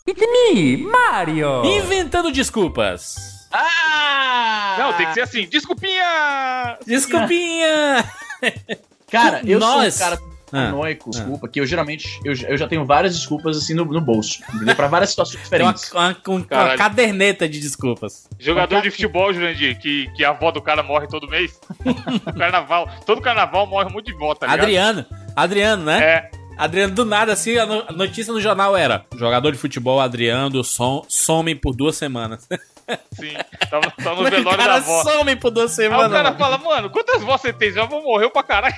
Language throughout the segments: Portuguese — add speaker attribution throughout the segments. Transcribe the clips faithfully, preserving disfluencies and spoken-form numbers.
Speaker 1: It's me, Mario!
Speaker 2: Inventando desculpas.
Speaker 3: Ah!
Speaker 4: Não, tem que ser assim, desculpinha!
Speaker 2: Desculpinha!
Speaker 3: Cara, eu
Speaker 2: Nós...
Speaker 3: sou um cara
Speaker 2: Ah,
Speaker 3: paranoico,
Speaker 2: ah.
Speaker 3: desculpa, que eu geralmente, eu, eu já tenho várias desculpas assim no, no bolso, entendeu? Pra várias situações
Speaker 2: Tem uma,
Speaker 3: diferentes.
Speaker 2: uma, uma, uma caderneta de desculpas.
Speaker 4: Jogador de futebol, Jurandir, que, que a avó do cara morre todo mês. No carnaval. Todo carnaval morre um monte de vó, tá ligado?
Speaker 2: Adriano. Adriano, né?
Speaker 4: É.
Speaker 2: Adriano, do nada, assim, a, no- a notícia no jornal era: jogador de futebol Adriano som, some por duas semanas.
Speaker 4: Sim. Tava, tava no
Speaker 2: Como é que o
Speaker 4: velório da
Speaker 2: cara
Speaker 4: avó.
Speaker 2: some por duas
Speaker 4: Aí
Speaker 2: semanas?
Speaker 4: o cara
Speaker 2: mano?
Speaker 4: fala, mano, quantas vós você tem? Já vou morreu pra caralho.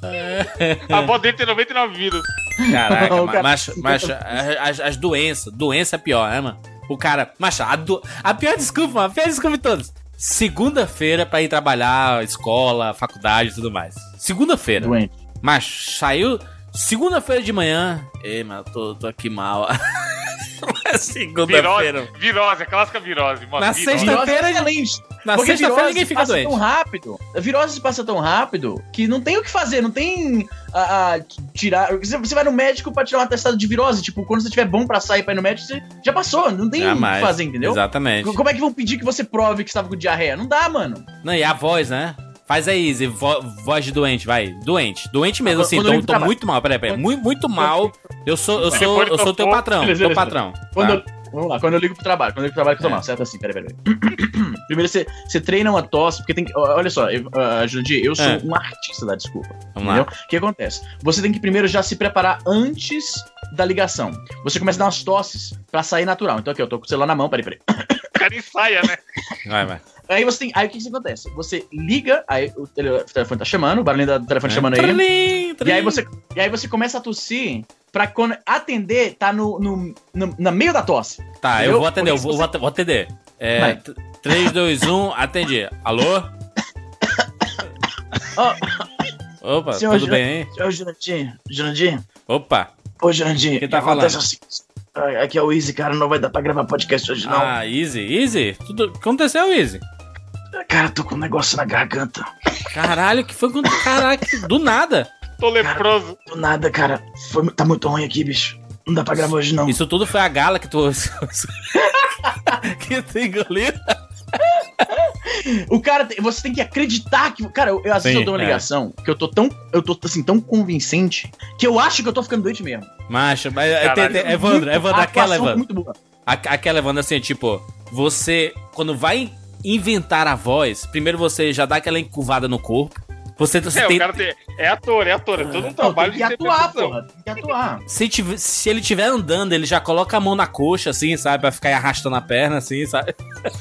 Speaker 4: A avó dele tem noventa e nove vidas.
Speaker 2: Caraca,
Speaker 3: O
Speaker 2: ma-
Speaker 3: cara-
Speaker 2: macho, macho, as, as doenças, doença é pior, né, mano? O cara, macho, a, do- a pior desculpa, mano, a pior desculpa de todas. Segunda-feira pra ir trabalhar, escola, faculdade e tudo mais. Segunda-feira.
Speaker 3: Doente.
Speaker 2: Macho, saiu segunda-feira de manhã. Ei, mano, tô, tô aqui mal. Segunda-feira.
Speaker 4: Virose, virose, a clássica virose. Mano,
Speaker 2: Na
Speaker 4: virose.
Speaker 2: sexta- Sexta-feira,
Speaker 3: Virose é excelente.
Speaker 2: Na
Speaker 3: Porque
Speaker 2: sexta-feira
Speaker 3: virose
Speaker 2: ninguém fica
Speaker 3: passa
Speaker 2: doente.
Speaker 3: tão rápido. A virose passa tão rápido que não tem o que fazer, não tem a, a tirar. Você, você vai no médico pra tirar um atestado de virose. Tipo, quando você tiver bom pra sair pra ir no médico, você já passou. Não tem o que
Speaker 2: Jamais.
Speaker 3: fazer, entendeu?
Speaker 2: Exatamente.
Speaker 3: Como é que vão pedir que você prove que você tava com diarreia? Não dá, mano.
Speaker 2: Não, e a voz, né? Faz aí, Izzy, vo- voz de doente, vai. Doente. Doente mesmo,
Speaker 3: Quando
Speaker 2: assim.
Speaker 3: eu
Speaker 2: Tô,
Speaker 3: ligo pro
Speaker 2: tô
Speaker 3: trabalho.
Speaker 2: muito mal, peraí, peraí. Muito, muito mal. Eu sou, eu sou,
Speaker 4: Telefone
Speaker 2: eu sou teu
Speaker 4: tocou.
Speaker 2: patrão,
Speaker 3: Beleza,
Speaker 2: teu
Speaker 3: beleza.
Speaker 2: patrão.
Speaker 3: Quando
Speaker 2: Tá.
Speaker 3: eu, vamos lá, quando eu ligo pro trabalho, quando eu ligo pro trabalho, que eu tô
Speaker 2: É.
Speaker 3: mal, certo assim, peraí, peraí. Primeiro você, você treina uma tosse, porque tem que. Olha só, eu, uh, Jurandir, eu sou
Speaker 2: É.
Speaker 3: um artista da desculpa.
Speaker 2: Vamos
Speaker 3: Entendeu?
Speaker 2: lá.
Speaker 3: O que acontece? Você tem que primeiro já se preparar antes da ligação. Você começa a dar umas tosses pra sair natural. Então aqui, eu tô com o celular na mão, peraí, peraí.
Speaker 4: O cara ensaia, né?
Speaker 2: Vai, vai.
Speaker 3: Aí você tem. Aí o que, que acontece? Você liga, aí o, tele- o telefone tá chamando, o barulhinho do telefone
Speaker 2: É.
Speaker 3: chamando aí.
Speaker 2: Trim, trim.
Speaker 3: E aí você, e aí você começa a tossir pra quando atender, tá no, no, no, no meio da tosse.
Speaker 2: Tá, eu
Speaker 3: entendeu?
Speaker 2: vou atender, eu
Speaker 3: Porque
Speaker 2: vou,
Speaker 3: se
Speaker 2: vou at- vou atender. É,
Speaker 3: Vai.
Speaker 2: três, dois, um, atendi. Alô?
Speaker 3: Ó,
Speaker 2: Opa,
Speaker 3: Senhor
Speaker 2: tudo
Speaker 3: Ju-
Speaker 2: bem, hein?
Speaker 3: Ô, Jurandir, Jurandir,
Speaker 2: Ô,
Speaker 3: ô, Jurandir,
Speaker 2: Quem tá
Speaker 3: acontece o seguinte, ah, aqui é o Easy, cara, não vai dar pra gravar podcast hoje, não.
Speaker 2: Ah, Easy, Easy. Tudo... O que aconteceu, Easy?
Speaker 3: Cara, tô com um negócio na garganta.
Speaker 2: Caralho, que foi com... Caraca, do nada.
Speaker 4: Tô leproso.
Speaker 3: Do nada, cara, foi, tá muito ruim aqui, bicho. Não dá pra gravar hoje, não.
Speaker 2: Isso tudo foi a gala que tu... que tu engoliu.
Speaker 3: O cara, tem- você tem que acreditar que... Cara, eu, eu- às vezes
Speaker 2: Sim,
Speaker 3: eu dou uma
Speaker 2: é.
Speaker 3: ligação que eu tô tão... Eu tô, assim, tão convincente que eu acho que eu tô ficando doente mesmo.
Speaker 2: Macho, mas... é,
Speaker 4: Caralho.
Speaker 2: tem- tem- Evandro,
Speaker 3: Muito-
Speaker 2: Evandro,
Speaker 3: a
Speaker 2: aquela,
Speaker 3: atuação
Speaker 2: Evandro.
Speaker 3: muito boa.
Speaker 2: A- Aquela, Evandro, assim, tipo... Você, quando vai inventar a voz, primeiro você já dá aquela encurvada no corpo. Você, você
Speaker 4: É,
Speaker 2: tem...
Speaker 4: o cara tem, é ator, é ator. É todo um
Speaker 3: Não,
Speaker 4: trabalho
Speaker 3: tem que
Speaker 4: de
Speaker 3: atuar,
Speaker 4: interpretação.
Speaker 3: porra. Tem que atuar.
Speaker 2: Se, tiver- se ele estiver andando, ele já coloca a mão na coxa, assim, sabe? Pra ficar arrastando a perna, assim, sabe?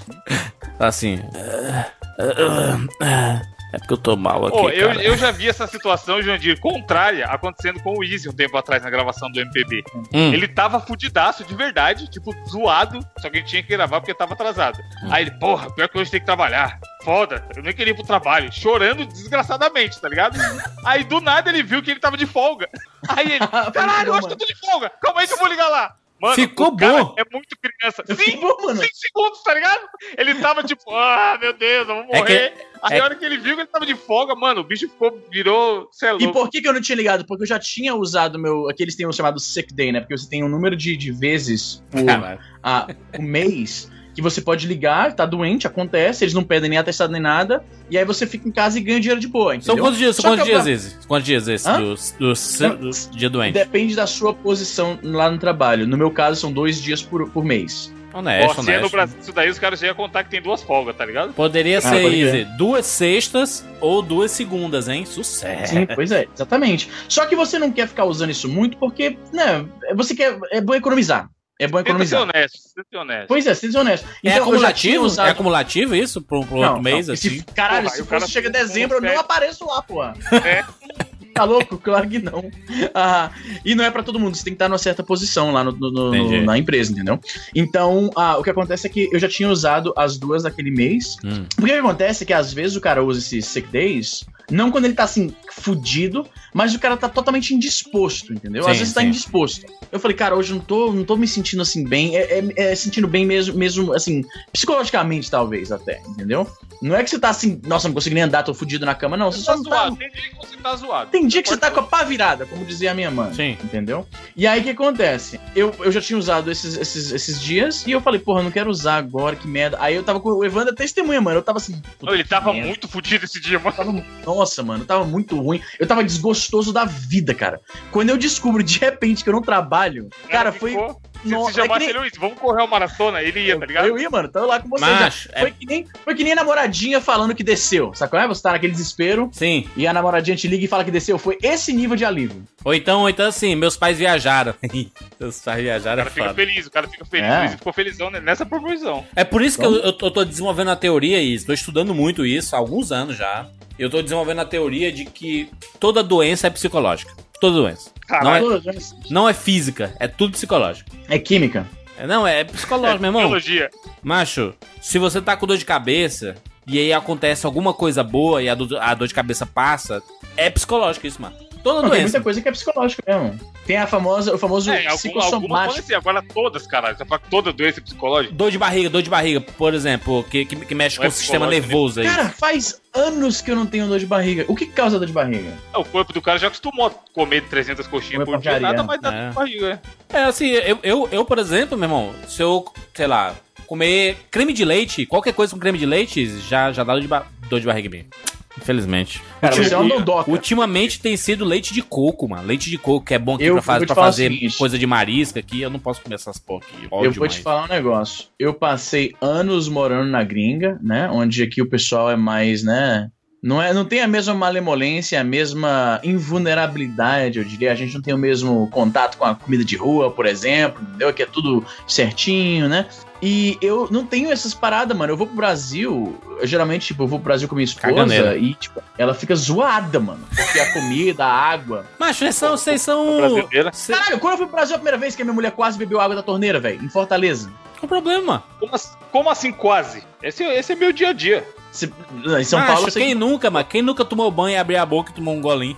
Speaker 2: Assim. "Ah, ah, ah, É porque eu tô mal aqui,
Speaker 4: Pô, eu,
Speaker 2: cara."
Speaker 4: eu já vi essa situação, Jandir, contrária, acontecendo com o Easy um tempo atrás na gravação do M P B.
Speaker 2: Hum.
Speaker 4: Ele tava fudidaço, de verdade, tipo, zoado, só que ele tinha que gravar porque tava atrasado.
Speaker 2: Hum.
Speaker 4: Aí ele, porra, pior que hoje tem que trabalhar. Foda, eu nem queria ir pro trabalho. Chorando desgraçadamente, tá ligado? Aí do nada ele viu que ele tava de folga. Aí ele, caralho, hoje eu tô de folga. Calma aí que eu vou ligar lá. Mano,
Speaker 2: Ficou
Speaker 4: o cara
Speaker 2: bom.
Speaker 4: é muito criança. Sim,
Speaker 3: Ficou, mano.
Speaker 4: cinco segundos, tá ligado? Ele tava tipo, ah, meu Deus, eu vou
Speaker 2: É que-
Speaker 4: morrer. Aí
Speaker 2: é-
Speaker 4: a hora que ele viu que ele tava de folga, mano, o bicho ficou, virou, cê é
Speaker 3: E
Speaker 4: louco.
Speaker 3: por que, que eu não tinha ligado? Porque eu já tinha usado meu. Aqui eles têm o chamado sick day, né? Porque você tem um número de, de vezes por,
Speaker 2: Caralho.
Speaker 3: a, por mês que você pode ligar, tá doente, acontece, eles não pedem nem atestado nem nada, e aí você fica em casa e ganha dinheiro de boa, entendeu?
Speaker 2: São quantos dias, são
Speaker 3: Só
Speaker 2: quantos
Speaker 3: que eu-
Speaker 2: dias esses? Quantos dias esses
Speaker 3: Hã?
Speaker 2: do, do, do, do dia doente?
Speaker 3: Depende da sua posição lá no trabalho. No meu caso, são dois dias por, por mês.
Speaker 2: Honesto,
Speaker 4: Ó, se é no
Speaker 2: honesto.
Speaker 4: Brasil, isso daí os caras já iam contar que tem duas folgas, tá ligado?
Speaker 2: Poderia
Speaker 3: Ah,
Speaker 2: ser,
Speaker 3: pode
Speaker 2: Easy, duas sextas ou duas segundas, hein?
Speaker 4: É.
Speaker 2: Sucesso.
Speaker 3: Sim, pois é, exatamente. Só que você não quer ficar usando isso muito porque, né, você quer. É bom economizar. É bom
Speaker 4: Tenta ser
Speaker 3: economizar.
Speaker 4: honesto, tenta ser honesto.
Speaker 3: Pois é, seja honesto.
Speaker 2: É
Speaker 3: Então, eu já tinha
Speaker 2: acumulativo?
Speaker 3: usado-
Speaker 2: É acumulativo isso pro, pro
Speaker 3: Não,
Speaker 2: outro mês,
Speaker 3: não, e se-
Speaker 2: assim?
Speaker 3: Caralho,
Speaker 4: Porra,
Speaker 3: se
Speaker 4: aí o cara
Speaker 3: fosse chega
Speaker 4: fica
Speaker 3: dezembro, eu não
Speaker 4: consegue.
Speaker 3: apareço lá, porra.
Speaker 4: É.
Speaker 3: Tá louco? Claro que não. Ah, e não é pra todo mundo, você tem que estar numa certa posição lá no, no- no-
Speaker 2: Entendi.
Speaker 3: na empresa, entendeu? Então, ah, o que acontece é que eu já tinha usado as duas daquele mês.
Speaker 2: Hum.
Speaker 3: Porque o que acontece é que às vezes o cara usa esses sick days Não quando ele tá assim, fudido, mas o cara tá totalmente indisposto, entendeu?
Speaker 2: Sim,
Speaker 3: Às vezes tá
Speaker 2: sim.
Speaker 3: indisposto. Eu falei, cara, hoje eu não tô, não tô me sentindo assim bem, é, é- é sentindo bem mesmo, mesmo, assim, psicologicamente talvez até, entendeu? Não é que você tá assim, nossa, não consigo nem andar, tô fudido na cama, não. Você
Speaker 4: Você
Speaker 3: só
Speaker 4: tá
Speaker 3: não tá.
Speaker 4: zoado. Tem dia que você tá zoado.
Speaker 3: Tem dia que você tá com a
Speaker 4: Pode-
Speaker 3: pá virada, como dizia a minha mãe.
Speaker 2: Sim.
Speaker 3: Entendeu? E aí o que acontece? Eu, eu já tinha usado esses, esses, esses dias e eu falei, porra, eu não quero usar agora, que merda. Aí eu tava com o Evandro testemunha, mano. Eu tava assim. puta,
Speaker 4: Não, ele
Speaker 3: que
Speaker 4: tava
Speaker 3: merda.
Speaker 4: muito fudido esse dia, mano.
Speaker 3: Tava- Nossa, mano, tava muito ruim. Eu tava desgostoso da vida, cara. Quando eu descubro de repente que eu não trabalho, cara, foi.
Speaker 4: ficou- Se
Speaker 3: Nossa,
Speaker 4: você chamasse
Speaker 3: é que nem-
Speaker 4: ele, Luiz, vamos correr uma maratona, ele ia, tá ligado?
Speaker 3: Eu ia, mano, tava lá com você
Speaker 2: Macho,
Speaker 3: já. Foi, que nem, foi que nem a namoradinha falando que desceu. Sabe qual é? Você tá naquele desespero
Speaker 2: Sim.
Speaker 3: e a namoradinha te liga e fala que desceu. Foi esse nível de alívio.
Speaker 2: Ou então, ou então assim, meus pais viajaram. Meus pais
Speaker 4: O
Speaker 2: viajaram, é
Speaker 4: cara fica
Speaker 2: foda.
Speaker 4: feliz, o cara fica feliz.
Speaker 3: É.
Speaker 4: O Luiz ficou felizão nessa proporção.
Speaker 2: É por isso que eu, eu tô, eu tô desenvolvendo a teoria, e estou estudando muito isso há alguns anos já. Eu tô desenvolvendo a teoria de que toda doença é psicológica. Toda doença.
Speaker 4: Caralho.
Speaker 2: Não é, não é física, é tudo psicológico.
Speaker 3: É química.
Speaker 2: É, não, é psicológico, meu irmão.
Speaker 4: Biologia.
Speaker 2: Macho, se você tá com dor de cabeça e aí acontece alguma coisa boa e a dor, a dor de cabeça passa, é psicológico isso, mano. Toda
Speaker 3: Não, tem
Speaker 2: doença.
Speaker 3: muita coisa que é psicológica mesmo. Tem a famosa, o famoso
Speaker 4: É, algum, algumas podem
Speaker 3: psicossomático.
Speaker 4: ser, agora todas, caralho. Você fala que toda doença é psicológica?
Speaker 2: Dor de barriga, dor de barriga, por exemplo, que, que, que mexe
Speaker 4: Não
Speaker 2: com
Speaker 4: é
Speaker 2: o sistema
Speaker 4: psicológico,
Speaker 2: nervoso aí.
Speaker 3: Cara, faz anos que eu não tenho dor de barriga. O que causa dor de barriga?
Speaker 4: É, o corpo do cara já acostumou a comer trezentas coxinhas
Speaker 3: Comer
Speaker 4: por dia,
Speaker 3: porcaria.
Speaker 4: nada mais dá
Speaker 2: É.
Speaker 4: é. barriga.
Speaker 2: É, assim, eu, eu, eu, por exemplo, meu irmão, se eu, sei lá, comer creme de leite, qualquer coisa com creme de leite, já, já dá dor de, ba- dor de barriga bem. Infelizmente.
Speaker 3: Cara,
Speaker 2: Ultim-
Speaker 3: você é um dondoca.
Speaker 2: Ultimamente tem sido leite de coco, mano. Leite de coco, que é bom aqui
Speaker 3: Eu
Speaker 2: pra, faz-
Speaker 3: vou te
Speaker 2: pra
Speaker 3: falar o
Speaker 2: fazer
Speaker 3: seguinte.
Speaker 2: coisa de marisca aqui. Eu não posso comer essas porra aqui. Ódio
Speaker 3: Eu vou te
Speaker 2: mais.
Speaker 3: falar um negócio. Eu passei anos morando na gringa, né? Onde aqui o pessoal é mais, né? Não, é, não tem a mesma malemolência, a mesma invulnerabilidade, eu diria. A gente não tem o mesmo contato com a comida de rua, por exemplo, entendeu? Que é tudo certinho, né? E eu não tenho essas paradas, mano. Eu vou pro Brasil, eu, geralmente, tipo, eu vou pro Brasil com minha esposa
Speaker 2: Caganeira.
Speaker 3: e, tipo, ela fica zoada, mano. Porque a comida, a água.
Speaker 2: Mas vocês são. Vocês são.
Speaker 4: Brasileira.
Speaker 2: Cê-
Speaker 3: Caralho, quando eu fui pro Brasil a primeira vez que a minha mulher quase bebeu água da torneira, velho, em Fortaleza.
Speaker 2: Qual o problema?
Speaker 4: Como, assim- como assim quase? Esse, esse é meu dia a dia.
Speaker 3: Cê- em São
Speaker 2: Macho,
Speaker 3: Paulo, eu sei
Speaker 2: quem
Speaker 3: que...
Speaker 2: nunca, mano? Quem nunca tomou banho, abriu a boca e tomou um golinho?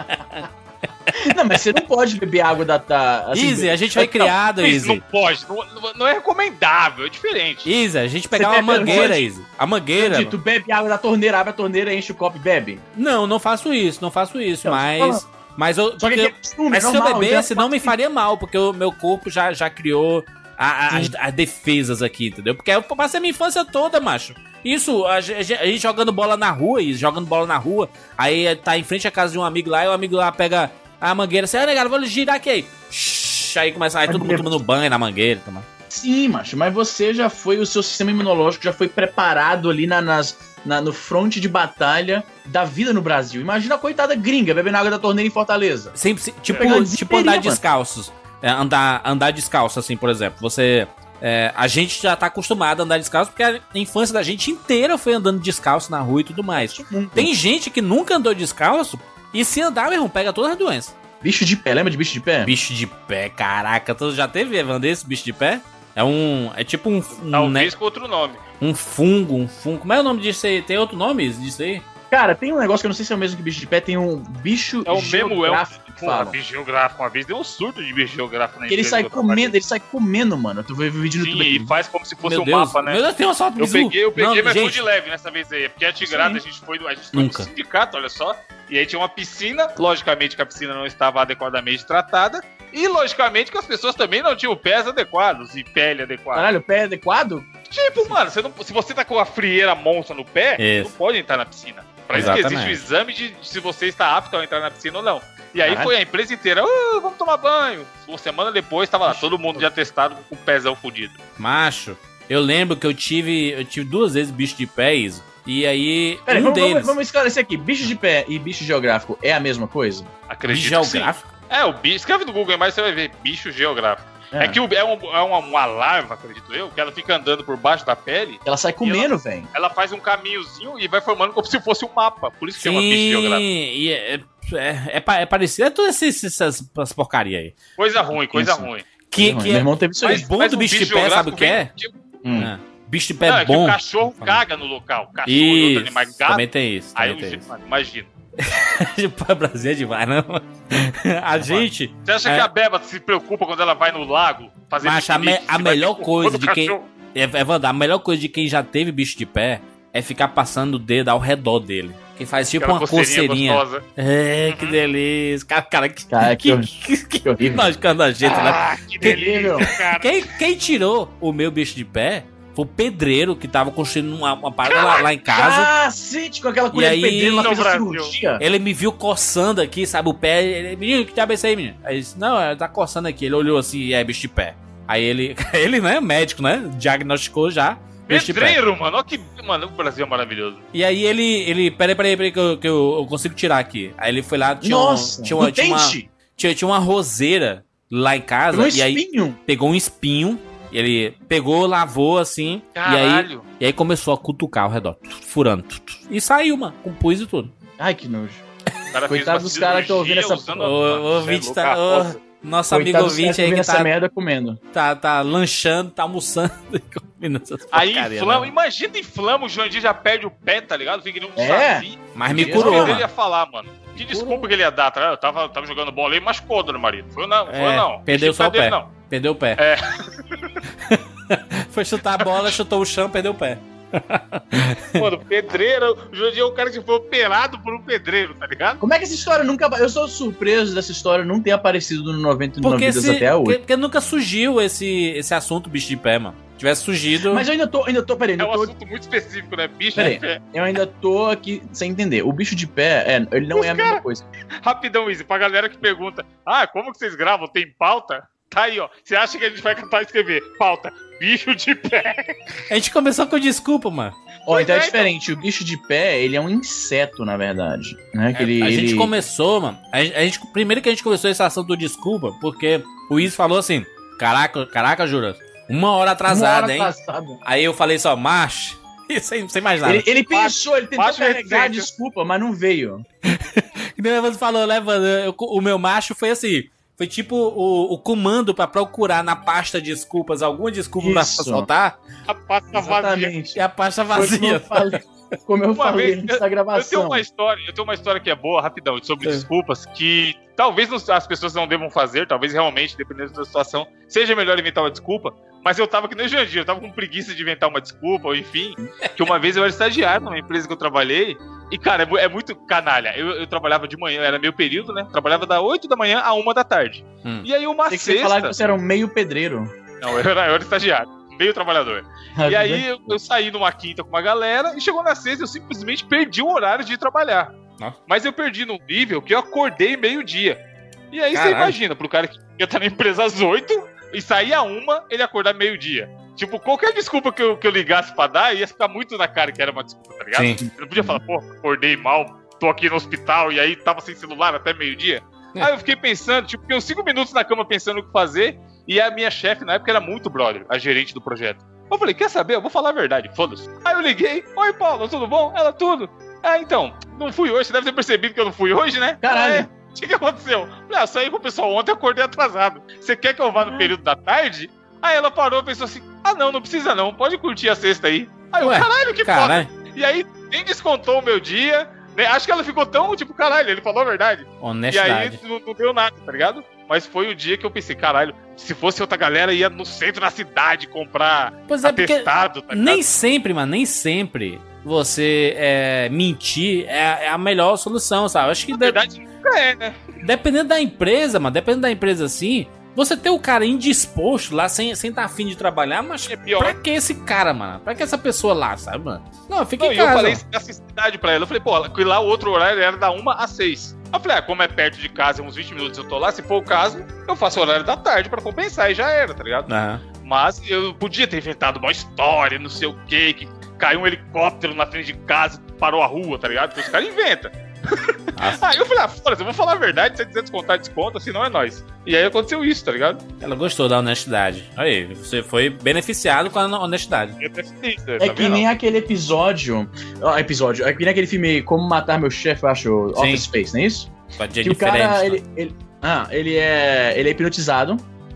Speaker 3: Não, mas você não pode beber água da... da assim,
Speaker 2: Easy, a gente foi
Speaker 3: Não,
Speaker 2: criado,
Speaker 4: Luiz, não
Speaker 2: Easy.
Speaker 4: pode, não, não- não é recomendável, é diferente.
Speaker 2: Easy, a gente pegava
Speaker 3: Você
Speaker 2: a
Speaker 3: bebe-
Speaker 2: mangueira,
Speaker 3: pode-
Speaker 2: Easy. A mangueira.
Speaker 3: Entendi, tu bebe água da torneira, abre a torneira, enche o copo e bebe.
Speaker 2: Não, não faço isso, não faço isso,
Speaker 3: Não,
Speaker 2: mas. Mas eu.
Speaker 3: Só que
Speaker 2: porque-
Speaker 3: aqui é costume,
Speaker 2: mas
Speaker 3: é
Speaker 2: se eu
Speaker 3: normal,
Speaker 2: bebesse,
Speaker 3: então-
Speaker 2: não me faria mal, porque o meu corpo já, já criou a- a- as, as defesas aqui, entendeu? Porque eu passei a minha infância toda, macho. Isso, a, ge- a gente jogando bola na rua, e jogando bola na rua, aí tá em frente à casa de um amigo lá, e o amigo lá pega a mangueira, assim, ah, negado, vou girar aqui aí. Shhh, aí começa, aí todo mundo tomando banho na mangueira, toma.
Speaker 3: Sim, macho, mas você já foi, o seu sistema imunológico já foi preparado ali na, nas, na- no fronte de batalha da vida no Brasil. Imagina a coitada gringa bebendo água da torneira em Fortaleza.
Speaker 2: Sempre, se- tipo,
Speaker 3: Pegar
Speaker 2: tipo andar
Speaker 3: desinteria,
Speaker 2: descalços. É, andar, andar descalço, assim, por exemplo. Você. é, a gente já tá acostumado a andar descalço porque a infância da gente inteira foi andando descalço na rua e tudo mais. Tem gente que nunca andou descalço e se andar, meu irmão, pega todas as doenças.
Speaker 3: Bicho de pé, lembra de bicho de pé?
Speaker 2: Bicho de pé, caraca. Tu já teve, Evandro, esse bicho de pé? É um. É tipo um. um, né,
Speaker 4: Talvez com outro nome.
Speaker 2: um fungo, um fungo. Como é o nome disso aí? Tem outro nome disso aí?
Speaker 3: Cara, tem um negócio que eu não sei se é o mesmo que bicho de pé, tem um bicho
Speaker 4: É o mesmo, é o.
Speaker 3: geográfico que
Speaker 4: Porra,
Speaker 3: fala.
Speaker 4: bicho geográfico. Uma vez deu um surto de bicho geográfico na
Speaker 3: Que ele
Speaker 4: empresa
Speaker 3: sai
Speaker 4: que eu trabalhei.
Speaker 3: comendo, ele sai comendo, mano. Tu vê o vídeo no
Speaker 4: Sim,
Speaker 3: YouTube
Speaker 4: e
Speaker 3: aqui.
Speaker 4: faz como se fosse
Speaker 2: Meu
Speaker 4: um
Speaker 2: Deus,
Speaker 4: mapa, né?
Speaker 2: meu Deus, tem uma sorte
Speaker 4: Eu peguei, eu peguei,
Speaker 2: Não,
Speaker 4: mas fui
Speaker 2: gente,
Speaker 4: de leve nessa vez aí. Porque é tigrado, a gente foi, a gente foi
Speaker 2: Nunca.
Speaker 4: no sindicato, olha só. E aí tinha uma piscina, logicamente que a piscina não estava adequadamente tratada. E logicamente que as pessoas também não tinham pés adequados e pele adequada.
Speaker 3: Caralho, o pé é adequado?
Speaker 4: Tipo, mano, você não- se você tá com a frieira monstra no pé,
Speaker 2: Isso.
Speaker 4: você não pode entrar na piscina. Pra isso que existe o
Speaker 2: Exatamente.
Speaker 4: exame de, de se você está apto a entrar na piscina ou não. E aí
Speaker 3: Caralho.
Speaker 4: foi a empresa inteira, "Uh, vamos tomar banho. Uma semana depois tava lá, todo mundo já testado com o pezão fudido.
Speaker 2: Macho, eu lembro que eu tive. Eu tive duas vezes bicho de pé, Iso. E aí,
Speaker 3: Pera,
Speaker 2: um
Speaker 3: vamos,
Speaker 2: deles.
Speaker 3: vamos, vamos esclarecer aqui. Bicho de pé e bicho geográfico é a mesma coisa?
Speaker 4: Acredito
Speaker 2: Bicho
Speaker 4: que sim.
Speaker 2: geográfico?
Speaker 4: É, o bicho. Escreve no Google aí, mas você vai ver. Bicho geográfico. É, que o- é, um- é uma, uma larva, acredito eu, que ela fica andando por baixo da pele.
Speaker 3: Ela sai comendo, velho.
Speaker 4: Ela faz um caminhozinho e vai formando como se fosse um mapa. Por isso que chama bicho
Speaker 2: Sim,
Speaker 4: geográfico.
Speaker 2: e é, é, é, pa- é parecido. É todas essas, essas, essas porcaria aí.
Speaker 4: Coisa ruim, coisa
Speaker 3: Isso.
Speaker 4: ruim.
Speaker 2: Que,
Speaker 3: Meu
Speaker 2: que é,
Speaker 3: irmão teve isso aí.
Speaker 2: Mas- bom do
Speaker 4: um
Speaker 2: bicho de pé, sabe o que é?
Speaker 4: geográfico vem de-
Speaker 3: Hum.
Speaker 2: é, bicho de pé
Speaker 4: Não, é que
Speaker 2: bom.
Speaker 4: o cachorro caga no local. Cachorro e outro
Speaker 2: Isso,
Speaker 4: animal gato.
Speaker 2: também tem isso.
Speaker 4: Aí
Speaker 2: Também
Speaker 4: eu,
Speaker 2: tem isso.
Speaker 4: mano, imagina.
Speaker 2: O Brasil é demais, não? A gente...
Speaker 4: Você acha
Speaker 2: é...
Speaker 4: que a Beba se preocupa quando ela vai no lago fazer
Speaker 2: Mas a, me, a melhor coisa de quem...
Speaker 4: cachorro?
Speaker 2: É, Evandro, a melhor coisa de quem já teve bicho de pé é ficar passando o dedo ao redor dele. Que faz tipo
Speaker 4: Aquela
Speaker 2: uma coceirinha.
Speaker 4: gostosa.
Speaker 2: É, que delícia. Cara, cara que,
Speaker 3: Cara, que,
Speaker 2: que, que,
Speaker 3: que horrível.
Speaker 2: Nós ficamos nojento, né?
Speaker 4: Ah, que delícia, cara.
Speaker 2: Quem, quem tirou o meu bicho de pé foi o pedreiro que tava construindo uma, uma parada lá, lá em casa.
Speaker 3: Cacete, com aquela colher
Speaker 2: E
Speaker 3: de
Speaker 2: aí,
Speaker 3: pedreiro, ela
Speaker 4: no
Speaker 3: fez a
Speaker 4: Brasil.
Speaker 3: cirurgia.
Speaker 2: Ele me viu coçando aqui, sabe, o pé. Ele, menino, que diabo é isso aí, menino? Aí ele disse, não, ele tá coçando aqui. Ele olhou assim, é bicho de pé. Aí ele, ele, né, médico, né, diagnosticou já. bicho de pé.
Speaker 4: Pedreiro, mano. Olha que. Mano, o Brasil é maravilhoso.
Speaker 2: E aí ele, ele, peraí, peraí, peraí, que, eu, que eu, eu consigo tirar aqui. Aí ele foi lá, tinha,
Speaker 3: Nossa,
Speaker 2: um, tinha, uma,
Speaker 3: no
Speaker 2: tinha, uma,
Speaker 3: dente.
Speaker 2: tinha, tinha uma roseira lá em casa.
Speaker 3: Um
Speaker 2: e aí
Speaker 3: espinho.
Speaker 2: pegou um espinho. Ele pegou, lavou assim. E aí,
Speaker 4: Caralho.
Speaker 2: e aí começou a cutucar ao redor, furando. E saiu, mano, com pus e tudo.
Speaker 3: Ai, que nojo.
Speaker 4: O cara fez
Speaker 3: Coitado
Speaker 4: uma
Speaker 3: dos caras que estão ouvindo
Speaker 4: cirurgia
Speaker 3: essa
Speaker 4: usando
Speaker 2: O,
Speaker 4: a-
Speaker 2: o
Speaker 4: mano,
Speaker 2: ouvinte
Speaker 4: você é
Speaker 2: tá.
Speaker 4: louco,
Speaker 2: ô, nosso amigo
Speaker 3: Coitado dos caras
Speaker 2: ouvinte
Speaker 3: que
Speaker 2: aí
Speaker 3: ouvindo
Speaker 2: que
Speaker 3: essa
Speaker 2: tá,
Speaker 3: merda comendo.
Speaker 2: tá, tá lanchando, tá almoçando e comendo essas
Speaker 4: Aí
Speaker 2: porcaria,
Speaker 4: inflama,
Speaker 2: né?
Speaker 4: imagina inflama, o Jandir já perde o pé, tá ligado? Fica que nem um
Speaker 3: É.
Speaker 4: saci.
Speaker 2: Mas me
Speaker 3: Jesus,
Speaker 2: curou,
Speaker 4: ele
Speaker 2: mano.
Speaker 4: ia falar, mano. Que desculpa que ele ia dar, tá? Eu tava, tava jogando bola aí e machucou, dona Maria. Foi não, foi
Speaker 2: É,
Speaker 4: não.
Speaker 2: perdeu
Speaker 4: Esse
Speaker 2: só o
Speaker 4: dele,
Speaker 2: pé.
Speaker 4: Não.
Speaker 2: Perdeu o pé.
Speaker 4: É.
Speaker 2: Foi chutar a bola, chutou o chão, perdeu o pé.
Speaker 4: Mano, pedreiro, o Jandir é o cara que foi operado por um pedreiro, tá ligado?
Speaker 3: Como é que essa história nunca... Eu sou surpreso dessa história não ter aparecido no noventa e nove
Speaker 2: Porque,
Speaker 3: Vidas
Speaker 2: se,
Speaker 3: até hoje.
Speaker 2: porque, porque nunca surgiu esse, esse assunto bicho de pé, mano. Se tivesse surgido...
Speaker 3: Mas eu ainda tô... Ainda tô peraí,
Speaker 4: É
Speaker 3: ainda
Speaker 4: um
Speaker 3: tô,
Speaker 4: assunto muito específico, né? Bicho
Speaker 3: Peraí.
Speaker 4: de pé.
Speaker 3: eu ainda tô aqui sem entender. O bicho de pé, é, ele não
Speaker 4: Os
Speaker 3: é a mesma coisa.
Speaker 4: Rapidão, Easy, pra galera que pergunta: ah, como que vocês gravam? Tem pauta? Tá aí, ó. Você acha que a gente vai cantar e escrever? Pauta, bicho de pé.
Speaker 2: A gente começou com desculpa, mano.
Speaker 3: Ó, então é
Speaker 4: é, então.
Speaker 3: diferente. O bicho de pé, ele é um inseto, na verdade. Né? Que ele,
Speaker 2: A gente
Speaker 3: ele-
Speaker 2: começou, mano. A gente, a gente- primeiro que a gente começou esse assunto do desculpa, porque o Izzy falou assim: Caraca, caraca, Jura, uma hora atrasada,
Speaker 3: Uma hora
Speaker 2: hein?
Speaker 3: atrasada.
Speaker 2: Aí eu falei só, macho, sem, sem mais nada.
Speaker 3: Ele, ele pensou, ele tentou
Speaker 4: Macho
Speaker 3: carregar a
Speaker 4: recente.
Speaker 3: desculpa, mas não veio.
Speaker 2: Que nem o Evandro falou, né, Evandro? Eu- O meu macho foi assim. Foi tipo o, o comando pra procurar na pasta desculpas alguma desculpa pra
Speaker 3: Isso.
Speaker 2: soltar
Speaker 4: A pasta vazia.
Speaker 3: Exatamente.
Speaker 2: e a pasta
Speaker 3: Foi como eu
Speaker 2: vazia.
Speaker 3: falei, como eu
Speaker 4: Uma
Speaker 3: falei
Speaker 4: vez,
Speaker 3: nessa
Speaker 4: Eu tenho
Speaker 3: gravação.
Speaker 4: uma história, eu tenho uma história que é boa, rapidão, sobre
Speaker 2: É.
Speaker 4: desculpas, que talvez não- as pessoas não devam fazer, talvez realmente, dependendo da situação, seja melhor inventar uma desculpa, mas eu tava que nem o Jandir, eu tava com preguiça de inventar uma desculpa, ou enfim, que uma vez eu era estagiário numa empresa que eu trabalhei, e cara, é, mu- é muito canalha, eu, eu trabalhava de manhã, era meu período, né, trabalhava da oito da manhã a uma da tarde,
Speaker 2: Hum.
Speaker 4: e aí uma
Speaker 3: Tem que você
Speaker 4: sexta...
Speaker 3: falar que você era um meio pedreiro.
Speaker 4: Não, eu era, eu era estagiário, meio trabalhador. E aí eu, eu saí numa quinta com uma galera e chegou na sexta eu simplesmente perdi o horário de ir trabalhar.
Speaker 2: Nossa.
Speaker 4: Mas eu perdi num nível que eu acordei meio-dia. E aí
Speaker 2: Caralho.
Speaker 4: você imagina, pro cara que ia estar na empresa às oito e sair a uma, ele acordar meio-dia. Tipo, qualquer desculpa que eu, que eu ligasse pra dar, ia ficar muito na cara que era uma desculpa, tá ligado?
Speaker 2: Sim.
Speaker 4: Eu não podia falar, pô, acordei mal, tô aqui no hospital e aí tava sem celular até meio-dia.
Speaker 2: É.
Speaker 4: Aí eu fiquei pensando, tipo, fiquei uns cinco minutos na cama pensando o que fazer. E a minha chefe na época era muito brother, a gerente do projeto. Eu falei, quer saber? Eu vou falar a verdade, foda-se. Aí eu liguei, oi Paulo, tudo bom? Ela, tudo. Ah, então, não fui hoje, você deve ter percebido que eu não fui hoje, né?
Speaker 3: Caralho.
Speaker 4: Ah, é. O que, que aconteceu? Falei, ah, saí com o pessoal ontem e acordei atrasado. Você quer que eu vá no período da tarde? Aí ela parou e pensou assim, ah não, não precisa não, pode curtir a sexta aí. Aí eu,
Speaker 2: Ué,
Speaker 4: caralho, que
Speaker 2: Caralho,
Speaker 4: foda. E aí, nem descontou o meu dia, né? Acho que ela ficou tão, tipo, caralho, ele falou a verdade. E aí
Speaker 2: honestidade.
Speaker 4: não, não deu nada, tá ligado? Mas foi o dia que eu pensei, caralho, se fosse outra galera, ia no centro da cidade comprar
Speaker 2: Pois é, porque
Speaker 4: atestado, tá ligado?
Speaker 2: nem sempre, mano, nem sempre você é, mentir é, é a melhor solução, sabe? Acho que
Speaker 4: Na
Speaker 2: de-
Speaker 4: verdade, nunca é, né?
Speaker 2: dependendo da empresa, mano, dependendo da empresa assim, você ter o cara indisposto lá, sem sem estar afim de trabalhar, mas
Speaker 4: É pior.
Speaker 2: pra que esse cara, mano? Pra que essa pessoa lá, sabe, mano? Não, fica
Speaker 4: Não,
Speaker 2: em
Speaker 4: e eu
Speaker 2: casa.
Speaker 4: falei essa sinceridade pra ela. Eu falei, pô, que lá o outro horário era da uma às seis. Eu falei, ah, como é perto de casa, uns vinte minutos eu tô lá, se for o caso, eu faço o horário da tarde pra compensar e já era, tá ligado?
Speaker 2: Aham.
Speaker 4: Mas eu podia ter inventado uma história, não sei o quê, que caiu um helicóptero na frente de casa, parou a rua, tá ligado? Porque os caras inventam.
Speaker 2: Nossa,
Speaker 4: Aí eu falei, ah, foda-se, eu vou falar a verdade, se você quiser descontar, desconta, senão é nóis. E aí aconteceu isso, tá ligado?
Speaker 2: ela gostou da honestidade. Aí, você foi beneficiado com a honestidade.
Speaker 4: Eu até feliz, né?
Speaker 3: É
Speaker 4: Tá
Speaker 3: que
Speaker 4: vendo?
Speaker 3: nem aquele episódio. Ó, episódio. É que nem aquele filme Como Matar Meu Chefe, eu acho. Office Space, não é isso?
Speaker 2: Com a dia
Speaker 3: Que o
Speaker 2: diferente.
Speaker 3: cara,
Speaker 2: né?
Speaker 3: ele, ele- ah, ele é, ele é hipnotizado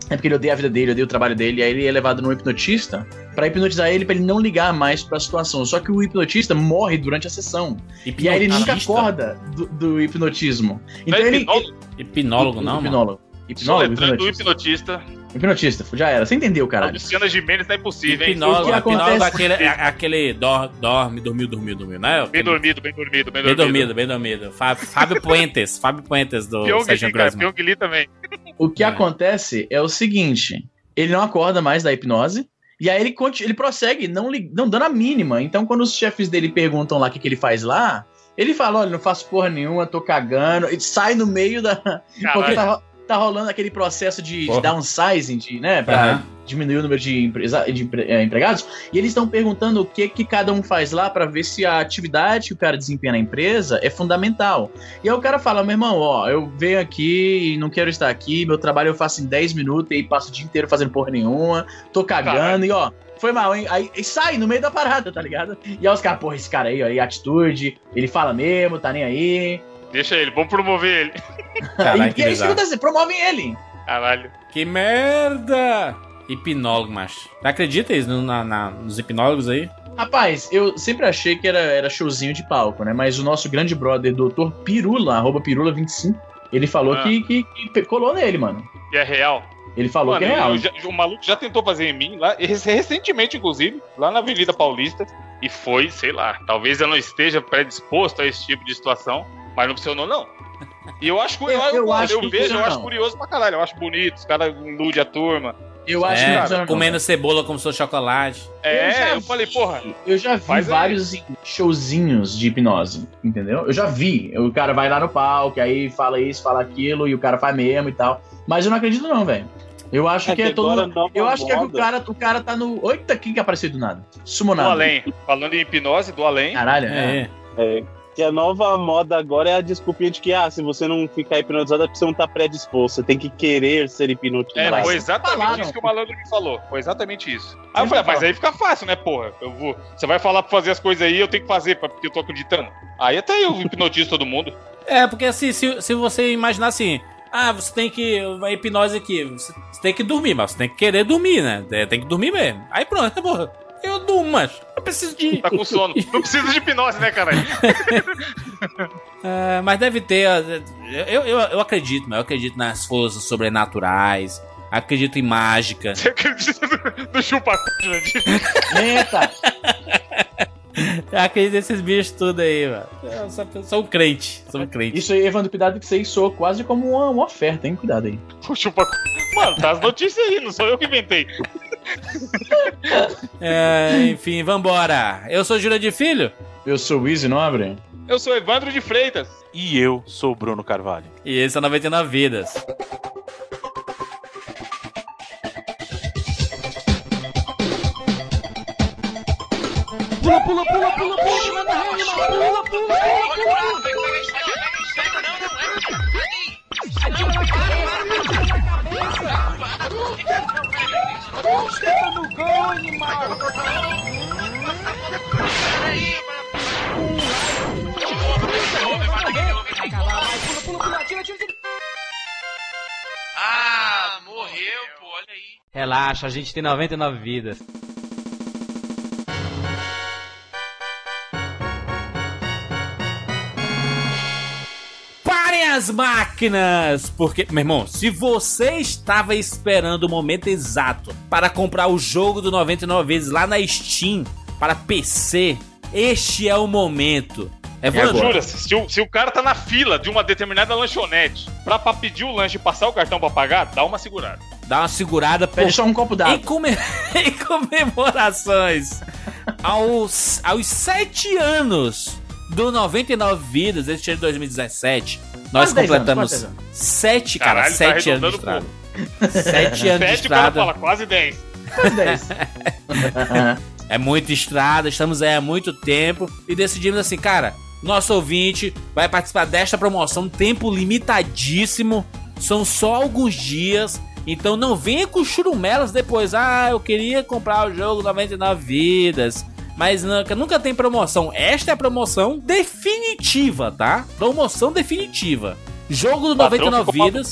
Speaker 3: É porque ele odeia a vida dele, odeia o trabalho dele, e aí ele é levado num hipnotista pra hipnotizar ele, pra ele não ligar mais pra situação. Só que o hipnotista morre durante a sessão. E aí ele nunca acorda do, do hipnotismo. Então
Speaker 4: não é
Speaker 3: ele...
Speaker 4: hipnólogo?
Speaker 2: Hipnólogo, não,
Speaker 3: hipnólogo. Hipnólogo,
Speaker 4: Soletrando o
Speaker 3: hipnotista.
Speaker 4: hipnotista.
Speaker 3: Hipnotista, já era. Você entendeu,
Speaker 4: A
Speaker 3: caralho.
Speaker 4: Luciana Gimenez tá impossível, hein?
Speaker 2: Hipnólogo,
Speaker 3: O que
Speaker 2: hipnólogo
Speaker 3: acontece-
Speaker 2: aquele, é- aquele dor, dorme, dormiu, dormiu, dormiu, né?
Speaker 4: Bem dormido, bem dormido, bem
Speaker 2: Bem
Speaker 4: dormido.
Speaker 2: dormido, bem dormido. Fá- Fábio Puentes, Fábio Puentes do
Speaker 4: Pyong
Speaker 2: Sérgio
Speaker 4: Lee, cara,
Speaker 2: Brasman.
Speaker 4: Pyong Lee também.
Speaker 3: O que
Speaker 2: É.
Speaker 3: acontece é o seguinte: ele não acorda mais da hipnose, e aí ele, conti- ele prossegue, não, li- não dando a mínima. Então, quando os chefes dele perguntam lá o que, que ele faz lá, ele fala: olha, não faço porra nenhuma, tô cagando. Ele sai no meio da. Porque tá, ro- tá rolando aquele processo de, de
Speaker 2: Porra.
Speaker 3: downsizing, de, né? Pra
Speaker 2: Aham.
Speaker 3: diminuir o número de, empresa- de empre- é, empregados. E eles estão perguntando o que, que cada um faz lá pra ver se a atividade que o cara desempenha na empresa é fundamental. E aí o cara fala: meu irmão, ó, eu venho aqui e não quero estar aqui, meu trabalho eu faço em dez minutos e aí passo o dia inteiro fazendo porra nenhuma, tô cagando
Speaker 4: Caralho.
Speaker 3: e ó, foi mal, hein? Aí e sai no meio da parada, tá ligado? E aí os caras, porra, esse cara aí, ó, e atitude, ele fala mesmo, tá nem aí.
Speaker 4: Deixa ele, vamos promover ele.
Speaker 2: Caralho,
Speaker 3: e
Speaker 2: que
Speaker 3: e aí o que
Speaker 2: bizarro.
Speaker 3: acontece? Promovem ele.
Speaker 4: Caralho.
Speaker 2: Que merda! Hipnólogo, macho. Você acredita isso no- na, na- nos hipnólogos aí?
Speaker 3: Rapaz, eu sempre achei que era, era showzinho de palco, né? Mas o nosso grande brother, doutor Pirula, arroba Pirula vinte e cinco, ele falou
Speaker 4: Ah.
Speaker 3: que, que, que colou nele, mano.
Speaker 4: E é real.
Speaker 3: Ele falou
Speaker 4: Mano,
Speaker 3: que é real.
Speaker 4: eu já- o maluco já tentou fazer em mim, lá, rec- recentemente, inclusive, lá na Avenida Paulista. E foi, sei lá, talvez eu não esteja predisposto a esse tipo de situação, mas não funcionou, não. E eu acho, eu,
Speaker 3: Eu-
Speaker 4: eu,
Speaker 3: eu
Speaker 4: eu,
Speaker 3: acho
Speaker 4: eu
Speaker 3: que
Speaker 4: vejo, eu
Speaker 3: funciona,
Speaker 4: acho
Speaker 3: não.
Speaker 4: curioso pra caralho. Eu acho bonito, os caras iludem a turma.
Speaker 3: Eu acho que
Speaker 2: É,
Speaker 3: não funciona, não.
Speaker 2: comendo cebola como se fosse chocolate.
Speaker 4: É,
Speaker 3: já
Speaker 4: eu, falei,
Speaker 3: vi-
Speaker 4: porra,
Speaker 3: Eu já vi
Speaker 4: Faz aí.
Speaker 3: vários showzinhos de hipnose, entendeu? Eu já vi. O cara vai lá no palco, aí fala isso, fala aquilo, e o cara faz mesmo e tal. Mas eu não acredito não, velho. Eu acho
Speaker 5: É
Speaker 3: que
Speaker 5: que
Speaker 3: é todo
Speaker 5: agora
Speaker 3: mundo...
Speaker 5: nova
Speaker 3: Eu acho que é que o
Speaker 5: moda-
Speaker 3: cara, o cara tá no... Eita, quem que apareceu do nada?
Speaker 4: do
Speaker 3: Sumonado.
Speaker 4: além. Falando em hipnose, do além.
Speaker 3: Caralho, é.
Speaker 2: É.
Speaker 5: É, que a nova moda agora é a desculpinha de que, ah, se você não ficar hipnotizado é porque você não tá predisposto. Você tem que querer ser
Speaker 4: É,
Speaker 5: hipnotizado.
Speaker 4: foi exatamente
Speaker 3: Falaram.
Speaker 4: isso que o malandro me falou. Foi exatamente isso. Aí eu
Speaker 3: Eles
Speaker 4: falei, ah, mas
Speaker 3: falam.
Speaker 4: aí fica fácil, né, porra? Eu vou. Você vai falar pra fazer as coisas aí, eu tenho que fazer, pra- porque eu tô acreditando. Aí até eu hipnotizo todo mundo.
Speaker 2: É, porque assim, se, se você imaginar assim, ah, você tem que. Uma hipnose aqui, você, você tem que dormir, mas você tem que querer dormir, né? É, tem que dormir mesmo. Aí pronto, porra. Eu durmo, mas eu preciso de.
Speaker 4: Tá com sono. Não precisa de hipnose, né, caralho?
Speaker 2: É, mas deve ter. Eu, eu, eu acredito, mas eu acredito nas forças sobrenaturais. Acredito em mágica.
Speaker 4: Você acredita no, no chupa-c, Jurandir?
Speaker 3: Eita!
Speaker 2: Eu acredito nesses bichos tudo aí, mano. Eu sou, eu sou um crente. Sou um crente.
Speaker 3: Isso aí, Evandro, cuidado que isso aí soa quase como uma, uma oferta, hein? Cuidado aí.
Speaker 4: O chupa-c. Mano, tá as notícias aí, não sou eu que inventei.
Speaker 2: É, enfim, vambora. Eu sou Júlia de Filho.
Speaker 3: Eu sou o Easy Nobre.
Speaker 4: Eu sou Evandro de Freitas.
Speaker 6: E eu sou o Bruno Carvalho.
Speaker 2: E esse é noventa e nove Vidas.
Speaker 7: Ah, morreu, pô, olha aí.
Speaker 1: Relaxa, a gente tem noventa e nove vidas.
Speaker 2: Parem as máquinas! Porque, meu irmão, se você estava esperando o momento exato para comprar o jogo do noventa e nove vezes lá na Steam para P C, este é o momento. Evandro,
Speaker 4: Jura, se o, se o cara tá na fila de uma determinada lanchonete pra, pra pedir o lanche e passar o cartão pra pagar, dá uma segurada.
Speaker 2: dá uma segurada. Pô,
Speaker 3: Pede só um copo
Speaker 2: em,
Speaker 3: d'água.
Speaker 2: come- em comemorações aos, aos sete anos do noventa e nove Vidas, este ano de dois mil e dezessete, nós
Speaker 3: Quase dez
Speaker 2: completamos
Speaker 3: anos, quase dez
Speaker 2: sete, cara,
Speaker 4: Caralho, tá
Speaker 2: sete anos de
Speaker 4: arredondando
Speaker 2: estrada. Sete anos de
Speaker 4: Sete, o cara
Speaker 2: estrada.
Speaker 4: fala, quase dez.
Speaker 3: Quase dez.
Speaker 2: É muita estrada, estamos aí há muito tempo e decidimos assim, cara, nosso ouvinte vai participar desta promoção, tempo limitadíssimo, são só alguns dias, então não venha com churumelas depois, ah, eu queria comprar o jogo noventa e nove Vidas, mas nunca, nunca tem promoção. Esta é a promoção definitiva, tá? Promoção definitiva. Jogo do
Speaker 4: Patrão
Speaker 2: noventa e nove
Speaker 4: ficou
Speaker 2: Vidas,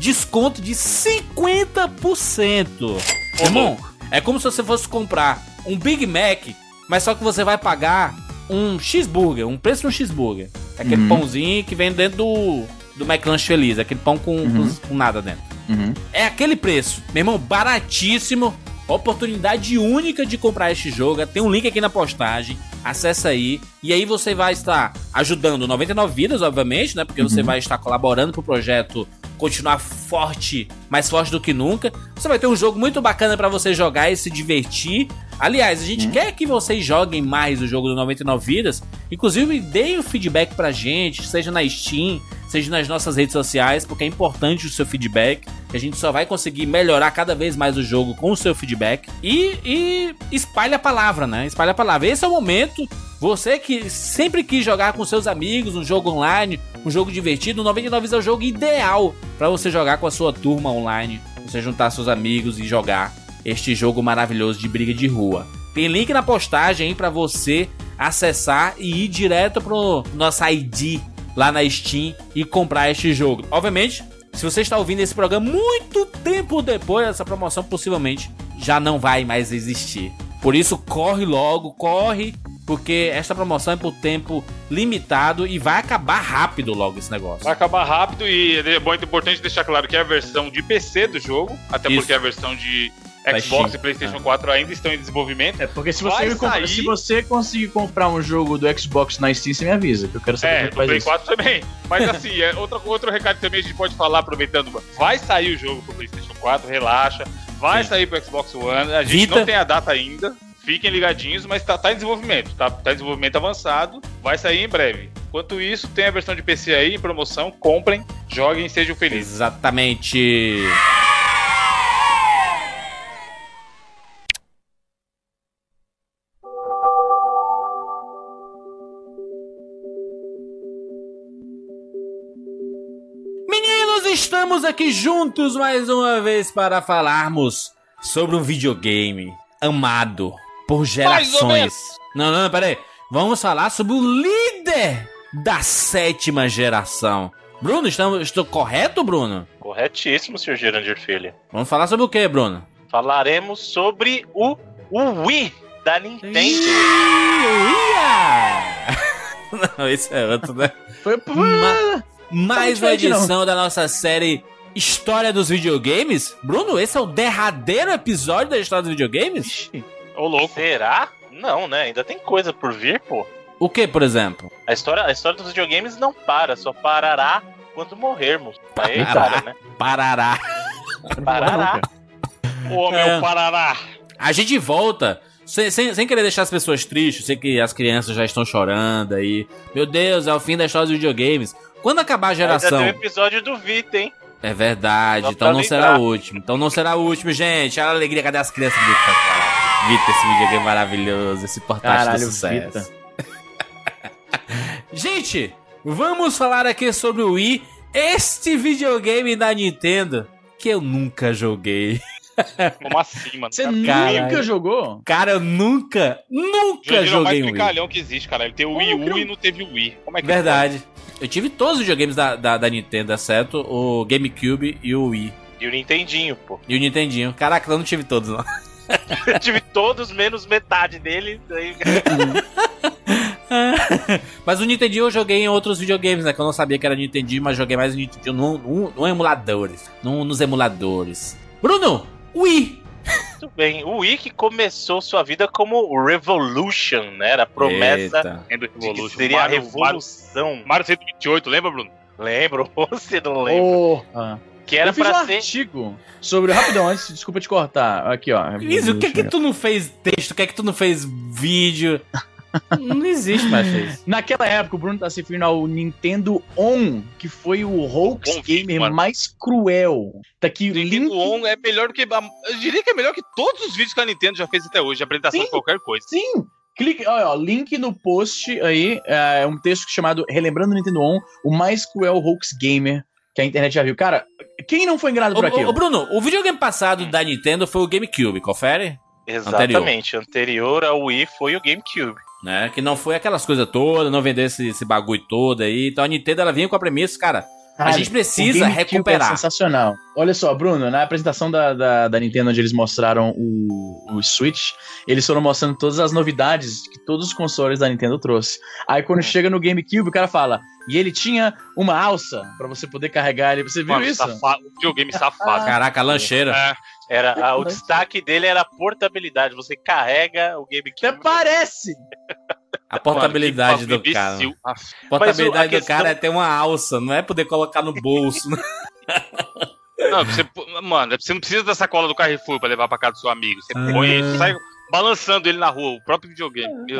Speaker 2: desconto de cinquenta por cento.
Speaker 4: Ô,
Speaker 2: Irmão, é como se você fosse comprar um Big Mac, mas só que você vai pagar um cheeseburger, um preço de um cheeseburger. Aquele
Speaker 3: Uhum.
Speaker 2: pãozinho que vem dentro do, do McLanche Feliz, aquele pão com,
Speaker 3: Uhum.
Speaker 2: com, com nada dentro.
Speaker 3: Uhum.
Speaker 2: É aquele preço, meu irmão, baratíssimo. Oportunidade única de comprar este jogo. Tem um link aqui na postagem. Acessa aí. E aí você vai estar ajudando noventa e nove Vidas, obviamente, né? Porque
Speaker 3: Uhum.
Speaker 2: você vai estar colaborando pro projeto continuar forte, mais forte do que nunca. Você vai ter um jogo muito bacana pra você jogar e se divertir. Aliás, a gente
Speaker 3: Uhum.
Speaker 2: quer que vocês joguem mais o jogo do noventa e nove Vidas. Inclusive, deem o feedback pra gente, seja na Steam, seja nas nossas redes sociais, porque é importante o seu feedback. A gente só vai conseguir melhorar cada vez mais o jogo com o seu feedback. E, e espalha a palavra, né? Espalha a palavra. Esse é o momento. Você que sempre quis jogar com seus amigos um jogo online, um jogo divertido, o noventa e nove Vidas é o jogo ideal pra você jogar com a sua turma online. Você juntar seus amigos e jogar este jogo maravilhoso de briga de rua. Tem link na postagem aí pra você acessar e ir direto pro nosso I D lá na Steam e comprar este jogo. Obviamente, se você está ouvindo esse programa muito tempo depois, essa promoção possivelmente já não vai mais existir. Por isso, corre logo, corre, porque esta promoção é por tempo limitado e vai acabar rápido logo esse negócio.
Speaker 4: Vai acabar rápido e é muito importante deixar claro que é a versão de P C do jogo, até
Speaker 2: Isso.
Speaker 4: porque a versão de
Speaker 2: Da
Speaker 4: Xbox
Speaker 2: Steam.
Speaker 4: e PlayStation
Speaker 2: Ah.
Speaker 4: quatro ainda estão em desenvolvimento.
Speaker 3: É, porque se
Speaker 4: Vai
Speaker 3: você, compra-
Speaker 4: sair-
Speaker 3: se você conseguir comprar um jogo do Xbox na Steam, você me avisa, que eu quero saber
Speaker 4: É,
Speaker 3: como é
Speaker 4: do
Speaker 3: que faz
Speaker 4: Play
Speaker 3: isso.
Speaker 4: quatro também. Mas assim, é outro, outro recado também a gente pode falar, aproveitando. Vai sair o jogo pro PlayStation quatro, relaxa. Vai
Speaker 2: Sim.
Speaker 4: sair pro Xbox One. A gente
Speaker 2: Vita.
Speaker 4: não tem a data ainda. Fiquem ligadinhos, mas tá, tá em desenvolvimento. Tá, tá em desenvolvimento avançado. Vai sair em breve. Enquanto isso, tem a versão de P C aí em promoção. Comprem, joguem e sejam felizes.
Speaker 2: Exatamente. Meninos, estamos aqui juntos mais uma vez para falarmos sobre um videogame amado por
Speaker 4: Mais ou
Speaker 2: gerações. Não, não, não, pera aí. Vamos falar sobre o líder da sétima geração. Bruno, estamos, estou correto, Bruno?
Speaker 6: Corretíssimo, senhor Gerandir Filho.
Speaker 2: Vamos falar sobre o que, Bruno?
Speaker 6: Falaremos sobre o, o Wii da Nintendo.
Speaker 2: Ia! Não, esse é outro, né?
Speaker 3: Foi,
Speaker 2: Ma- mais
Speaker 3: Tá
Speaker 2: uma
Speaker 3: muito diferente,
Speaker 2: edição da nossa série História dos Videogames. Bruno, esse é o derradeiro episódio da História dos Videogames?
Speaker 4: Ô, louco.
Speaker 6: Será? Não, né? Ainda tem coisa por vir, pô.
Speaker 2: O que, por exemplo?
Speaker 6: A história, a história dos videogames não para, só parará quando morrermos. Aí,
Speaker 2: Parará.
Speaker 6: cara, né?
Speaker 2: Parará.
Speaker 6: Parará.
Speaker 4: Ô, meu
Speaker 2: É.
Speaker 4: Paraná.
Speaker 2: A gente volta, sem, sem, sem querer deixar as pessoas tristes, sei que as crianças já estão chorando aí. Meu Deus, é o fim da história dos videogames. Quando acabar a
Speaker 6: Ainda
Speaker 2: geração...
Speaker 6: tem o episódio do Vita, hein?
Speaker 2: É verdade,
Speaker 6: Só
Speaker 2: então
Speaker 6: pra
Speaker 2: não
Speaker 6: lembrar.
Speaker 2: será o último. Então não será o último, gente. Olha a alegria, cadê as crianças gritando? Vita, esse videogame maravilhoso, esse portátil de
Speaker 3: Caralho,
Speaker 2: sucesso.
Speaker 3: Vita.
Speaker 2: Gente, vamos falar aqui sobre o Wii, este videogame da Nintendo que eu nunca joguei.
Speaker 4: Como assim, mano?
Speaker 3: Você
Speaker 2: Caralho.
Speaker 3: nunca jogou?
Speaker 2: Cara, eu nunca, nunca
Speaker 4: Joguei é o mais
Speaker 2: joguei um Wii.
Speaker 4: brincalhão que existe, cara. Ele tem o Wii
Speaker 3: Como que
Speaker 4: U
Speaker 3: eu-
Speaker 4: e não teve o Wii. Como é que
Speaker 2: Verdade. Eu tive todos os videogames da, da, da Nintendo, exceto o GameCube e o Wii.
Speaker 6: E o Nintendinho, pô.
Speaker 2: E o Nintendinho. Caraca, eu não tive todos, não.
Speaker 6: Eu tive todos menos metade dele. Daí...
Speaker 2: Mas o Nintendinho eu joguei em outros videogames, né? Que eu não sabia que era Nintendinho, mas joguei mais o Nintendinho no, no, no emuladores. No, nos emuladores. Bruno, Wii!
Speaker 6: Muito bem. O Wii que começou sua vida como o Revolution, né? Era a promessa
Speaker 2: Eita.
Speaker 4: Lembra
Speaker 6: de que
Speaker 4: Evolution?
Speaker 6: seria a
Speaker 4: Mario-
Speaker 6: revolução.
Speaker 4: Mario cento e vinte e oito, lembra, Bruno?
Speaker 6: Lembro, você não lembra.
Speaker 3: Porra.
Speaker 6: Que era
Speaker 3: eu fiz
Speaker 6: pra
Speaker 3: um
Speaker 6: ser.
Speaker 3: artigo sobre... Rapidão, antes, desculpa te cortar. Aqui, ó.
Speaker 2: Isso, o que é que tu não fez texto? O que é que tu não fez vídeo? Não existe mais isso.
Speaker 3: Naquela época, o Bruno tá se referindo ao Nintendo On, que foi o hoax
Speaker 4: On,
Speaker 3: gamer
Speaker 4: mano.
Speaker 3: mais cruel. Tá aqui o
Speaker 4: Nintendo
Speaker 3: link...
Speaker 4: On é melhor do que. Eu diria que é melhor que todos os vídeos que a Nintendo já fez até hoje, de apresentação
Speaker 3: Sim.
Speaker 4: de qualquer coisa.
Speaker 3: Sim! Clique, olha, ó, link no post aí, é um texto chamado Relembrando o Nintendo On, o mais cruel hoax gamer que a internet já viu. Cara, quem não foi enganado
Speaker 2: Ô,
Speaker 3: por
Speaker 2: ô,
Speaker 3: aquilo?
Speaker 2: ô, Bruno, o videogame passado da Nintendo foi o GameCube, confere?
Speaker 6: Exatamente. Anterior ao Wii foi o GameCube.
Speaker 2: Né? Que não foi aquelas coisas todas, não vendeu esse, esse bagulho todo aí. Então a Nintendo ela vinha com a premissa, cara, A gente precisa recuperar.
Speaker 3: É sensacional. Olha só, Bruno, na apresentação da, da, da Nintendo, onde eles mostraram o, o Switch, eles foram mostrando todas as novidades que todos os consoles da Nintendo trouxe. Aí quando chega no GameCube, o cara fala, e ele tinha uma alça pra você poder carregar ele. Você viu
Speaker 4: Mano,
Speaker 3: isso?
Speaker 4: Safa... O videogame safado.
Speaker 2: Caraca, a lancheira.
Speaker 4: É.
Speaker 6: Era, a, o destaque dele era a portabilidade. Você carrega o GameCube.
Speaker 3: Até parece!
Speaker 2: A portabilidade
Speaker 4: Mano,
Speaker 2: do
Speaker 4: que
Speaker 2: cara.
Speaker 4: imbecil.
Speaker 2: A portabilidade
Speaker 6: Mas o- a
Speaker 2: do cara é ter uma alça, não é poder colocar no bolso.
Speaker 4: Não, você, mano, você não precisa da sacola do Carrefour pra levar pra casa do seu amigo. Você põe ele, sai balançando ele na rua, o próprio videogame. Meu Deus.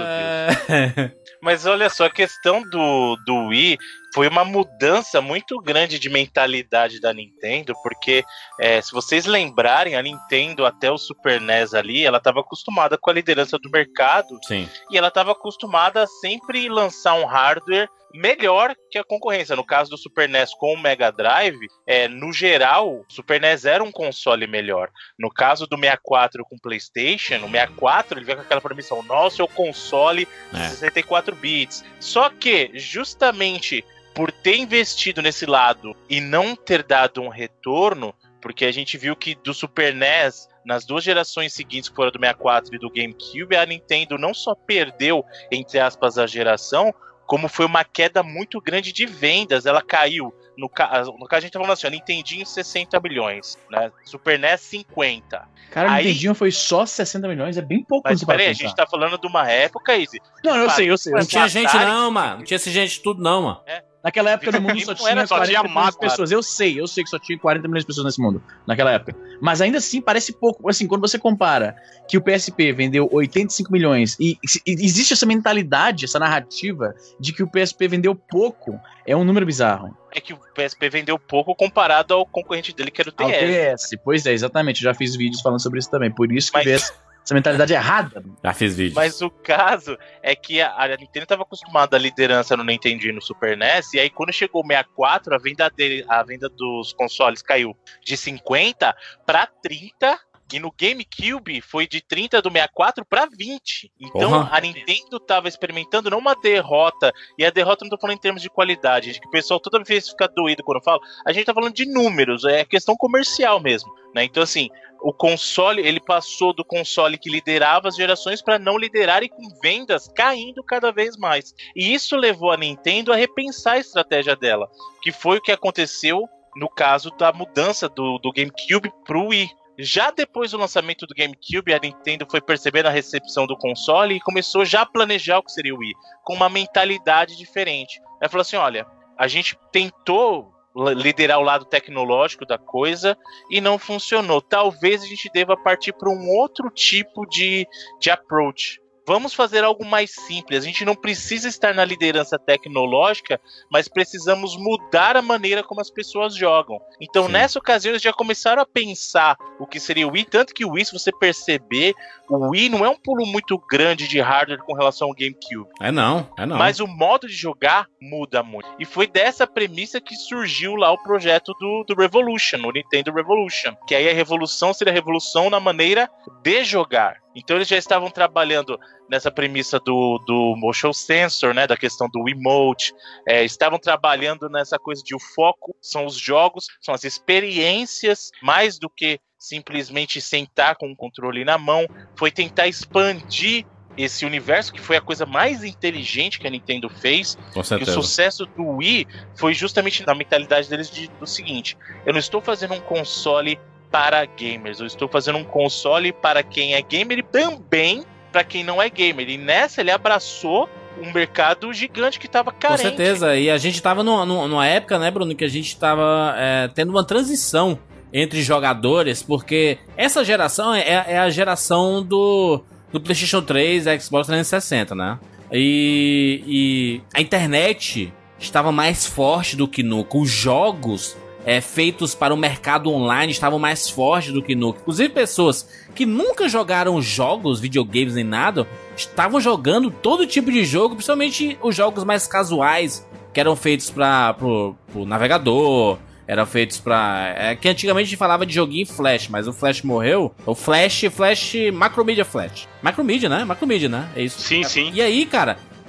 Speaker 2: É.
Speaker 6: Mas olha só, a questão do, do Wii foi uma mudança muito grande de mentalidade da Nintendo, porque é, se vocês lembrarem, a Nintendo até o Super N E S ali, ela estava acostumada com a liderança do mercado
Speaker 2: Sim.
Speaker 6: e ela estava acostumada a sempre lançar um hardware melhor que a concorrência. No caso do Super N E S com o Mega Drive, é, no geral, o Super N E S era um console melhor. No caso do sessenta e quatro com o PlayStation, o sessenta e quatro ele veio com aquela promissão, nossa, é o console de
Speaker 2: É.
Speaker 6: sessenta e quatro bits. Só que, justamente por ter investido nesse lado e não ter dado um retorno, porque a gente viu que do Super N E S, nas duas gerações seguintes que foram do sessenta e quatro e do GameCube, a Nintendo não só perdeu, entre aspas, a geração, como foi uma queda muito grande de vendas. Ela caiu, no, ca... no caso a gente tá falando assim, a Nintendinho sessenta milhões, né? Super N E S cinquenta.
Speaker 3: Cara, o
Speaker 6: Aí-
Speaker 3: Nintendinho foi só sessenta milhões, é bem pouco.
Speaker 6: Mas
Speaker 3: quando você para
Speaker 6: peraí, a
Speaker 3: pensar.
Speaker 6: gente tá falando de uma época, Izzy.
Speaker 3: Não, eu sei, eu sei. Eu
Speaker 2: Não
Speaker 3: sei.
Speaker 2: tinha gente
Speaker 6: Atari-
Speaker 2: não, mano. Não tinha essa gente tudo não, mano.
Speaker 3: Naquela época no mundo
Speaker 6: Não
Speaker 3: só
Speaker 6: era,
Speaker 3: tinha
Speaker 6: só
Speaker 3: quarenta
Speaker 4: tinha
Speaker 3: milhões de
Speaker 4: mato,
Speaker 3: pessoas. Eu sei, eu sei que só tinha quarenta milhões de pessoas nesse mundo, naquela época. Mas ainda assim parece pouco. Assim, quando você compara que o P S P vendeu oitenta e cinco milhões e, e existe essa mentalidade, essa narrativa de que o P S P vendeu pouco, é um número bizarro.
Speaker 6: É que o P S P vendeu pouco comparado ao concorrente dele, que era o
Speaker 3: Ao
Speaker 6: T S.
Speaker 3: T S, pois é, exatamente. Eu já fiz vídeos falando sobre isso também. Por isso que
Speaker 6: Mas-
Speaker 3: vê essa, essa mentalidade errada.
Speaker 2: Já fiz vídeo.
Speaker 6: Mas o caso é que a, a Nintendo estava acostumada à liderança no Nintendo e no Super N E S, e aí quando chegou o sessenta e quatro, a venda, dele, a venda dos consoles caiu de cinquenta para trinta, e no GameCube foi de trinta do sessenta e quatro para vinte. Então
Speaker 2: Porra.
Speaker 6: a Nintendo estava experimentando não uma derrota, e a derrota não tô falando em termos de qualidade, que o pessoal toda vez fica doído quando eu falo, a gente tá falando de números, é questão comercial mesmo, né? Então assim, o console, ele passou do console que liderava as gerações para não liderar e com vendas caindo cada vez mais. E isso levou a Nintendo a repensar a estratégia dela, que foi o que aconteceu no caso da mudança do, do GameCube pro Wii. Já depois do lançamento do GameCube, a Nintendo foi percebendo a recepção do console e começou já a planejar o que seria o Wii, com uma mentalidade diferente. Ela falou assim, olha, a gente tentou liderar o lado tecnológico da coisa e não funcionou. Talvez a gente deva partir para um outro tipo de, de approach. Vamos fazer algo mais simples. A gente não precisa estar na liderança tecnológica, mas precisamos mudar a maneira como as pessoas jogam. Então,
Speaker 2: Sim.
Speaker 6: nessa ocasião, eles já começaram a pensar o que seria o Wii, tanto que o Wii, se você perceber, o Wii não é um pulo muito grande de hardware com relação ao GameCube.
Speaker 2: É não, é não.
Speaker 6: Mas o modo de jogar muda muito. E foi dessa premissa que surgiu lá o projeto do, do Revolution, o Nintendo Revolution. Que aí a revolução seria a revolução na maneira de jogar. Então eles já estavam trabalhando nessa premissa do, do motion sensor, né, da questão do emote, é, estavam trabalhando nessa coisa de o foco são os jogos, são as experiências, mais do que simplesmente sentar com o controle na mão, foi tentar expandir esse universo, que foi a coisa mais inteligente que a Nintendo fez.
Speaker 2: Com
Speaker 6: E o
Speaker 2: certeza.
Speaker 6: sucesso do Wii foi justamente na mentalidade deles de, do seguinte, eu não estou fazendo um console para gamers, eu estou fazendo um console para quem é gamer e também para quem não é gamer. E nessa ele abraçou um mercado gigante que estava
Speaker 2: Com
Speaker 6: carente.
Speaker 2: certeza. E a gente tava numa, numa época, né, Bruno, que a gente tava é, tendo uma transição entre jogadores, porque essa geração é, é a geração do, do PlayStation três, Xbox trezentos e sessenta, né? E, e a internet estava mais forte do que nunca. Os jogos é, feitos para o mercado online estavam mais fortes do que nunca. Inclusive pessoas que nunca jogaram jogos, videogames nem nada, estavam jogando todo tipo de jogo, principalmente os jogos mais casuais, que eram feitos para pro, pro navegador, eram feitos pra... É, que antigamente a gente falava de joguinho Flash, mas o Flash morreu. O Flash, Flash, Macromedia Flash. Macromedia, né? Macromedia, né? É isso.
Speaker 4: Sim, sim.
Speaker 2: E aí, cara,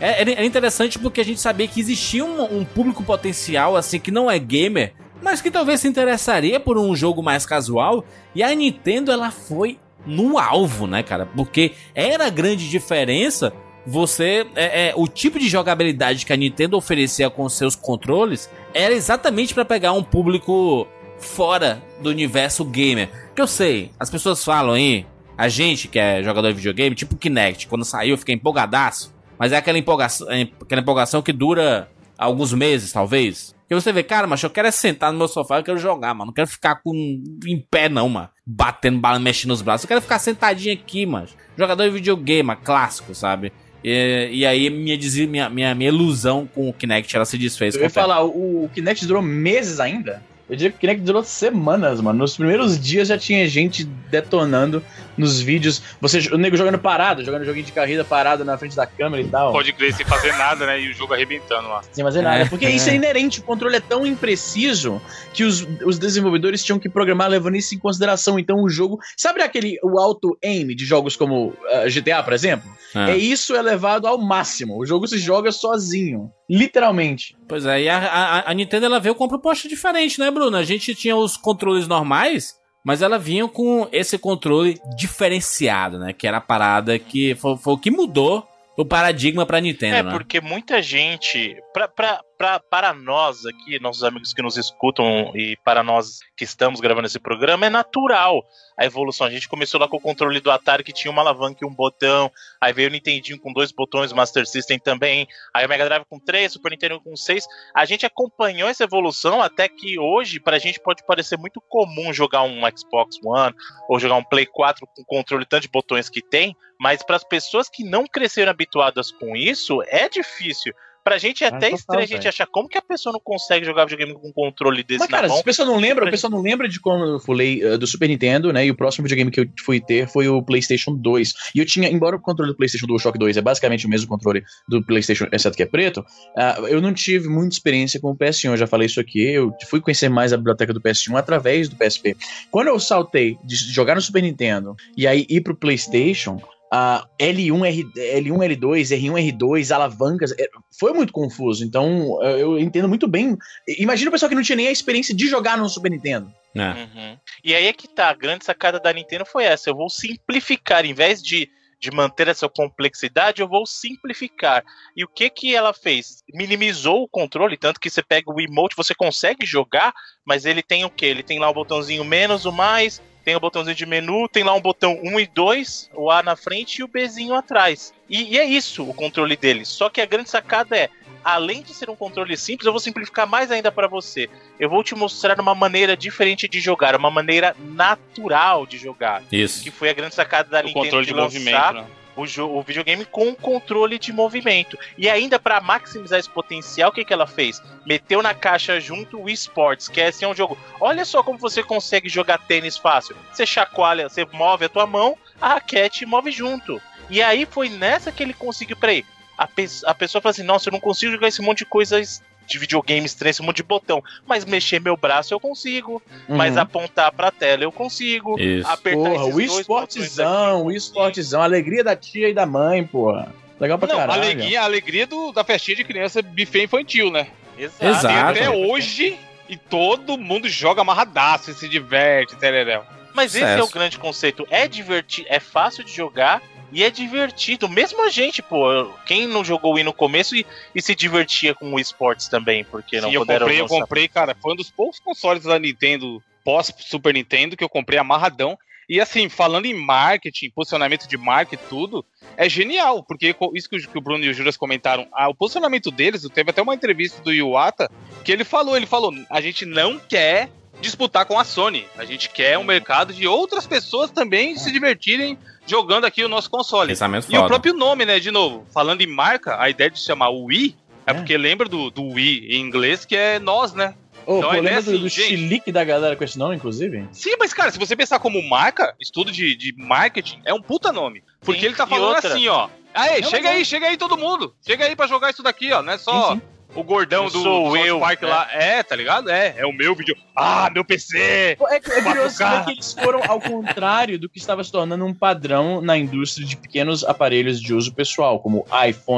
Speaker 2: É, era interessante porque a gente sabia que existia um, um público potencial, assim, que não é gamer, mas que talvez se interessaria por um jogo mais casual. E a Nintendo, ela foi no alvo, né, cara? Porque era a grande diferença. Você, é, é, o tipo de jogabilidade que a Nintendo oferecia com seus controles era exatamente pra pegar um público fora do universo gamer. Que eu sei, as pessoas falam aí, a gente que é jogador de videogame, tipo Kinect, quando saiu eu fiquei empolgadaço. Mas é aquela empolgação, aquela empolgação que dura alguns meses, talvez. Que você vê, cara, mas eu quero é sentar no meu sofá, eu quero jogar, mano. Não quero ficar com em pé, não, mano. Batendo bala, mexendo nos braços. Eu quero ficar sentadinho aqui, mano. Jogador de videogame, clássico, sabe? E, e aí minha, minha, minha, minha ilusão com o Kinect, ela se desfez.
Speaker 3: Eu ia falar, o, o Kinect durou meses ainda? Eu diria que o Kinect durou semanas, mano. Nos primeiros dias já tinha gente detonando nos vídeos. Você, o nego jogando parado, jogando joguinho de corrida parado na frente da câmera e tal.
Speaker 4: Pode crer, sem fazer nada, né? E o jogo arrebentando lá.
Speaker 3: Sem fazer nada.
Speaker 2: É,
Speaker 3: Porque
Speaker 2: é.
Speaker 3: isso é inerente. O controle é tão impreciso que os, os desenvolvedores tinham que programar levando isso em consideração. Então o jogo... Sabe aquele o auto-aim de jogos como uh, G T A, por exemplo?
Speaker 2: É.
Speaker 3: É isso elevado ao máximo. O jogo se joga sozinho. Literalmente.
Speaker 2: Pois é, e a, a, a Nintendo ela veio com uma proposta diferente, né, Bruno? A gente tinha os controles normais, mas ela vinha com esse controle diferenciado, né? Que era a parada que foi, foi o que mudou o paradigma pra Nintendo,
Speaker 6: É,
Speaker 2: né?
Speaker 6: porque muita gente, pra, pra, pra, para nós aqui, nossos amigos que nos escutam e para nós que estamos gravando esse programa, é natural a evolução. A gente começou lá com o controle do Atari que tinha uma alavanca e um botão, aí veio o Nintendinho com dois botões, o Master System também, aí o Mega Drive com três, Super Nintendo com seis. A gente acompanhou essa evolução até que hoje, pra gente pode parecer muito comum jogar um Xbox One ou jogar um Play quatro com controle tanto de botões que tem, mas para as pessoas que não cresceram habituadas com isso, é difícil. Pra gente é até
Speaker 3: total,
Speaker 6: estranho a gente
Speaker 3: velho.
Speaker 6: achar como que a pessoa não consegue jogar videogame com um controle desse
Speaker 3: Mas, cara,
Speaker 6: na mão.
Speaker 3: se a pessoa não lembra,
Speaker 6: Pra
Speaker 3: a pessoa não lembra de quando eu falei uh, do Super Nintendo, né? E o próximo videogame que eu fui ter foi o PlayStation dois. E eu tinha, embora o controle do PlayStation DualShock dois é basicamente o mesmo controle do PlayStation, exceto que é preto, uh, eu não tive muita experiência com o P S um. Eu já falei isso aqui. Eu fui conhecer mais a biblioteca do P S um através do P S P. Quando eu saltei de jogar no Super Nintendo e aí ir pro PlayStation. Uh, L um, R, L um, L dois, R um, R dois, alavancas, é, foi muito confuso, então uh, eu entendo muito bem. Imagina o pessoal que não tinha nem a experiência de jogar no Super Nintendo.
Speaker 2: É.
Speaker 6: Uhum. E aí é que tá, a grande sacada da Nintendo foi essa, eu vou simplificar, em vez de, de manter essa complexidade, eu vou simplificar. E o que que ela fez? Minimizou o controle, tanto que você pega o emote, você consegue jogar, mas ele tem o quê? Ele tem lá o botãozinho menos, o mais... Tem o botãozinho de menu, tem lá um botão um e dois, o A na frente e o Bzinho atrás. E, e é isso o controle dele. Só que a grande sacada é, além de ser um controle simples, eu vou simplificar mais ainda para você. Eu vou te mostrar uma maneira diferente de jogar, uma maneira natural de jogar.
Speaker 2: Isso.
Speaker 6: Que foi a grande sacada da
Speaker 4: O
Speaker 6: Nintendo
Speaker 4: controle de
Speaker 6: lançar
Speaker 4: movimento, né?
Speaker 6: o, jo- o videogame com controle de movimento. E ainda para maximizar esse potencial, o que, que ela fez? Meteu na caixa junto o eSports, que é assim, é um jogo. Olha só como você consegue jogar tênis fácil. Você chacoalha, você move a tua mão, a raquete move junto. E aí foi nessa que ele conseguiu. Peraí, a, pe- a pessoa fala assim: nossa, eu não consigo jogar esse monte de coisas de videogame estranho, esse monte de botão. Mas mexer meu braço eu consigo.
Speaker 3: Uhum.
Speaker 6: Mas apontar pra tela eu consigo.
Speaker 2: Isso.
Speaker 6: Apertar
Speaker 3: Porra,
Speaker 6: esses
Speaker 3: o
Speaker 6: dois
Speaker 3: esportezão, o esportezão, a alegria da tia e da mãe, porra. Legal pra
Speaker 4: Não, a
Speaker 3: caralho.
Speaker 4: alegria, a alegria do, da festinha de criança buffet infantil, né?
Speaker 6: Exato.
Speaker 2: Exato.
Speaker 4: Tem até
Speaker 2: Exato.
Speaker 4: hoje e todo mundo joga amarradaço e se diverte, tereréu.
Speaker 6: Mas esse é o
Speaker 2: Sucesso.
Speaker 6: grande conceito. É divertido, é fácil de jogar e é divertido. Mesmo a gente, pô, quem não jogou o Wii no começo e, e se divertia com o esportes também, porque não
Speaker 4: Sim, eu
Speaker 6: puderam
Speaker 4: comprei, eu
Speaker 6: lançar.
Speaker 4: comprei, cara, foi um dos poucos consoles da Nintendo pós-Super Nintendo que eu comprei amarradão. E assim, falando em marketing, posicionamento de marca e tudo, é genial, porque co- isso que o, que o Bruno e o Juras comentaram, ah, o posicionamento deles, teve até uma entrevista do Iwata, que ele falou, ele falou, a gente não quer disputar com a Sony, a gente quer um mercado de outras pessoas também se divertirem jogando aqui o nosso console.
Speaker 2: Pensamento
Speaker 4: E o
Speaker 2: foda.
Speaker 4: próprio nome, né, de novo, falando em marca, a ideia de chamar o Wii, é,
Speaker 3: É.
Speaker 4: porque lembra do, do Wii em inglês, que é nós, né?
Speaker 3: Ô,
Speaker 4: Então
Speaker 3: pô,
Speaker 4: a ideia
Speaker 3: lembra
Speaker 4: é
Speaker 3: do,
Speaker 4: assim,
Speaker 3: do
Speaker 4: gente.
Speaker 3: chilique da galera com esse nome, inclusive?
Speaker 4: Sim, mas cara, se você pensar como marca, estudo de, de marketing, é um puta nome. Porque
Speaker 6: Sim,
Speaker 4: ele tá
Speaker 6: e
Speaker 4: falando
Speaker 6: outra?
Speaker 4: assim, ó. Aê,
Speaker 3: Não,
Speaker 4: chega
Speaker 3: mas
Speaker 4: aí,
Speaker 3: é.
Speaker 4: chega aí todo mundo. Chega aí pra jogar isso daqui, ó. Não é só
Speaker 3: Sim, sim.
Speaker 4: o gordão
Speaker 6: Eu
Speaker 4: do,
Speaker 6: sou
Speaker 4: do South
Speaker 6: eu,
Speaker 4: Park
Speaker 6: é.
Speaker 4: lá. É, tá ligado? É, é o meu vídeo. Ah, meu P C!
Speaker 3: Pô, É, é curioso
Speaker 4: quatro K.
Speaker 3: ver que eles foram ao contrário do que estava se tornando um padrão na indústria de pequenos aparelhos de uso pessoal, como iPhone.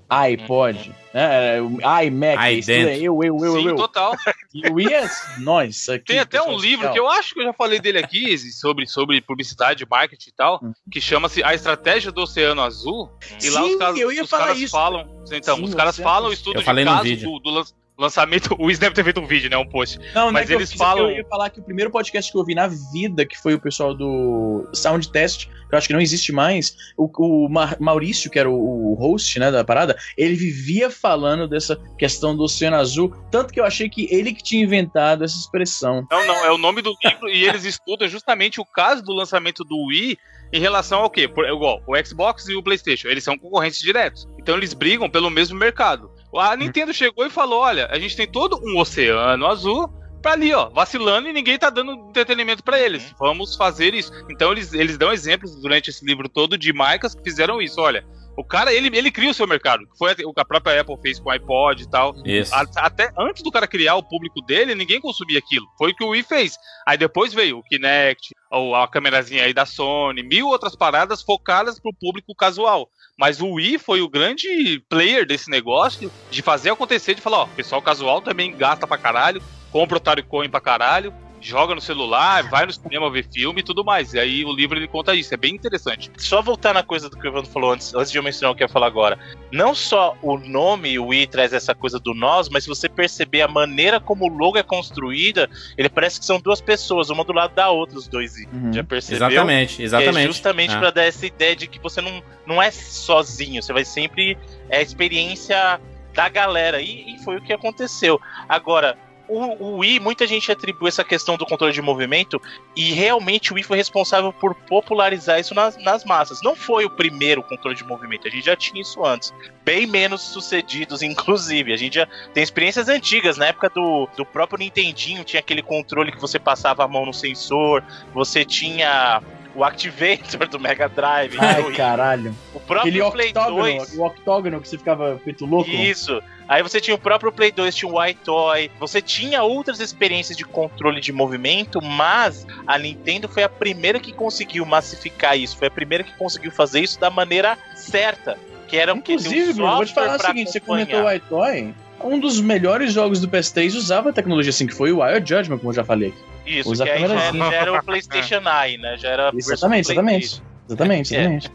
Speaker 3: iPod, né? iMac, isso tudo é eu, eu, eu,
Speaker 4: Sim,
Speaker 3: eu, eu.
Speaker 4: total.
Speaker 3: E o Wii é... Nossa,
Speaker 4: Tem até um livro que eu acho que eu já falei dele aqui, sobre, sobre publicidade, marketing e tal,
Speaker 3: Hum.
Speaker 4: que chama-se A Estratégia do Oceano Azul. E lá
Speaker 3: Sim,
Speaker 4: os caras,
Speaker 3: eu ia
Speaker 4: os
Speaker 3: falar
Speaker 4: caras
Speaker 3: isso.
Speaker 4: falam. Então,
Speaker 3: Sim,
Speaker 4: os caras
Speaker 3: você-
Speaker 4: falam o estudo
Speaker 2: Eu
Speaker 4: de
Speaker 2: falei no
Speaker 4: caso
Speaker 2: vídeo.
Speaker 4: do, do lan- lançamento. O Wiz deve ter feito um vídeo, né? Um post.
Speaker 3: Não, não
Speaker 4: Mas
Speaker 3: é que eu
Speaker 4: eles
Speaker 3: fiz,
Speaker 4: falam-
Speaker 3: Eu ia falar que o primeiro podcast que eu ouvi na vida, que foi o pessoal do Sound Test, que eu acho que não existe mais, o, o Ma- Maurício, que era o, o host, né, da parada, ele vivia falando dessa questão do Oceano Azul, tanto que eu achei que ele que tinha inventado essa expressão.
Speaker 4: Não, não, é o nome do livro e eles estudam justamente o caso do lançamento do Wii em relação ao quê? Por, igual, o Xbox e o PlayStation, eles são concorrentes diretos. Então eles brigam pelo mesmo mercado. A Nintendo chegou e falou, olha, a gente tem todo um oceano azul pra ali, ó, vacilando e ninguém tá dando entretenimento pra eles. Vamos fazer isso. Então eles, eles dão exemplos durante esse livro todo de marcas que fizeram isso. Olha, o cara, ele, ele cria o seu mercado. Foi o que a própria Apple fez com o iPod e tal.
Speaker 2: Isso.
Speaker 4: A- Até antes do cara criar o público dele, ninguém consumia aquilo. Foi o que o Wii fez. Aí depois veio o Kinect, ou a câmerazinha aí da Sony, mil outras paradas focadas pro público casual. Mas o Wii foi o grande player desse negócio de fazer acontecer, de falar, ó, pessoal casual também gasta pra caralho, compra o Atari Coin pra caralho, joga no celular, vai no cinema ver filme e tudo mais. E aí o livro ele conta isso, é bem interessante.
Speaker 6: Só voltar na coisa do que o Evandro falou antes, antes de eu mencionar o que eu ia falar agora. Não só o nome, o Wii, traz essa coisa do nós, mas se você perceber a maneira como o logo é construída, ele parece que são duas pessoas, uma do lado da outra, os dois I.
Speaker 3: Uhum.
Speaker 6: Já percebeu?
Speaker 2: Exatamente, exatamente.
Speaker 6: É justamente
Speaker 2: Ah.
Speaker 6: pra dar essa ideia de que você não, não é sozinho, você vai sempre... É a experiência da galera, e, e foi o que aconteceu. Agora... O, o Wii, muita gente atribui essa questão do controle de movimento e realmente o Wii foi responsável por popularizar isso nas, nas massas. Não foi o primeiro controle de movimento, a gente já tinha isso antes. Bem menos sucedidos, inclusive. A gente já tem experiências antigas, na época do, do próprio Nintendinho, tinha aquele controle que você passava a mão no sensor, você tinha... o Activator do Mega Drive.
Speaker 3: Ai,
Speaker 6: então,
Speaker 3: caralho.
Speaker 6: o próprio
Speaker 3: Aquele
Speaker 6: Play
Speaker 3: octógono,
Speaker 6: dois.
Speaker 3: o octógono que você ficava feito louco.
Speaker 6: Isso. Aí você tinha o próprio Play dois, tinha o iToy. Você tinha outras experiências de controle de movimento, mas a Nintendo foi a primeira que conseguiu massificar isso. Foi a primeira que conseguiu fazer isso da maneira certa. Que era o que
Speaker 3: Inclusive, Bruno, vou te falar o seguinte, você comentou o iToy, um dos melhores jogos do P S três usava a tecnologia assim, que foi o Wild Judgment, como eu já falei aqui.
Speaker 6: Isso,
Speaker 3: Usa
Speaker 6: que
Speaker 3: a
Speaker 6: aí já,
Speaker 3: câmerazinha.
Speaker 6: já era o PlayStation nove, né? Já era a versão
Speaker 3: Exatamente,
Speaker 6: do Play três.
Speaker 3: exatamente. Exatamente,
Speaker 6: É.
Speaker 3: exatamente.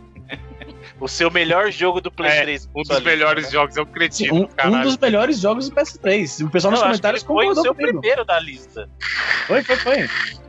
Speaker 6: O seu melhor jogo do Play
Speaker 4: É,
Speaker 6: três.
Speaker 4: Um dos
Speaker 6: console,
Speaker 4: melhores
Speaker 6: né?
Speaker 4: jogos é o
Speaker 3: Sim,
Speaker 4: cretino,
Speaker 3: um, um
Speaker 4: caralho.
Speaker 3: dos melhores jogos do P S três. O pessoal nos
Speaker 6: Eu acho que
Speaker 3: comentários
Speaker 6: ele foi o
Speaker 3: concordou
Speaker 6: seu
Speaker 3: comigo.
Speaker 6: primeiro da lista.
Speaker 3: Foi, foi, foi.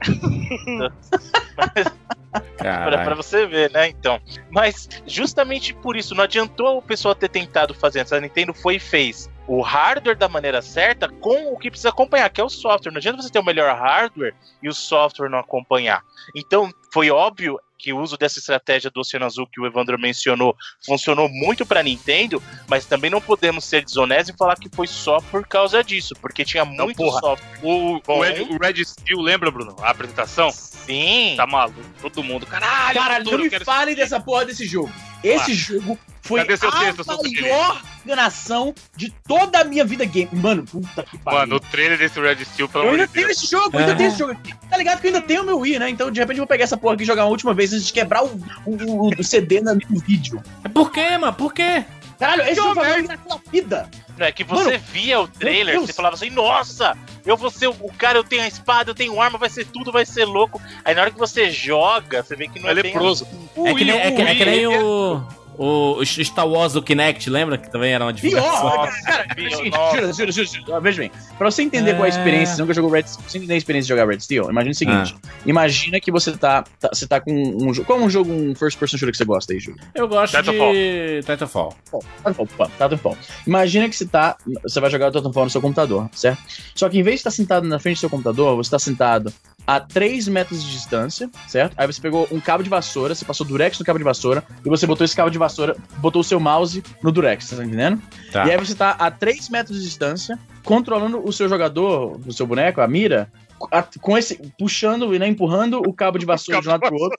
Speaker 6: Pra,
Speaker 2: Caralho.
Speaker 6: pra você ver, né? Então. Mas justamente por isso, não adiantou o pessoal ter tentado fazer antes. A Nintendo foi e fez o hardware da maneira certa com o que precisa acompanhar, que é o software. Não adianta você ter o melhor hardware e o software não acompanhar. Então, foi óbvio que o uso dessa estratégia do Oceano Azul que o Evandro mencionou funcionou muito pra Nintendo, mas também não podemos ser desonestos e falar que foi só por causa disso, porque tinha
Speaker 4: Não,
Speaker 6: muito
Speaker 4: porra.
Speaker 6: software.
Speaker 4: O,
Speaker 6: Bom.
Speaker 4: o, Red, o Red Steel, lembra, Bruno? A apresentação?
Speaker 6: Sim.
Speaker 4: Tá maluco. Todo mundo. Caralho,
Speaker 3: Caralho,
Speaker 4: futuro,
Speaker 3: não me
Speaker 4: eu quero
Speaker 3: falem
Speaker 4: assistir.
Speaker 3: dessa porra desse jogo. Esse jogo foi
Speaker 4: Cadê seu
Speaker 3: a
Speaker 4: texto sobre ele?
Speaker 3: maior enganação de toda a minha vida game. Mano, puta que pariu.
Speaker 4: Mano, o trailer desse Red Steel, pelo
Speaker 3: eu
Speaker 4: amor
Speaker 3: ainda
Speaker 4: de
Speaker 3: tenho
Speaker 4: Deus.
Speaker 3: esse jogo, eu ainda tenho esse jogo aqui. Tá ligado que eu ainda tenho o meu Wii, né? Então de repente eu vou pegar essa porra aqui e jogar uma última vez antes de quebrar o, o, o C D no vídeo.
Speaker 2: Por quê, mano? Por quê?
Speaker 3: Caralho, esse jogo foi a maior enganação da vida.
Speaker 6: Não é que você
Speaker 3: Mano,
Speaker 6: via o trailer,
Speaker 3: Deus.
Speaker 6: você falava assim, nossa, eu vou ser o o cara, eu tenho a espada, eu tenho arma, vai ser tudo, vai ser louco. Aí na hora que você joga, você vê que não é,
Speaker 4: É
Speaker 6: bem
Speaker 4: leproso.
Speaker 6: assim.
Speaker 4: O
Speaker 2: É que nem,
Speaker 4: Wii,
Speaker 2: é que,
Speaker 4: o
Speaker 2: é que nem
Speaker 4: Wii,
Speaker 2: o, o Star Wars do Kinect, lembra? Que também era uma divulgação.
Speaker 3: Pior,
Speaker 6: Nossa,
Speaker 3: cara,
Speaker 6: pior,
Speaker 3: é o seguinte,
Speaker 6: nossa.
Speaker 3: jura, jura, jura, jura. Veja bem, pra você entender qual é a experiência, você nunca jogou Red Steel, pra você entender a experiência de jogar Red Steel, imagina o seguinte, imagina que você tá, tá- você tá com um jogo, qual é um jogo, um first person shooter que você gosta aí, Júlio?
Speaker 2: Eu gosto
Speaker 4: Titanfall.
Speaker 2: de Titanfall.
Speaker 3: Titanfall, Titanfall. Imagina que você tá, você vai jogar o Titanfall no seu computador, certo? Só que em vez de estar sentado na frente do seu computador, você tá sentado a três metros de distância, certo? Aí você pegou um cabo de vassoura, você passou durex no cabo de vassoura, e você botou esse cabo de vassoura, botou o seu mouse no durex, tá entendendo?
Speaker 2: Tá.
Speaker 3: E aí você tá a três metros de distância, controlando o seu jogador, o seu boneco, a mira, a- com esse, puxando e né, empurrando o cabo de vassoura de um lado pro outro.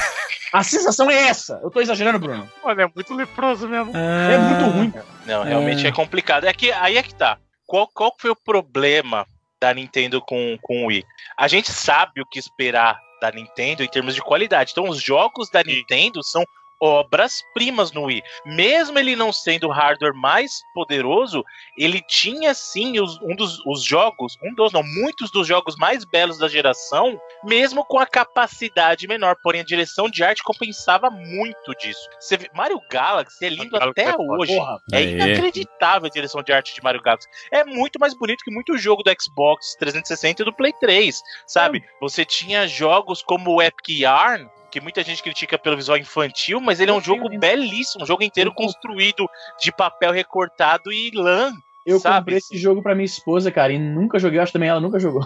Speaker 3: A sensação é essa. Eu tô exagerando, Bruno.
Speaker 4: Mano, é muito leproso mesmo.
Speaker 3: É muito ruim, cara.
Speaker 6: Não, realmente é, complicado. É que aí é que tá. Qual, qual foi o problema da Nintendo com, com o Wii? A gente sabe o que esperar da Nintendo em termos de qualidade. Então, os jogos da Nintendo são obras-primas no Wii. Mesmo ele não sendo o hardware mais poderoso, ele tinha sim os, um dos os jogos, um dos não, muitos dos jogos mais belos da geração, mesmo com a capacidade menor, porém a direção de arte compensava muito disso. Você vê, Mario Galaxy é lindo
Speaker 4: Mario
Speaker 6: até
Speaker 4: Galaxy é
Speaker 6: hoje.
Speaker 3: Porra,
Speaker 6: É
Speaker 2: Aê.
Speaker 6: inacreditável a direção de arte de Mario Galaxy. É muito mais bonito que muito jogo do Xbox trezentos e sessenta e do Play três, sabe? Você tinha jogos como o Epic Yarn, que muita gente critica pelo visual infantil, mas ele é um jogo belíssimo, um jogo inteiro construído de papel recortado e lã.
Speaker 3: Eu
Speaker 6: sabe?
Speaker 3: comprei esse jogo pra minha esposa, cara, e nunca joguei, acho que também ela nunca jogou.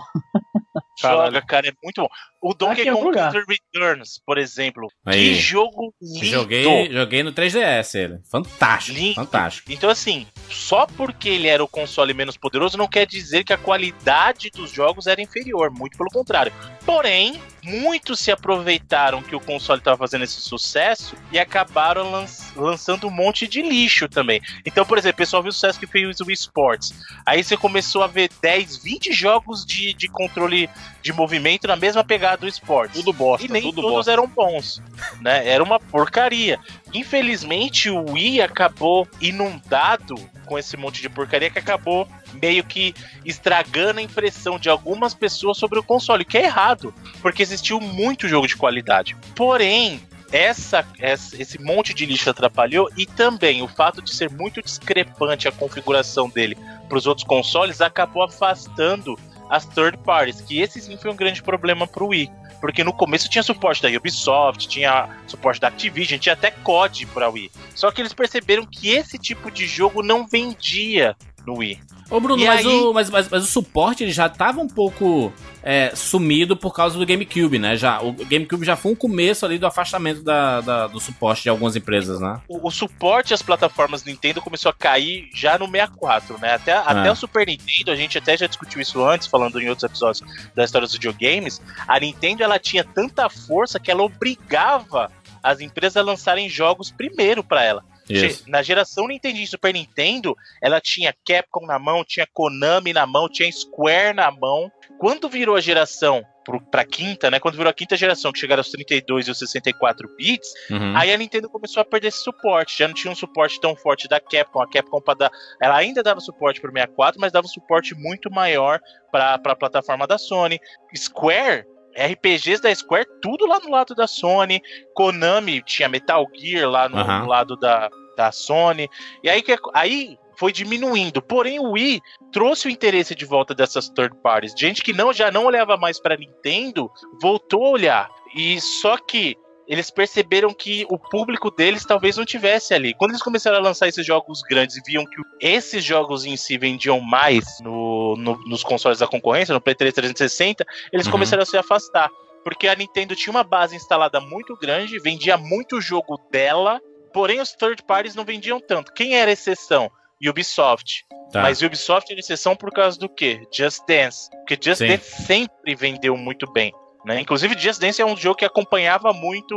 Speaker 6: Joga, cara, é muito bom. O Donkey
Speaker 3: Aqui em algum
Speaker 6: Kong
Speaker 3: lugar.
Speaker 6: Country Returns, por exemplo.
Speaker 2: Aí.
Speaker 6: Que jogo lindo.
Speaker 2: Joguei, joguei no três D S ele. Fantástico,
Speaker 6: Lindo.
Speaker 2: fantástico.
Speaker 6: Então, assim, só porque ele era o console menos poderoso não quer dizer que a qualidade dos jogos era inferior, muito pelo contrário. Porém, muitos se aproveitaram que o console estava fazendo esse sucesso e acabaram lan- lançando um monte de lixo também. Então, por exemplo, o pessoal viu o sucesso que fez o Wii Sports. Aí você começou a ver dez, vinte jogos de, de controle de movimento na mesma pegada do Sports.
Speaker 4: Tudo bosta,
Speaker 6: E nem
Speaker 4: tudo
Speaker 6: todos
Speaker 4: bosta.
Speaker 6: eram bons, né? Era uma porcaria. Infelizmente, o Wii acabou inundado com esse monte de porcaria que acabou meio que estragando a impressão de algumas pessoas sobre o console, que é errado, porque existiu muito jogo de qualidade. Porém, essa, essa, esse monte de lixo atrapalhou, e também o fato de ser muito discrepante a configuração dele para os outros consoles acabou afastando as third parties, que esse sim foi um grande problema pro Wii. Porque no começo tinha suporte da Ubisoft, tinha suporte da Activision, tinha até C O D pra Wii. Só que eles perceberam que esse tipo de jogo não vendia no Wii.
Speaker 2: Ô Bruno,
Speaker 6: E
Speaker 2: mas,
Speaker 6: aí-
Speaker 2: o, mas, mas, mas o suporte ele já tava um pouco é, sumido por causa do GameCube, né? Já, o GameCube já foi um começo ali do afastamento da, da- do suporte de algumas empresas, né?
Speaker 6: O, o suporte às plataformas Nintendo começou a cair já no sessenta e quatro, né? Até, até o Super Nintendo, a gente até já discutiu isso antes, falando em outros episódios da história dos videogames. A Nintendo, ela tinha tanta força que ela obrigava as empresas a lançarem jogos primeiro pra ela.
Speaker 2: Isso.
Speaker 6: Na geração Nintendo e Super Nintendo, ela tinha Capcom na mão, tinha Konami na mão, tinha Square na mão. Quando virou a geração pro, pra quinta, né? Quando virou a quinta geração, que chegaram aos trinta e dois e os sessenta e quatro bits,
Speaker 2: Uhum.
Speaker 6: aí a Nintendo começou a perder esse suporte. Já não tinha um suporte tão forte da Capcom. A Capcom pra dar, ela ainda dava suporte pro sessenta e quatro, mas dava um suporte muito maior pra, pra plataforma da Sony. Square, R P Gs da Square, tudo lá no lado da Sony. Konami tinha Metal Gear lá no,
Speaker 2: Uhum.
Speaker 6: no lado da, da Sony. E aí, que- aí foi diminuindo. Porém, o Wii trouxe o interesse de volta dessas third parties. Gente que não, já não olhava mais pra Nintendo, voltou a olhar. E só que eles perceberam que o público deles talvez não tivesse ali. Quando eles começaram a lançar esses jogos grandes e viam que esses jogos em si vendiam mais no, no- nos consoles da concorrência, no Play três trezentos e sessenta, eles
Speaker 2: Uhum.
Speaker 6: começaram a se afastar. Porque a Nintendo tinha uma base instalada muito grande, vendia muito jogo dela, porém os third parties não vendiam tanto. Quem era a exceção? Ubisoft.
Speaker 2: Tá.
Speaker 6: Mas Ubisoft era exceção por causa do quê? Just Dance. Porque Just
Speaker 2: Sim.
Speaker 6: Dance sempre vendeu muito bem. Né? Inclusive, Just Dance é um jogo que acompanhava muito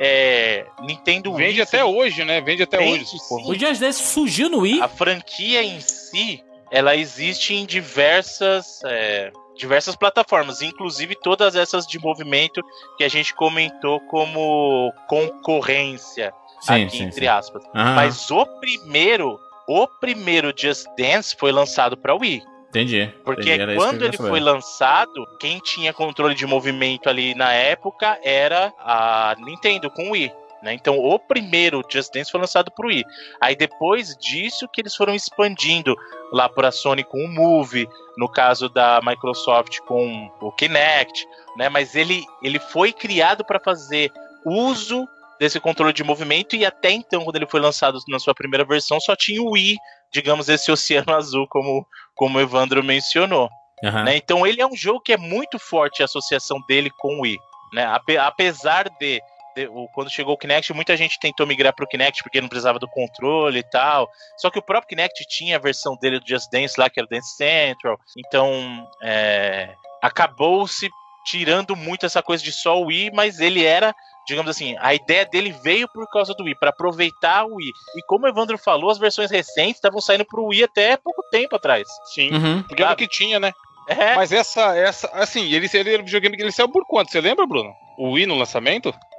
Speaker 6: é, Nintendo Wii.
Speaker 4: Vende até hoje, né? Vende até
Speaker 6: Vende,
Speaker 4: hoje. Porra.
Speaker 6: sim.
Speaker 2: O Just Dance surgiu no Wii?
Speaker 6: A franquia em si, ela existe em diversas, é, diversas plataformas, inclusive todas essas de movimento que a gente comentou como concorrência,
Speaker 2: Sim,
Speaker 6: aqui
Speaker 2: sim,
Speaker 6: entre
Speaker 2: sim.
Speaker 6: aspas.
Speaker 2: Aham,
Speaker 6: Mas o primeiro, o primeiro Just Dance foi lançado para Wii.
Speaker 2: entendi.
Speaker 6: Porque
Speaker 2: Entendi, era isso que eu
Speaker 6: quando
Speaker 2: queria
Speaker 6: ele
Speaker 2: saber.
Speaker 6: foi lançado, quem tinha controle de movimento ali na época era a Nintendo com o Wii. Né? Então o primeiro Just Dance foi lançado pro Wii. Aí depois disso que eles foram expandindo lá para a Sony com o Move, no caso da Microsoft com o Kinect, né? Mas ele, ele foi criado para fazer uso desse controle de movimento, e até então, quando ele foi lançado na sua primeira versão, só tinha o Wii, digamos, esse oceano azul, como, como o Evandro mencionou.
Speaker 2: Aham.
Speaker 6: Né? Então ele é um jogo que é muito forte a associação dele com o Wii. Né? Ape- apesar de, de- o- quando chegou o Kinect, muita gente tentou migrar pro Kinect porque não precisava do controle e tal. Só que o próprio Kinect tinha a versão dele do Just Dance lá, que era o Dance Central. Então é, acabou-se tirando muito essa coisa de só o Wii, mas ele era, digamos assim, a ideia dele veio por causa do Wii, para aproveitar o Wii. E como o Evandro falou, as versões recentes estavam saindo pro Wii até pouco tempo atrás.
Speaker 4: Sim.
Speaker 2: Uhum.
Speaker 4: Porque era o
Speaker 6: Sabe?
Speaker 4: que tinha, né?
Speaker 6: É,
Speaker 4: Mas essa, essa, assim, ele, ele era um videogame que ele saiu por quanto? Você lembra, Bruno? O Wii no lançamento?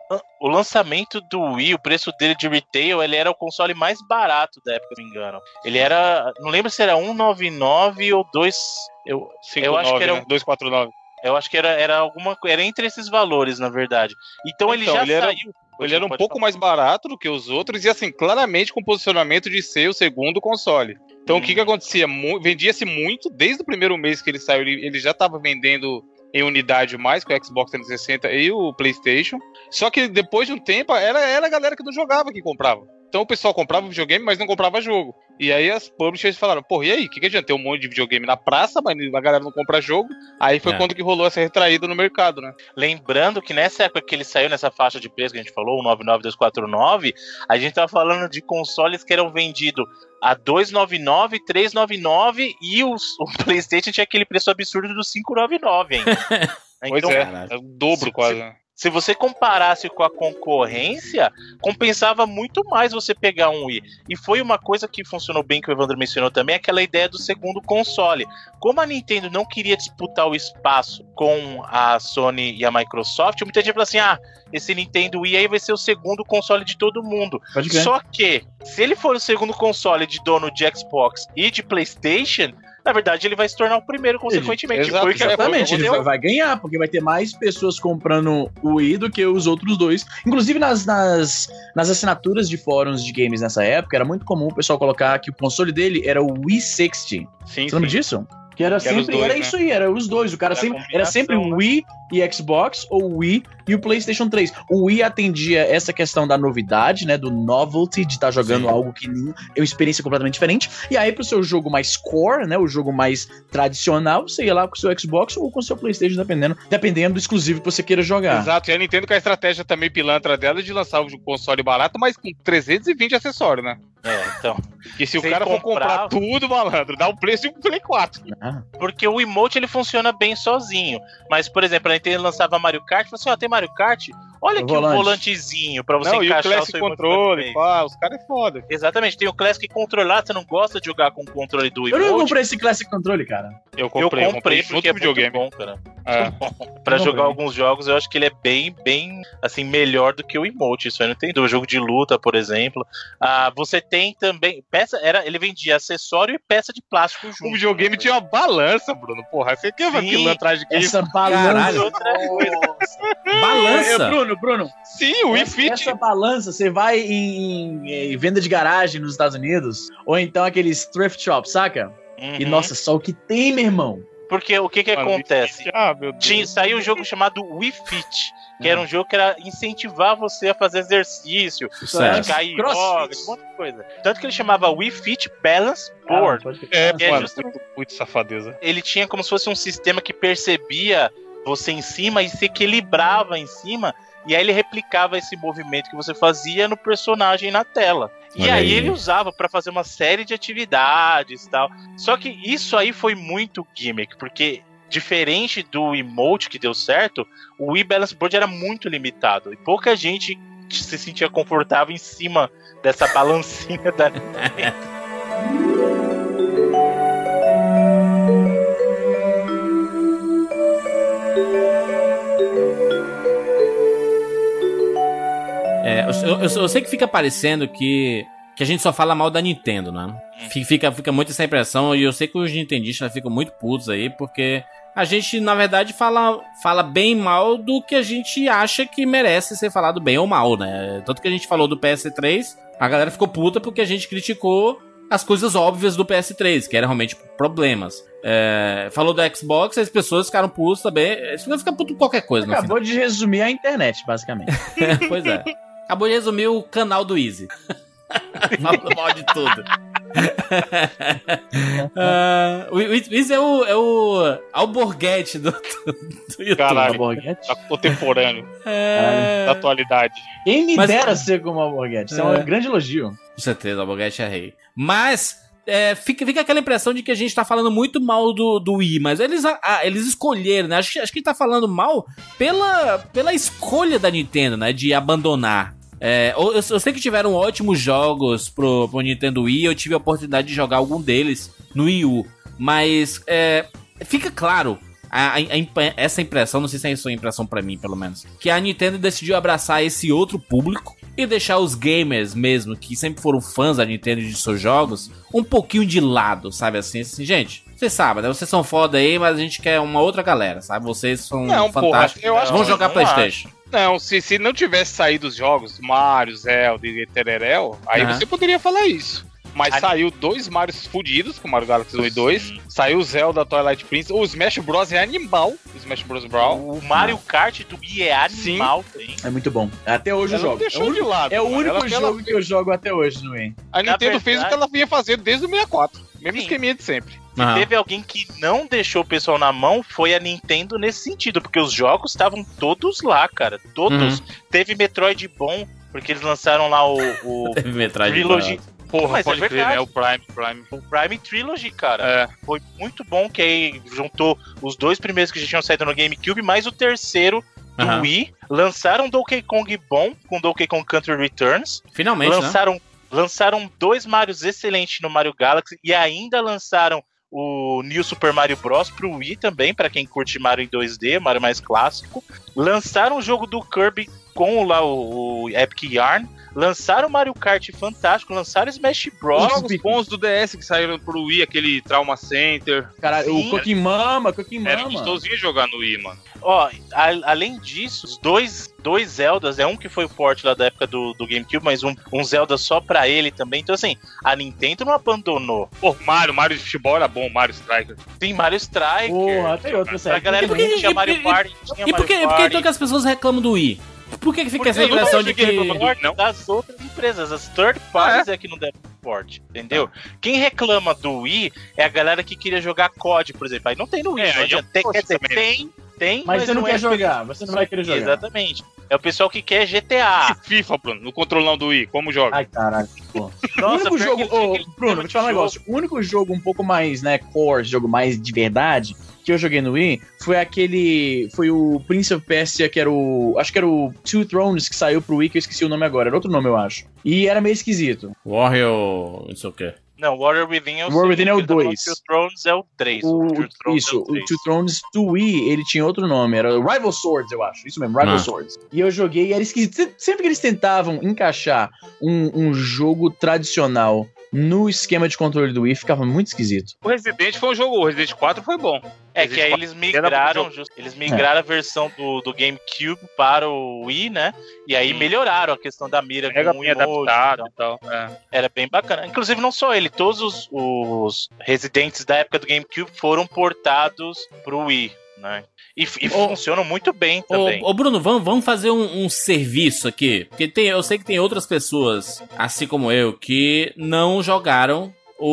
Speaker 6: O lançamento do Wii, o preço dele de retail, ele era o console mais barato da época, se não me engano. Ele era, não lembro se era cento e noventa e nove ou dois, eu, eu acho que era
Speaker 4: né? duzentos e quarenta e nove.
Speaker 6: Eu acho que era, era alguma coisa, era entre esses valores, na verdade. Então, ele
Speaker 4: Então,
Speaker 6: já
Speaker 4: ele era-
Speaker 6: saiu.
Speaker 4: Ele era um
Speaker 6: Pode
Speaker 4: pouco
Speaker 6: falar.
Speaker 4: mais barato do que os outros e, assim, claramente com posicionamento de ser o segundo console. Então,
Speaker 6: Hum.
Speaker 4: o que que acontecia? Mu- Vendia-se muito, desde o primeiro mês que ele saiu, ele, ele já estava vendendo em unidade mais com o Xbox trezentos e sessenta e o PlayStation. Só que depois de um tempo, era, era a galera que não jogava que comprava. Então o pessoal comprava videogame, mas não comprava jogo. E aí as publishers falaram, pô, e aí, o que, que adianta ter um monte de videogame na praça, mas a galera não compra jogo? Aí foi
Speaker 2: É.
Speaker 4: quando que rolou essa retraída no mercado, né?
Speaker 6: Lembrando que nessa época que ele saiu nessa faixa de preço que a gente falou, o nove nove dois quatro nove, a gente tava falando de consoles que eram vendidos a duzentos e noventa e nove, trezentos e noventa e nove e os, o PlayStation tinha aquele preço absurdo dos quinhentos e noventa e nove ainda.
Speaker 4: Pois
Speaker 6: Então,
Speaker 4: é,
Speaker 2: caralho.
Speaker 4: é o dobro
Speaker 6: se-
Speaker 4: quase,
Speaker 6: se-
Speaker 4: né?
Speaker 6: Se você comparasse com a concorrência, compensava muito mais você pegar um Wii. E foi uma coisa que funcionou bem, que o Evandro mencionou também, aquela ideia do segundo console. Como a Nintendo não queria disputar o espaço com a Sony e a Microsoft, muita gente falou assim, ah, esse Nintendo Wii aí vai ser o segundo console de todo mundo.
Speaker 3: Pode crer.
Speaker 6: Só que, se ele for o segundo console de dono de Xbox e de PlayStation, na verdade ele vai se tornar o primeiro, consequentemente.
Speaker 4: Exato,
Speaker 6: Foi o que
Speaker 3: Exatamente, ele
Speaker 6: aconteceu.
Speaker 3: vai, vai ganhar, porque vai ter mais pessoas comprando o Wii do que os outros dois. Inclusive nas, nas, nas assinaturas de fóruns de games nessa época, era muito comum o pessoal colocar que o console dele era o Wii sessenta.
Speaker 4: Sim,
Speaker 3: Você lembra
Speaker 4: sim.
Speaker 3: disso? Que era
Speaker 4: Que era os
Speaker 3: sempre,
Speaker 4: dois,
Speaker 3: era
Speaker 4: né?
Speaker 3: isso aí, era os dois. O cara
Speaker 6: Era a
Speaker 3: sempre, era
Speaker 6: combinação,
Speaker 3: sempre o
Speaker 6: né?
Speaker 3: Wii e Xbox, ou o Wii e o PlayStation três. O Wii atendia essa questão da novidade, né, do novelty, de estar jogando
Speaker 2: Sim.
Speaker 3: algo que nem, é uma experiência completamente diferente. E aí pro seu jogo mais core, né, o jogo mais tradicional, você ia lá com o seu Xbox ou com o seu PlayStation, dependendo, dependendo do exclusivo que você queira jogar.
Speaker 4: Exato, e a Nintendo com a estratégia também pilantra dela de lançar o console barato, mas com trezentos e vinte acessórios, né?
Speaker 6: É, então.
Speaker 4: Que se o
Speaker 6: Sem
Speaker 4: cara for comprar
Speaker 6: comprar-
Speaker 4: tudo, malandro, dá o preço de um Play quatro.
Speaker 3: Ah,
Speaker 6: Porque o emote ele funciona bem sozinho. Mas, por exemplo, a Nintendo lançava Mario Kart e falou assim: ó, tem Mario Kart? Olha
Speaker 3: O
Speaker 6: aqui
Speaker 3: volante.
Speaker 6: o volantezinho pra você
Speaker 4: Não, e o
Speaker 6: encaixar o
Speaker 4: Classic
Speaker 6: seu emote
Speaker 4: Controle,
Speaker 6: perfeito.
Speaker 4: pá, os caras é foda.
Speaker 6: Exatamente, tem o Classic Controle lá, você não gosta de jogar com o controle do
Speaker 3: eu não
Speaker 6: emote?
Speaker 3: comprei esse Classic Controle, cara.
Speaker 4: Eu
Speaker 6: Eu
Speaker 4: comprei,
Speaker 6: comprei,
Speaker 4: junto
Speaker 6: porque é
Speaker 4: com o videogame.
Speaker 6: muito bom, cara.
Speaker 4: É.
Speaker 6: Pra
Speaker 3: Eu
Speaker 6: jogar
Speaker 3: comprei.
Speaker 6: alguns jogos, eu acho que ele é bem, bem, assim, melhor do que o emote. Isso aí não tem dúvida. Jogo de luta, por exemplo. Ah, você tem também peça, era, ele vendia acessório e peça de plástico junto.
Speaker 4: O videogame tinha uma balança, Bruno. Porra, você quer ver
Speaker 6: Sim.
Speaker 4: pilantragem que isso?
Speaker 3: Essa balança.
Speaker 2: Caralho.
Speaker 6: Outra coisa.
Speaker 2: Balança!
Speaker 3: É, Bruno, Bruno,
Speaker 4: Sim, o Wii
Speaker 3: essa,
Speaker 4: Fit.
Speaker 3: essa balança, você vai em, em- em venda de garagem nos Estados Unidos, ou então aqueles thrift shops, saca? E
Speaker 6: Uhum.
Speaker 3: nossa, só o que tem, meu irmão.
Speaker 6: Porque o que que
Speaker 4: Mano, Wii
Speaker 6: acontece?
Speaker 4: Fit, Ah, meu Deus.
Speaker 6: Tinha, saiu um jogo chamado Wii Fit, que era um jogo que era incentivar você a fazer exercício,
Speaker 2: Sucesso.
Speaker 6: cair
Speaker 3: Crossfit.
Speaker 6: yoga, um monte de coisa. Tanto que ele chamava Wii Fit Balance
Speaker 3: Ah,
Speaker 6: Board.
Speaker 3: pode crer.
Speaker 4: É,
Speaker 6: E é
Speaker 4: mano,
Speaker 6: justo-
Speaker 4: muito, muito safadeza.
Speaker 6: Ele tinha como se fosse um sistema que percebia você em cima e se equilibrava em cima, e aí ele replicava esse movimento que você fazia no personagem na tela. E
Speaker 2: Olha
Speaker 6: aí
Speaker 2: aí.
Speaker 6: ele usava pra fazer uma série de atividades e tal. Só que isso aí foi muito gimmick, porque diferente do emote que deu certo, o Wii Balance Board era muito limitado e pouca gente se sentia confortável em cima dessa balancinha da Nintendo.
Speaker 2: É, eu, eu- eu sei que fica parecendo que, que a gente só fala mal da Nintendo, né? Fi- Fica, fica muito essa impressão, e eu sei que os nintendistas ficam muito putos aí, porque a gente, na verdade, fala, fala bem mal do que a gente acha que merece ser falado bem ou mal, né? Tanto que a gente falou do P S três, a galera ficou puta porque a gente criticou as coisas óbvias do P S três, que eram realmente problemas. É, falou do Xbox, as pessoas ficaram putas também. Eles ficam ficam putos com qualquer coisa, no final.
Speaker 3: Acabou de resumir a internet, basicamente.
Speaker 2: Pois é. Acabou de resumir o canal do Easy. Falando mal de tudo. Ah, o o Easy é o, é o alborguete do, do, do YouTube.
Speaker 4: Caralho.
Speaker 3: Alborguete?
Speaker 4: Tá contemporâneo,
Speaker 2: É,
Speaker 4: da atualidade.
Speaker 3: Quem me
Speaker 2: Mas-
Speaker 3: dera ser como Alborguete? Isso é,
Speaker 2: É.
Speaker 3: um grande elogio.
Speaker 2: com certeza, o alborguete é rei. Mas é, fica, fica aquela impressão de que a gente tá falando muito mal do, do Wii, mas eles, ah, eles escolheram, né? Acho, que- acho que a gente tá falando mal pela, pela escolha da Nintendo, né? De abandonar. É, eu, eu sei que tiveram ótimos jogos pro, pro Nintendo Wii, eu tive a oportunidade de jogar algum deles no Wii U, mas é, fica claro, a, a, a, essa impressão, não sei se é isso a impressão pra mim, pelo menos, que a Nintendo decidiu abraçar esse outro público e deixar os gamers mesmo, que sempre foram fãs da Nintendo e de seus jogos, um pouquinho de lado, sabe assim? Assim, gente, vocês sabem, né? Vocês são foda aí, mas a gente quer uma outra galera, sabe? Vocês são
Speaker 4: Não,
Speaker 6: porra,
Speaker 2: fantásticos.
Speaker 6: eu acho
Speaker 2: Vamos
Speaker 6: que
Speaker 2: jogar
Speaker 6: não
Speaker 2: PlayStation.
Speaker 4: Não, se, se não tivesse saído os jogos Mario, Zelda e Tererel, aí
Speaker 2: Aham.
Speaker 4: você poderia falar isso. Mas
Speaker 6: A-
Speaker 4: saiu dois Marios fudidos, com o Mario Galaxy um e dois. Saiu o Zelda Twilight Princess. O Smash Bros. É animal. O Smash Bros. Brawl.
Speaker 6: O Mario Kart do Wii é animal também.
Speaker 3: É muito bom. Até hoje eu
Speaker 4: Ela não
Speaker 3: jogo. É
Speaker 4: deixou
Speaker 3: o
Speaker 4: de
Speaker 3: único,
Speaker 4: lado.
Speaker 3: é o
Speaker 4: mano.
Speaker 3: único
Speaker 4: Ela- ela-
Speaker 3: jogo que eu jogo até hoje no Wii.
Speaker 4: A Nintendo
Speaker 6: Na
Speaker 4: fez o que
Speaker 6: verdade-
Speaker 4: ela vinha fazendo desde o sessenta e quatro. Mesmo
Speaker 6: Sim.
Speaker 4: esqueminha de sempre.
Speaker 6: Se
Speaker 2: Aham.
Speaker 6: teve alguém que não deixou o pessoal na mão, foi a Nintendo nesse sentido, porque os jogos estavam todos lá, cara. Todos. Teve Metroid bom, porque eles lançaram lá o, o
Speaker 2: Teve metragem.
Speaker 6: Trilogy.
Speaker 4: Porra,
Speaker 6: Mas é
Speaker 4: pode crer,
Speaker 6: verdade.
Speaker 4: né? O Prime, Prime.
Speaker 6: O Prime Trilogy, cara.
Speaker 4: É.
Speaker 6: Foi muito bom, que aí juntou os dois primeiros que já tinham saído no GameCube, mais o terceiro do
Speaker 2: Aham.
Speaker 6: Wii. Lançaram Donkey Kong bom, com Donkey Kong Country Returns.
Speaker 2: Finalmente, né?
Speaker 6: lançaram, lançaram dois Marios excelentes no Mario Galaxy e ainda lançaram o New Super Mario Bros. Pro Wii também, pra quem curte Mario em dois D, Mario mais clássico. Lançaram o jogo do Kirby com lá o, o Epic Yarn. Lançaram o Mario Kart fantástico, lançaram Smash Bros.
Speaker 4: Os jogos bons do D S que saíram pro Wii, aquele Trauma Center.
Speaker 3: Caralho,
Speaker 6: Sim.
Speaker 3: o Cooking Mama, Cooking
Speaker 4: Era
Speaker 3: Mama.
Speaker 4: gostosinho jogar no Wii, mano.
Speaker 6: Ó, a- além disso, os dois, dois Zeldas, é um que foi o port lá da época do, do GameCube, mas um, um Zelda só pra ele também. Então, assim, a Nintendo não abandonou.
Speaker 4: Pô, Mario, Mario de futebol era bom, Mario Striker.
Speaker 6: Tem Mario Striker.
Speaker 3: Porra, tem outra
Speaker 6: Pra
Speaker 3: série.
Speaker 6: galera
Speaker 2: por que-
Speaker 6: que tinha
Speaker 2: e-
Speaker 6: Mario
Speaker 2: e-
Speaker 6: Party, tinha
Speaker 2: E por que,
Speaker 6: Mario
Speaker 2: por que
Speaker 6: Party.
Speaker 2: então que as pessoas reclamam do Wii? Por que, que fica
Speaker 4: Porque
Speaker 2: essa
Speaker 4: eu nunca
Speaker 2: impressão de
Speaker 4: cheguei
Speaker 2: que...
Speaker 4: reclamando.
Speaker 6: Suporte
Speaker 4: Não?
Speaker 6: das outras empresas, as third parties é. que não deram suporte, entendeu? Quem reclama do Wii é a galera que queria jogar C O D, por exemplo. Aí não tem no Wii,
Speaker 4: É,
Speaker 6: não
Speaker 4: aí
Speaker 6: adianta.
Speaker 4: eu
Speaker 6: Tem,
Speaker 4: posso
Speaker 6: quer dizer,
Speaker 4: também.
Speaker 6: tem, tem,
Speaker 3: Mas você não
Speaker 6: é
Speaker 3: quer jogar, você não vai querer jogar.
Speaker 6: Exatamente. É o pessoal que quer G T A.
Speaker 4: E FIFA, Bruno, no controlão do Wii, como joga?
Speaker 3: Ai, caralho, pô. o
Speaker 6: Nossa,
Speaker 3: único
Speaker 6: pior
Speaker 3: jogo,
Speaker 6: que tinha
Speaker 3: ô,
Speaker 6: aquele
Speaker 3: Bruno, vou te falar um
Speaker 6: jogo.
Speaker 3: negócio. O único jogo um pouco mais, né, core, jogo mais de verdade, que eu joguei no Wii, foi aquele, foi o Prince of Persia, que era o, acho que era o Two Thrones, que saiu pro Wii, que eu esqueci o nome agora, era outro nome, eu acho. E era meio esquisito.
Speaker 2: Warrior... não sei o quê.
Speaker 6: Não, Warrior Within é o
Speaker 3: Warrior Within é o
Speaker 6: segundo,
Speaker 3: dois.
Speaker 6: Two Thrones é o três.
Speaker 3: O,
Speaker 6: Two Thrones
Speaker 3: isso,
Speaker 6: é o
Speaker 3: o
Speaker 6: três.
Speaker 3: Two Thrones do Wii, ele tinha outro nome, era Rival Swords, eu acho. Isso mesmo, Rival
Speaker 2: Ah.
Speaker 3: Swords. E eu joguei e era esquisito. Se- Sempre que eles tentavam encaixar um, um jogo tradicional no esquema de controle do Wii, ficava muito esquisito.
Speaker 4: O Resident foi um jogo, o Resident quatro foi bom.
Speaker 6: É que aí eles migraram, just- eles migraram a versão do, do GameCube para o Wii, né? E aí
Speaker 4: Sim.
Speaker 6: melhoraram a questão da mira
Speaker 4: Mega
Speaker 6: com o
Speaker 4: bem
Speaker 6: emoji,
Speaker 4: adaptado
Speaker 6: então,
Speaker 4: e tal. É.
Speaker 6: era bem bacana. Inclusive, não só ele, todos os, os residentes da época do GameCube foram portados pro Wii, né? E, e
Speaker 2: Ô,
Speaker 6: funcionam muito bem também.
Speaker 2: Ô, ô Bruno, vamos, vamos fazer um, um serviço aqui. Porque tem, eu sei que tem outras pessoas, assim como eu, que não jogaram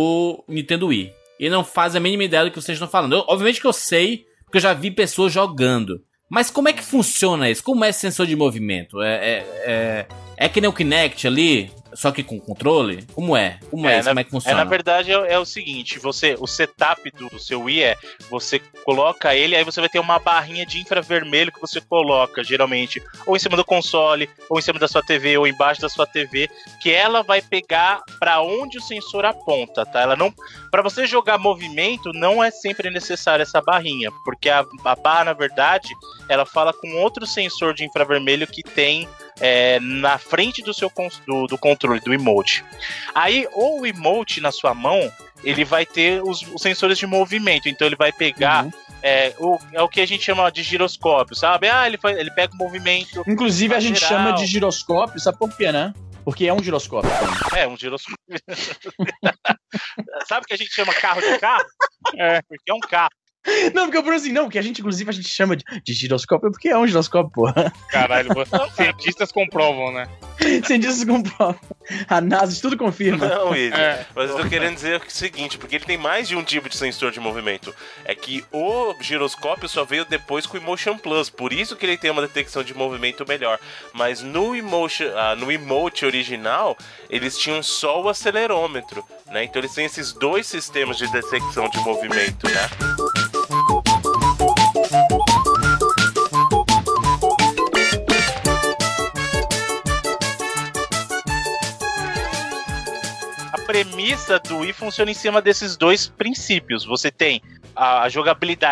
Speaker 2: o Nintendo Wii. E não fazem a mínima ideia do que vocês estão falando. Eu, obviamente que eu sei, porque eu já vi pessoas jogando. Mas como é que funciona isso? Como é esse sensor de movimento? É, é, é, é que nem o Kinect ali, só que com controle? Como é? Como é,
Speaker 6: É,
Speaker 2: isso?
Speaker 6: na-
Speaker 2: Como é que
Speaker 6: É,
Speaker 2: funciona?
Speaker 6: na verdade, é, é o seguinte, você, o setup do, do seu Wii é, você coloca ele, aí você vai ter uma barrinha de infravermelho que você coloca, geralmente, ou em cima do console, ou em cima da sua T V, ou embaixo da sua T V, que ela vai pegar pra onde o sensor aponta, tá? Ela não, para você jogar movimento, não é sempre necessário essa barrinha, porque a, a barra, na verdade, ela fala com outro sensor de infravermelho que tem é, na frente do seu cons- do, do controle, do emote. Aí, o emote na sua mão, ele vai ter os, os sensores de movimento. Então, ele vai pegar
Speaker 3: Uhum.
Speaker 6: é, o, é o que a gente chama de giroscópio, sabe? Ah, ele, faz, ele pega o movimento.
Speaker 3: Inclusive, a gente
Speaker 6: lateral.
Speaker 3: chama de giroscópio, sabe por quê, né? Porque é um giroscópio.
Speaker 6: É, um giroscópio. Sabe o que a gente chama carro de carro? É, porque é um carro.
Speaker 3: Não, porque eu falo assim, não, que a gente, inclusive, a gente chama de, de giroscópio porque é um giroscópio, porra.
Speaker 4: Caralho, cientistas comprovam, né?
Speaker 3: Sem disso, comprova. A NASA, tudo confirma.
Speaker 8: Não, William.
Speaker 4: É.
Speaker 8: Mas eu tô querendo dizer o seguinte, porque ele tem mais de um tipo de sensor de movimento. É que o giroscópio só veio depois com o Emotion Plus, por isso que ele tem uma detecção de movimento melhor. Mas no Emotion, ah, no Emote original, eles tinham só o acelerômetro, né? Então eles têm esses dois sistemas de detecção de movimento, né?
Speaker 6: A premissa do Wii funciona em cima desses dois princípios. Você tem a, a jogabilidade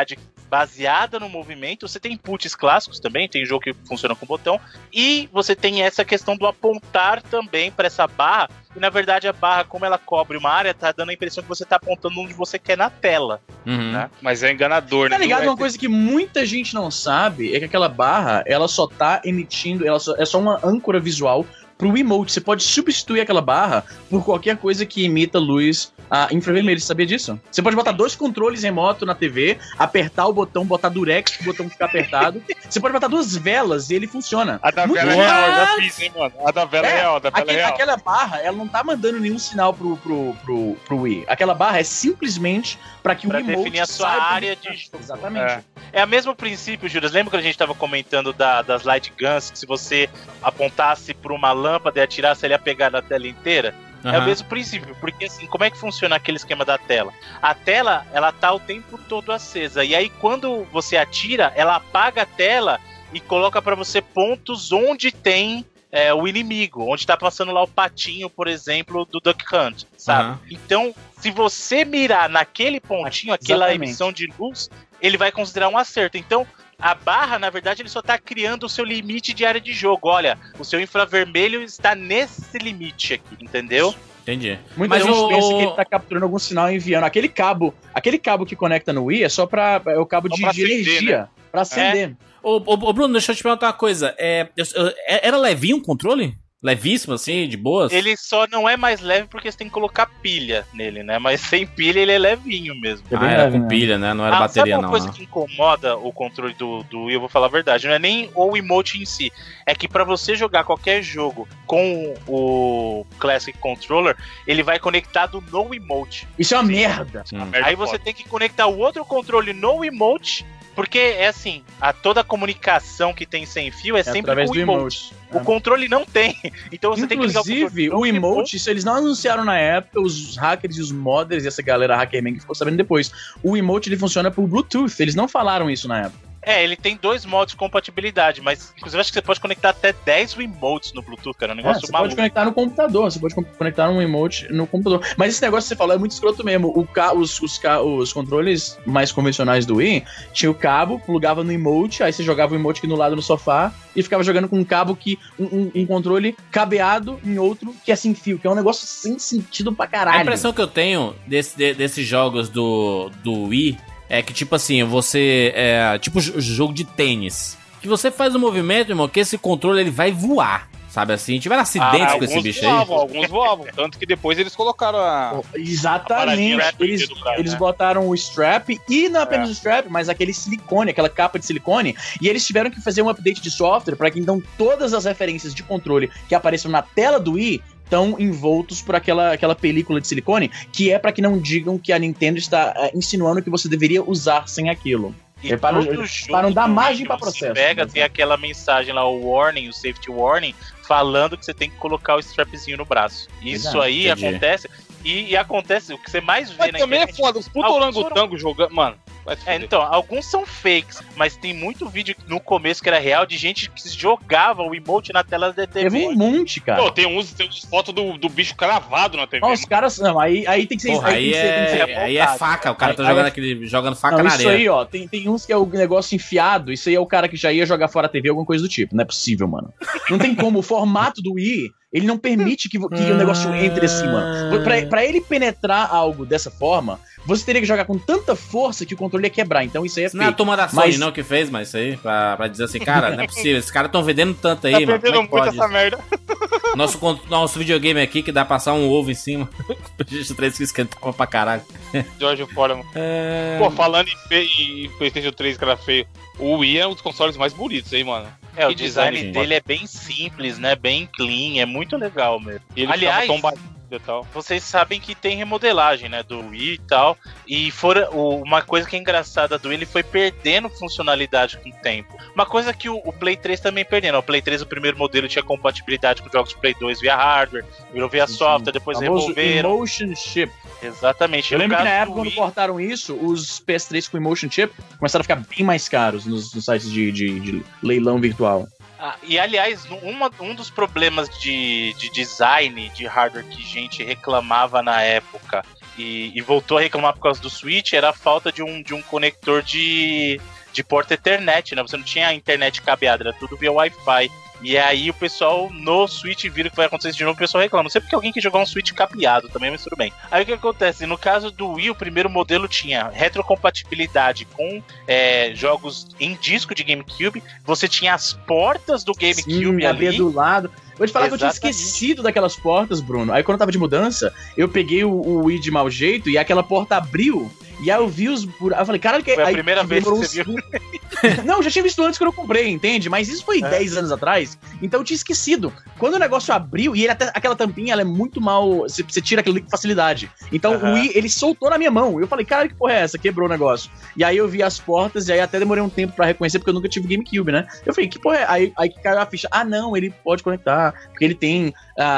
Speaker 6: baseada no movimento. Você tem inputs clássicos também, tem jogo que funciona com botão. E você tem essa questão do apontar também para essa barra. E na verdade a barra, como ela cobre uma área, tá dando a impressão que você tá apontando onde você quer na tela.
Speaker 2: Uhum.
Speaker 6: Né?
Speaker 4: Mas é enganador, né?
Speaker 3: Tá ligado?
Speaker 4: Não é-
Speaker 3: Uma coisa que muita gente não sabe é que aquela barra, ela só tá emitindo, ela só, é só uma âncora visual pro emote. Você pode substituir aquela barra por qualquer coisa que emita luz ah, infravermelho. Você sabia disso? Você pode botar dois controles remoto na T V, apertar o botão, botar durex pro botão ficar apertado. Você pode botar duas velas e ele funciona.
Speaker 4: A da
Speaker 3: Muito
Speaker 4: vela é
Speaker 3: bom.
Speaker 4: real, eu já fiz, hein, mano. A da vela é,
Speaker 3: É,
Speaker 4: real, a da vela
Speaker 3: Aquele-
Speaker 4: é real.
Speaker 3: aquela barra, ela não tá mandando nenhum sinal pro, pro, pro, pro Wii. Aquela barra é simplesmente pra que
Speaker 6: Pra
Speaker 3: o emote
Speaker 6: definir a sua
Speaker 3: saiba
Speaker 6: área
Speaker 3: onde tá.
Speaker 6: de jogo.
Speaker 3: Exatamente.
Speaker 4: É.
Speaker 6: É o mesmo princípio, Juras. Lembra quando a gente tava comentando da- das light guns, que se você apontasse pra uma lâmpada e atirasse, ele ia pegar na tela inteira? É o
Speaker 2: Aham.
Speaker 6: mesmo princípio, porque assim, como é que funciona aquele esquema da tela? A tela, ela tá o tempo todo acesa, e aí quando você atira, ela apaga a tela e coloca pra você pontos onde tem é, o inimigo, onde tá passando lá o patinho, por exemplo, do Duck Hunt, sabe?
Speaker 2: Aham.
Speaker 6: Então, se você mirar naquele pontinho, aquela
Speaker 3: Exatamente.
Speaker 6: emissão de luz, ele vai considerar um acerto. Então, a barra, na verdade, ele só tá criando o seu limite de área de jogo. Olha, o seu infravermelho está nesse limite aqui, entendeu?
Speaker 2: Entendi.
Speaker 3: Muita
Speaker 2: Mas
Speaker 3: gente
Speaker 2: o-
Speaker 3: pensa que ele tá capturando algum sinal e enviando. Aquele cabo, aquele cabo que conecta no Wii é só pra. É o cabo
Speaker 4: Só
Speaker 3: de,
Speaker 4: pra
Speaker 3: de
Speaker 4: acender,
Speaker 3: energia. Pra acender.
Speaker 2: Ô, ô, ô, Bruno, deixa eu te perguntar uma coisa. É, eu- eu- era levinho o controle? Levíssimo, assim, de boas?
Speaker 6: Ele só não é mais leve porque você tem que colocar pilha nele, né? Mas sem pilha ele é levinho mesmo.
Speaker 3: É
Speaker 2: Ah,
Speaker 3: bem
Speaker 2: era
Speaker 3: leve,
Speaker 2: com
Speaker 3: né?
Speaker 2: pilha, né? Não era
Speaker 6: Ah,
Speaker 2: bateria,
Speaker 6: sabe uma
Speaker 2: não.
Speaker 6: coisa
Speaker 2: não.
Speaker 6: que incomoda o controle do, do Wii? Eu vou falar a verdade. Não é nem o emote em si. É que pra você jogar qualquer jogo com o Classic Controller, ele vai conectado no emote.
Speaker 3: Isso é uma merda.
Speaker 2: Hum.
Speaker 4: Merda
Speaker 6: Aí você
Speaker 4: foda.
Speaker 6: tem que conectar o outro controle no emote, porque é assim, a toda a comunicação que tem sem fio é,
Speaker 3: É
Speaker 6: sempre
Speaker 3: através
Speaker 6: com o
Speaker 3: do
Speaker 6: emote.
Speaker 3: emote.
Speaker 6: O controle não tem. Então você tem que ligar
Speaker 3: Inclusive,
Speaker 6: o
Speaker 3: o
Speaker 6: controle no
Speaker 3: emote, isso eles não anunciaram na época, os hackers e os modders e essa galera hackerman que ficou sabendo depois. O emote ele funciona por Bluetooth, eles não falaram isso na época.
Speaker 6: É, ele tem dois modos de compatibilidade, mas inclusive acho que você pode conectar até dez emotes no Bluetooth, cara. É um
Speaker 3: É,
Speaker 6: negócio
Speaker 3: você
Speaker 6: maluco.
Speaker 3: pode conectar no computador, você pode co- conectar um emote no computador. Mas esse negócio que você falou é muito escroto mesmo. O ca os, os, ca os controles mais convencionais do Wii tinha o cabo, plugava no emote, aí você jogava o emote aqui no lado no sofá e ficava jogando com um cabo que. Um, um, um controle cabeado em outro que é sem fio, que é um negócio sem sentido pra caralho.
Speaker 2: A impressão que eu tenho desse, de- desses jogos do, do Wii é que, tipo assim, você. É tipo j- jogo de tênis. Que você faz um movimento, irmão, que esse controle ele vai voar. Sabe assim? Tiveram acidentes
Speaker 6: Ah,
Speaker 2: com esse
Speaker 4: Alguns
Speaker 2: bicho aí?
Speaker 4: voavam, alguns voavam. Tanto que depois eles colocaram a.
Speaker 3: Oh,
Speaker 6: A
Speaker 3: Exatamente.
Speaker 6: paradinha
Speaker 3: Eles,
Speaker 6: do cara,
Speaker 3: eles
Speaker 6: né?
Speaker 3: botaram o strap e não apenas
Speaker 4: É.
Speaker 3: o strap, mas aquele silicone, aquela capa de silicone. E eles tiveram que fazer um update de software para que então todas as referências de controle que apareçam na tela do Wii estão envoltos por aquela, aquela película de silicone, que é para que não digam que a Nintendo está eh, insinuando que você deveria usar sem aquilo.
Speaker 6: E
Speaker 3: É para-
Speaker 6: todo
Speaker 3: para
Speaker 6: jogo
Speaker 3: não dar
Speaker 6: do
Speaker 3: margem pra
Speaker 6: Windows, se
Speaker 3: processo,
Speaker 6: pega,
Speaker 3: né?
Speaker 6: tem aquela mensagem lá, o warning, o safety warning, falando que você tem que colocar o strapzinho no braço. Isso
Speaker 3: Exato,
Speaker 6: aí
Speaker 2: entendi.
Speaker 6: acontece. E, e acontece, o que você mais vê
Speaker 4: Mas
Speaker 6: na
Speaker 4: também é
Speaker 6: internet.
Speaker 4: foda, os putos
Speaker 6: Alguns
Speaker 4: orangotango jogando. Mano, vai se
Speaker 6: É,
Speaker 4: fuder.
Speaker 6: então, alguns são fakes, mas tem muito vídeo no começo que era real de gente que jogava o emote na tela da T
Speaker 3: Teve
Speaker 6: V.
Speaker 3: um monte, cara.
Speaker 4: Pô, tem uns, tem uns fotos do, do bicho cravado na T V.
Speaker 3: Ó, os caras. Não, aí, aí tem que ser.
Speaker 2: Porra, aí
Speaker 3: tem que ser- tem que ser-
Speaker 2: é, aí é faca. O cara tá
Speaker 3: Aí-
Speaker 2: jogando
Speaker 3: aí-
Speaker 2: aquele. jogando faca
Speaker 3: Não,
Speaker 2: na
Speaker 3: isso
Speaker 2: areia.
Speaker 3: aí, ó, tem, tem uns que é o negócio enfiado, isso aí é o cara que já ia jogar fora a T V, alguma coisa do tipo. Não é possível, mano. Não tem como, o formato do Wii, ele não permite que, que o negócio entre assim, mano. Pra, pra ele penetrar algo dessa forma, você teria que jogar com tanta força que o controle ia quebrar, então isso aí é
Speaker 2: Isso não é a
Speaker 3: fake.
Speaker 2: turma da Sony,
Speaker 3: Mas-
Speaker 2: não, que fez, mas isso aí, pra, pra dizer assim, cara, não é possível, esses caras tão vendendo tanto aí,
Speaker 4: Tá
Speaker 2: mano.
Speaker 4: perdendo
Speaker 2: Como é que
Speaker 4: muito
Speaker 2: pode?
Speaker 4: essa merda.
Speaker 2: Nosso, con- nosso videogame aqui que dá pra passar um ovo em cima. O G três que esquentava pra caralho.
Speaker 4: George Foreman.
Speaker 2: É...
Speaker 4: Pô, falando em, fe... em PlayStation três que era feio, o Wii é um dos consoles mais bonitos, hein, mano.
Speaker 6: É, o
Speaker 4: Que
Speaker 6: design
Speaker 4: design,
Speaker 6: dele é bem simples, né? Bem clean, é muito legal mesmo.
Speaker 4: E ele
Speaker 6: Aliás,
Speaker 4: ficava tão batido e tal.
Speaker 6: vocês sabem que tem remodelagem, né, do Wii e tal, e fora, o- uma coisa que é engraçada do Wii, ele foi perdendo funcionalidade com o tempo. Uma coisa que o, o Play três também perdeu, né? O Play três, o primeiro modelo, tinha compatibilidade com jogos de Play dois via hardware, virou via software, depois
Speaker 3: Famoso
Speaker 6: revolveram.
Speaker 3: Emotion Chip.
Speaker 6: Exatamente.
Speaker 3: Eu
Speaker 6: No
Speaker 3: lembro que
Speaker 6: caso
Speaker 3: na
Speaker 6: do
Speaker 3: época, quando
Speaker 6: Wii-
Speaker 3: cortaram isso, os P S três com Emotion Chip começaram a ficar bem mais caros nos, nos sites de, de- de leilão virtual.
Speaker 6: Ah, e aliás, uma- um dos problemas de, de design de hardware que gente reclamava na época e, e voltou a reclamar por causa do Switch era a falta de um, de um conector de, de porta Ethernet, né? Você não tinha a internet cabeada, era tudo via Wi-Fi. E aí o pessoal no Switch vira que vai acontecer de novo, o pessoal reclama. Não sei porque alguém quer jogar um Switch capeado também, mas tudo bem. Aí o que acontece? No caso do Wii, o primeiro modelo tinha retrocompatibilidade com é, jogos em disco de GameCube. Você tinha as portas do GameCube ali.
Speaker 3: Ali do lado. Vou te falar
Speaker 6: Exatamente.
Speaker 3: que eu tinha esquecido daquelas portas, Bruno. Aí quando eu tava de mudança, eu peguei o, o Wii de mau jeito e aquela porta abriu. E aí eu vi os buracos. Eu falei, caralho, que
Speaker 6: Foi a
Speaker 3: aí,
Speaker 6: primeira vez que você viu.
Speaker 3: Não, eu já tinha visto antes que eu comprei, entende? Mas isso foi
Speaker 6: É.
Speaker 3: dez anos atrás, então eu tinha esquecido. Quando o negócio abriu, e ele até, aquela tampinha, ela é muito mal. Você, você tira aquilo ali com facilidade. Então
Speaker 6: Aham.
Speaker 3: o Wii, ele soltou na minha mão. Eu falei, cara, que porra é essa? Quebrou o negócio. E aí eu vi as portas, e aí até demorei um tempo pra reconhecer, porque eu nunca tive GameCube, né? Eu falei, que porra é? Aí, aí que caiu a ficha. Ah, não, ele pode conectar, porque ele tem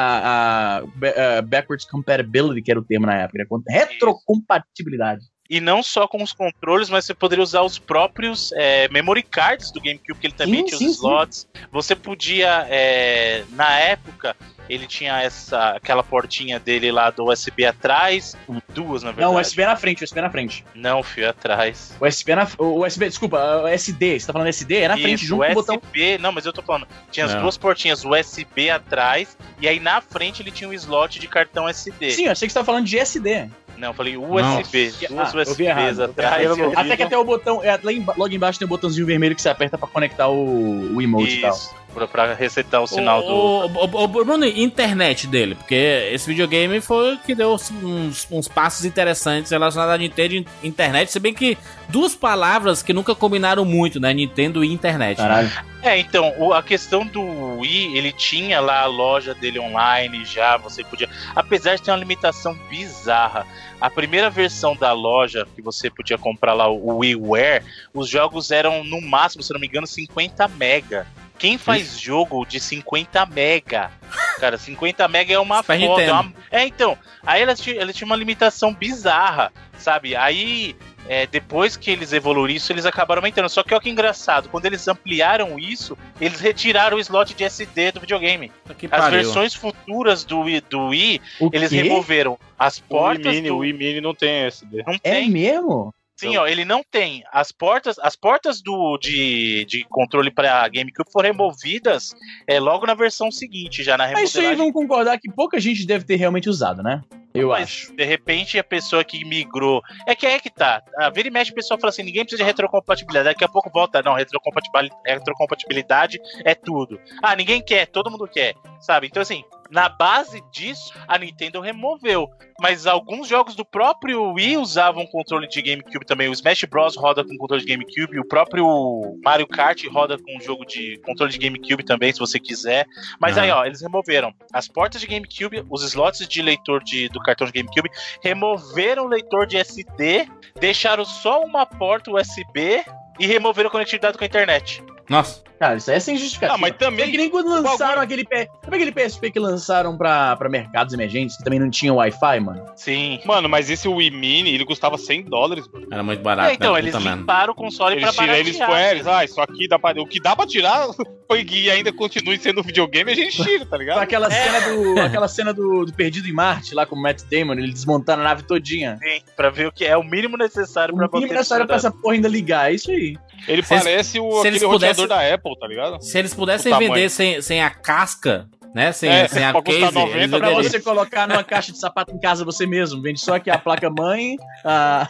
Speaker 3: a, a, a backwards compatibility, que era o termo na época, né? Retrocompatibilidade.
Speaker 6: E não só com os controles, mas você poderia usar os próprios é, memory cards do GameCube, que ele também
Speaker 3: Sim,
Speaker 6: tinha
Speaker 3: sim,
Speaker 6: os slots. Você podia, é, na época, ele tinha essa, aquela portinha dele lá do U S B atrás, duas na verdade.
Speaker 3: Não, o U S B na frente, o U S B na frente.
Speaker 6: Não, fio atrás.
Speaker 3: O U S B na o U S B, desculpa, o S D, você tá falando S D? É na frente,
Speaker 6: Isso,
Speaker 3: junto com o botão.
Speaker 6: U S B, não, mas eu tô falando, tinha as
Speaker 2: Não.
Speaker 6: duas portinhas U S B atrás, e aí na frente ele tinha um slot de cartão S D.
Speaker 3: Sim, eu achei que você tava falando de S D.
Speaker 6: Não, eu falei U S B, duas
Speaker 3: Ah, eu vi errado,
Speaker 6: U S Bs
Speaker 3: eu vi
Speaker 6: atrás.
Speaker 3: errado.
Speaker 6: e eu-
Speaker 3: Até que até o botão, é, lá em- logo embaixo tem o botãozinho vermelho que você aperta pra conectar o, o emote e tal.
Speaker 6: Isso, pra, pra resetar o sinal
Speaker 2: o,
Speaker 6: do...
Speaker 2: o, o, o Bruno, internet dele, porque esse videogame foi o que deu uns, uns passos interessantes relacionados à Nintendo e internet, se bem que duas palavras que nunca combinaram muito, né? Nintendo e internet. né?
Speaker 3: Caralho.
Speaker 6: É, então, o- a questão do Wii, ele tinha lá a loja dele online já, você podia... Apesar de ter uma limitação bizarra, a primeira versão da loja que você podia comprar lá, o WiiWare, os jogos eram, no máximo, se não me engano, cinquenta mega. Quem faz jogo de cinquenta mega? Cara, cinquenta mega é uma
Speaker 2: Super
Speaker 6: foto. É,
Speaker 2: Nintendo.
Speaker 6: uma... é, então, aí elas tinham, elas tinham uma limitação bizarra, sabe? Aí... É, depois que eles evoluíram isso, eles acabaram aumentando. Só que olha que engraçado, quando eles ampliaram isso, eles retiraram o slot de S D do videogame.
Speaker 2: Que
Speaker 6: As
Speaker 2: pariu.
Speaker 6: versões futuras do Wii, do Wii
Speaker 3: O
Speaker 6: eles
Speaker 3: quê?
Speaker 6: removeram as
Speaker 5: O Wii
Speaker 6: portas
Speaker 5: Mini,
Speaker 6: do...
Speaker 5: o Wii Mini não tem S D.
Speaker 6: Não
Speaker 3: É
Speaker 6: tem.
Speaker 3: mesmo?
Speaker 6: Sim, ó, ele não tem. As portas, as portas do, de, de controle para GameCube foram removidas é, logo na versão seguinte, já na
Speaker 3: Mas isso aí
Speaker 6: remodelagem.
Speaker 3: vamos concordar que pouca gente deve ter realmente usado, né? Eu
Speaker 6: Mas,
Speaker 3: acho.
Speaker 6: de repente, a pessoa que migrou... É que é que tá. A vira e mexe, o pessoal fala assim, ninguém precisa de retrocompatibilidade. Daqui a pouco volta, não, retrocompatibilidade, retrocompatibilidade é tudo. Ah, ninguém quer, todo mundo quer, sabe? Então, assim, na base disso, a Nintendo removeu. Mas alguns jogos do próprio Wii usavam controle de GameCube também. O Smash Bros. Roda com controle de GameCube. O próprio Mario Kart roda com jogo de controle de GameCube também, se você quiser. Mas
Speaker 2: Ah.
Speaker 6: aí, ó, eles removeram as portas de GameCube, os slots de leitor de, do cartão de GameCube, removeram o leitor de S D, deixaram só uma porta U S B e removeram a conectividade com a internet.
Speaker 2: Nossa.
Speaker 3: Cara, isso aí é sem justificativa.
Speaker 5: Ah, mas também-
Speaker 3: É que nem quando lançaram aquele... P... Sabe aquele P S P que lançaram pra, pra mercados emergentes, que também não tinha Wi-Fi, mano?
Speaker 6: Sim.
Speaker 5: Mano, mas esse Wii Mini, ele custava cem dólares, mano.
Speaker 2: Era muito barato.
Speaker 6: É, então,
Speaker 2: né?
Speaker 6: eles
Speaker 2: Puta merda.
Speaker 6: limparam o console
Speaker 5: Eles
Speaker 6: pra
Speaker 5: tiram,
Speaker 6: baratear.
Speaker 5: eles põem, eles, ah, isso aqui dá pra... O que dá pra tirar foi que ainda continue sendo um videogame, a gente tira, tá ligado?
Speaker 3: Aquela
Speaker 6: É.
Speaker 3: cena, do, aquela cena do, do Perdido em Marte, lá com o Matt Damon, ele desmontando a nave todinha.
Speaker 6: Sim, pra ver o que é o mínimo necessário
Speaker 3: O
Speaker 6: pra
Speaker 3: mínimo
Speaker 6: manter
Speaker 3: necessário pra
Speaker 6: funcionando.
Speaker 3: essa porra ainda ligar, é isso aí.
Speaker 5: Ele
Speaker 2: Se eles-
Speaker 5: parece o,
Speaker 2: se
Speaker 5: aquele
Speaker 2: eles
Speaker 5: roteador
Speaker 2: pudessem-
Speaker 5: da Apple, tá ligado?
Speaker 2: Se eles pudessem
Speaker 5: O tamanho.
Speaker 2: vender sem, sem a casca, né? Sem,
Speaker 5: É,
Speaker 2: sem a
Speaker 5: pra custar
Speaker 2: case,
Speaker 5: noventa
Speaker 2: eles
Speaker 3: Pra
Speaker 2: venderiam.
Speaker 3: você colocar numa caixa de sapato em casa você mesmo. Vende só aqui a placa-mãe, a-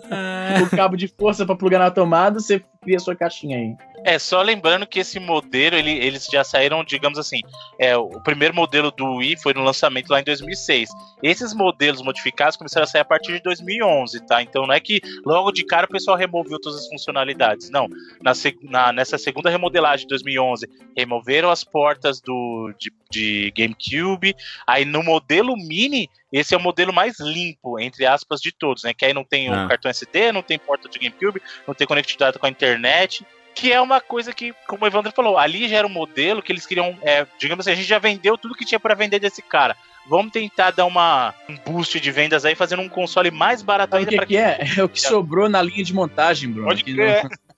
Speaker 3: o cabo de força pra plugar na tomada, você cria a sua caixinha aí.
Speaker 6: É, só lembrando que esse modelo, ele- eles já saíram, digamos assim, é, o primeiro modelo do Wii foi no lançamento lá em dois mil e seis. Esses modelos modificados começaram a sair a partir de dois mil e onze, tá? Então não é que logo de cara o pessoal removeu todas as funcionalidades, não. Na, seg- na- nessa segunda remodelagem de dois mil e onze, removeram as portas do, de, de GameCube, aí no modelo Mini, esse é o modelo mais limpo, entre aspas, de todos, né? Que aí não tem o
Speaker 2: Ah.
Speaker 6: cartão S D, não tem porta de GameCube, não tem conectividade com a internet, que é uma coisa que, como o Evandro falou, ali já era um modelo que eles queriam, é, digamos assim, a gente já vendeu tudo que tinha pra vender desse cara. Vamos tentar dar uma, um boost de vendas aí, fazendo um console mais barato
Speaker 3: Sabe o
Speaker 6: ainda
Speaker 3: que,
Speaker 6: pra
Speaker 3: que é? É o que sobrou na linha de montagem, Bruno.
Speaker 5: Pode
Speaker 3: que
Speaker 5: crer.
Speaker 3: não-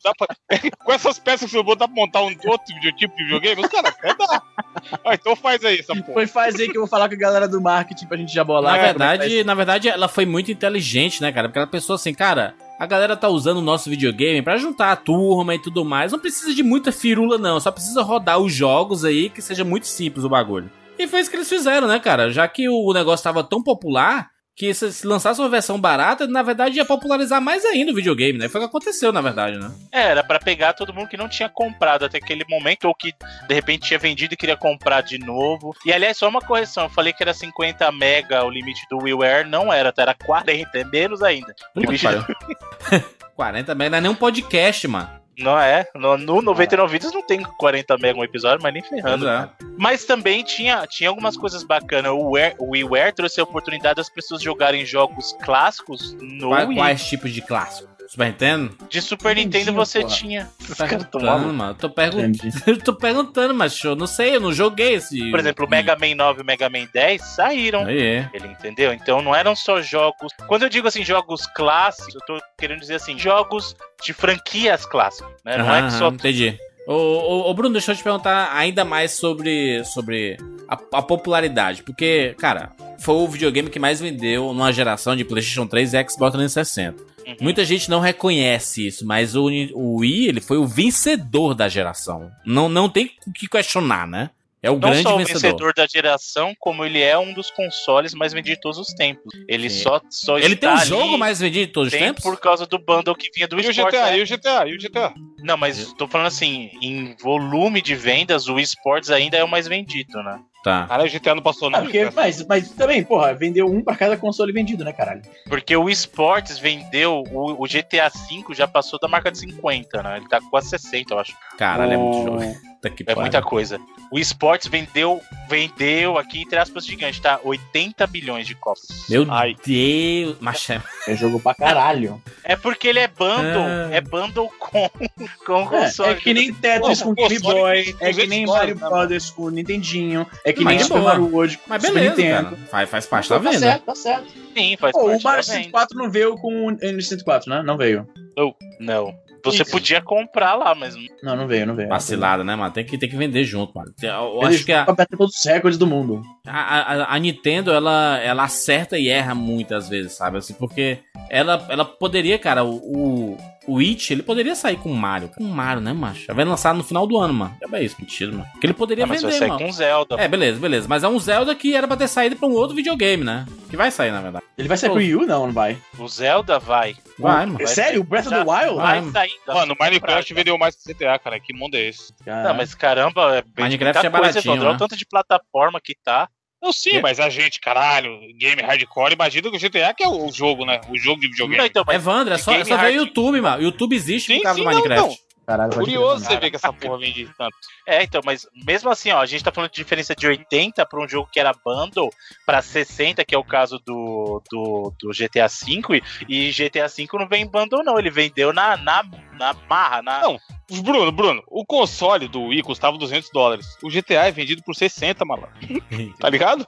Speaker 4: Dá pra... Com essas peças que eu vou dar pra montar um outro tipo de videogame, os caras até dá. Ah, então faz aí essa porra.
Speaker 3: Foi fazer que eu vou falar com a galera do marketing pra gente já bolar.
Speaker 2: Na
Speaker 3: como é que vai
Speaker 2: verdade,
Speaker 3: ser.
Speaker 2: na verdade, ela foi muito inteligente, né, cara? Porque ela pensou assim, cara, a galera tá usando o nosso videogame pra juntar a turma e tudo mais. Não precisa de muita firula, não. Só precisa rodar os jogos aí, que seja muito simples o bagulho. E foi isso que eles fizeram, né, cara? Já que o negócio tava tão popular, que se, se lançasse uma versão barata, na verdade ia popularizar mais ainda o videogame, né? Foi o que aconteceu, na verdade, né?
Speaker 6: É, era pra pegar todo mundo que não tinha comprado até aquele momento, ou que de repente tinha vendido e queria comprar de novo. E aliás, só uma correção, eu falei que era cinquenta mega o limite do WiiWare, não era, tá? Era quarenta, é menos ainda. O limite do...
Speaker 2: quarenta mega não é nem um podcast, mano.
Speaker 6: Não é, no, no noventa e nove vídeos não tem quarenta mega um episódio, mas nem ferrando.
Speaker 2: Pois é.
Speaker 6: Mas também tinha, tinha algumas coisas bacanas. O Wii- o WiiWare trouxe a oportunidade das pessoas jogarem jogos clássicos no
Speaker 2: Quais,
Speaker 6: Wii.
Speaker 2: quais tipos de clássico? Super Nintendo?
Speaker 6: De Super
Speaker 3: Entendi,
Speaker 6: Nintendo você
Speaker 3: porra.
Speaker 6: tinha. Os
Speaker 2: Tá
Speaker 6: caras tão
Speaker 2: perguntando,
Speaker 6: malucos.
Speaker 2: mano. Eu tô, pergun-
Speaker 3: Entendi.
Speaker 2: eu tô perguntando, mas eu não sei, eu não joguei esse.
Speaker 6: Por exemplo, o Mega Man nove e o Mega Man dez saíram.
Speaker 2: Aí.
Speaker 6: Ele entendeu? Então não eram só jogos. Quando eu digo assim, jogos clássicos, eu tô querendo dizer assim, jogos de franquias clássicas, né? Não é que só.
Speaker 2: Entendi. Ô, ô, ô, Bruno, deixa eu te perguntar ainda mais sobre, sobre a, a popularidade. Porque, cara, foi o videogame que mais vendeu numa geração de PlayStation três e Xbox trezentos e sessenta.
Speaker 6: Uhum.
Speaker 2: Muita gente não reconhece isso, mas o, o Wii, ele foi o vencedor da geração. Não, não tem o que questionar, né? É o
Speaker 6: Não
Speaker 2: grande
Speaker 6: só o
Speaker 2: vencedor.
Speaker 6: vencedor da geração, como ele é um dos consoles mais vendidos de todos os tempos. Ele
Speaker 2: Sim.
Speaker 6: só, só
Speaker 2: Ele tem
Speaker 6: está
Speaker 2: o
Speaker 6: ali,
Speaker 2: jogo mais vendido de todos os
Speaker 6: tem
Speaker 2: tempos?
Speaker 6: por causa do bundle que vinha do
Speaker 4: E o
Speaker 6: esporte.
Speaker 4: G T A,
Speaker 6: né?
Speaker 4: e o G T A, e o G T A.
Speaker 6: Não, mas tô falando assim, em volume de vendas, o esportes ainda é o mais vendido, né?
Speaker 2: Tá.
Speaker 4: Caralho, o G T A não passou
Speaker 3: Ah,
Speaker 4: não.
Speaker 3: porque, mas, mas também, porra, vendeu um pra cada console vendido, né, caralho?
Speaker 6: Porque o esportes vendeu, o, o G T A cinco já passou da marca de cinquenta, né? Ele tá com quase sessenta, eu acho.
Speaker 2: Caralho, é muito
Speaker 6: O-
Speaker 2: jogo. Puta que
Speaker 6: É
Speaker 2: pariu.
Speaker 6: muita coisa. O esportes vendeu, vendeu aqui, entre aspas, gigante, tá? oitenta milhões de cópias.
Speaker 2: Meu
Speaker 6: Ai.
Speaker 2: Deus. Mas é-
Speaker 3: É jogo pra caralho.
Speaker 6: É porque ele é bundle,
Speaker 2: Ah.
Speaker 6: é bundle com, com
Speaker 3: É,
Speaker 6: console.
Speaker 3: é que nem Tetris
Speaker 4: Pô,
Speaker 3: com
Speaker 4: pô,
Speaker 3: Game
Speaker 4: Sonic
Speaker 3: Boy,
Speaker 4: com
Speaker 3: é que nem
Speaker 4: duzentos
Speaker 3: Mario
Speaker 4: dólares, né,
Speaker 3: Brothers com Nintendinho, é que
Speaker 2: Mas
Speaker 3: nem
Speaker 2: é
Speaker 3: Super
Speaker 2: boa.
Speaker 3: Mario World com
Speaker 2: Mas
Speaker 3: Super
Speaker 2: beleza,
Speaker 3: Nintendo.
Speaker 2: cara. Faz, faz parte da
Speaker 3: Tá
Speaker 2: venda.
Speaker 3: certo, tá certo.
Speaker 6: Sim, faz
Speaker 3: Pô,
Speaker 6: parte
Speaker 3: o Mario
Speaker 6: da
Speaker 3: sessenta e
Speaker 6: venda.
Speaker 3: quatro não veio com o N sessenta e quatro, né? Não veio.
Speaker 6: Não. Você
Speaker 4: Isso.
Speaker 6: podia comprar lá, mas
Speaker 3: Não, não veio, não veio.
Speaker 2: Vacilada, né, mano? Tem que, tem que vender junto, mano. Eu, eu
Speaker 3: Ele
Speaker 2: acho que a,
Speaker 3: pra bater todos os recordes do mundo.
Speaker 2: a, a, a Nintendo, ela, ela acerta e erra muitas vezes, sabe? Assim, porque ela, ela poderia, cara, o, o, o It, ele poderia sair com o Mario. Com o Mario, né, macho? Vai lançar no final do ano, mano. É isso, mentira, mano. Porque ele poderia
Speaker 6: Ah, mas vai
Speaker 2: vender,
Speaker 6: sair
Speaker 2: mano.
Speaker 6: com Zelda.
Speaker 2: É, beleza, beleza. Mas é um Zelda que era pra ter saído pra um outro videogame, né? Que vai sair, na verdade.
Speaker 3: Ele vai sair
Speaker 2: Pô.
Speaker 3: pro Wii U? Não, não vai.
Speaker 6: O Zelda vai.
Speaker 2: Vai, mano.
Speaker 3: É sério? O Breath of the Wild?
Speaker 6: Vai
Speaker 2: Vai.
Speaker 6: sair. dá
Speaker 4: Mano, o
Speaker 6: pra
Speaker 4: Minecraft
Speaker 6: comprar.
Speaker 4: vendeu mais que G T A, cara. Que mundo é esse?
Speaker 3: Cara,
Speaker 6: Não, mas caramba, é bem
Speaker 2: Minecraft
Speaker 6: muita
Speaker 2: é
Speaker 6: coisa,
Speaker 2: baratinho,
Speaker 6: Evandro. Olha
Speaker 2: né?
Speaker 6: o tanto de plataforma que tá.
Speaker 4: Não, sim,
Speaker 2: Que?
Speaker 4: mas a gente, caralho, game hardcore, imagina que o G T A que é o jogo, né? O jogo de videogame.
Speaker 6: Não, então, mas
Speaker 2: Evandro, é só, é
Speaker 6: game
Speaker 2: só ver o
Speaker 6: hard-
Speaker 2: YouTube, mano. O YouTube existe
Speaker 4: Sim,
Speaker 2: por causa
Speaker 4: sim,
Speaker 2: do
Speaker 4: não,
Speaker 2: Minecraft.
Speaker 4: não.
Speaker 3: caralho, pode
Speaker 4: Curioso
Speaker 3: crer.
Speaker 4: você ver que essa porra vende tanto.
Speaker 6: É, então, mas mesmo assim, ó, a gente tá falando de diferença de oitenta pra um jogo que era bundle pra sessenta, que é o caso do, do, do G T A cinco, e, e G T A cinco não vem em bundle, não. Ele vendeu na, na, na marra, na.
Speaker 4: Não. Bruno, Bruno, o console do Wii custava duzentos dólares. O G T A é vendido por sessenta, malandro. Tá ligado?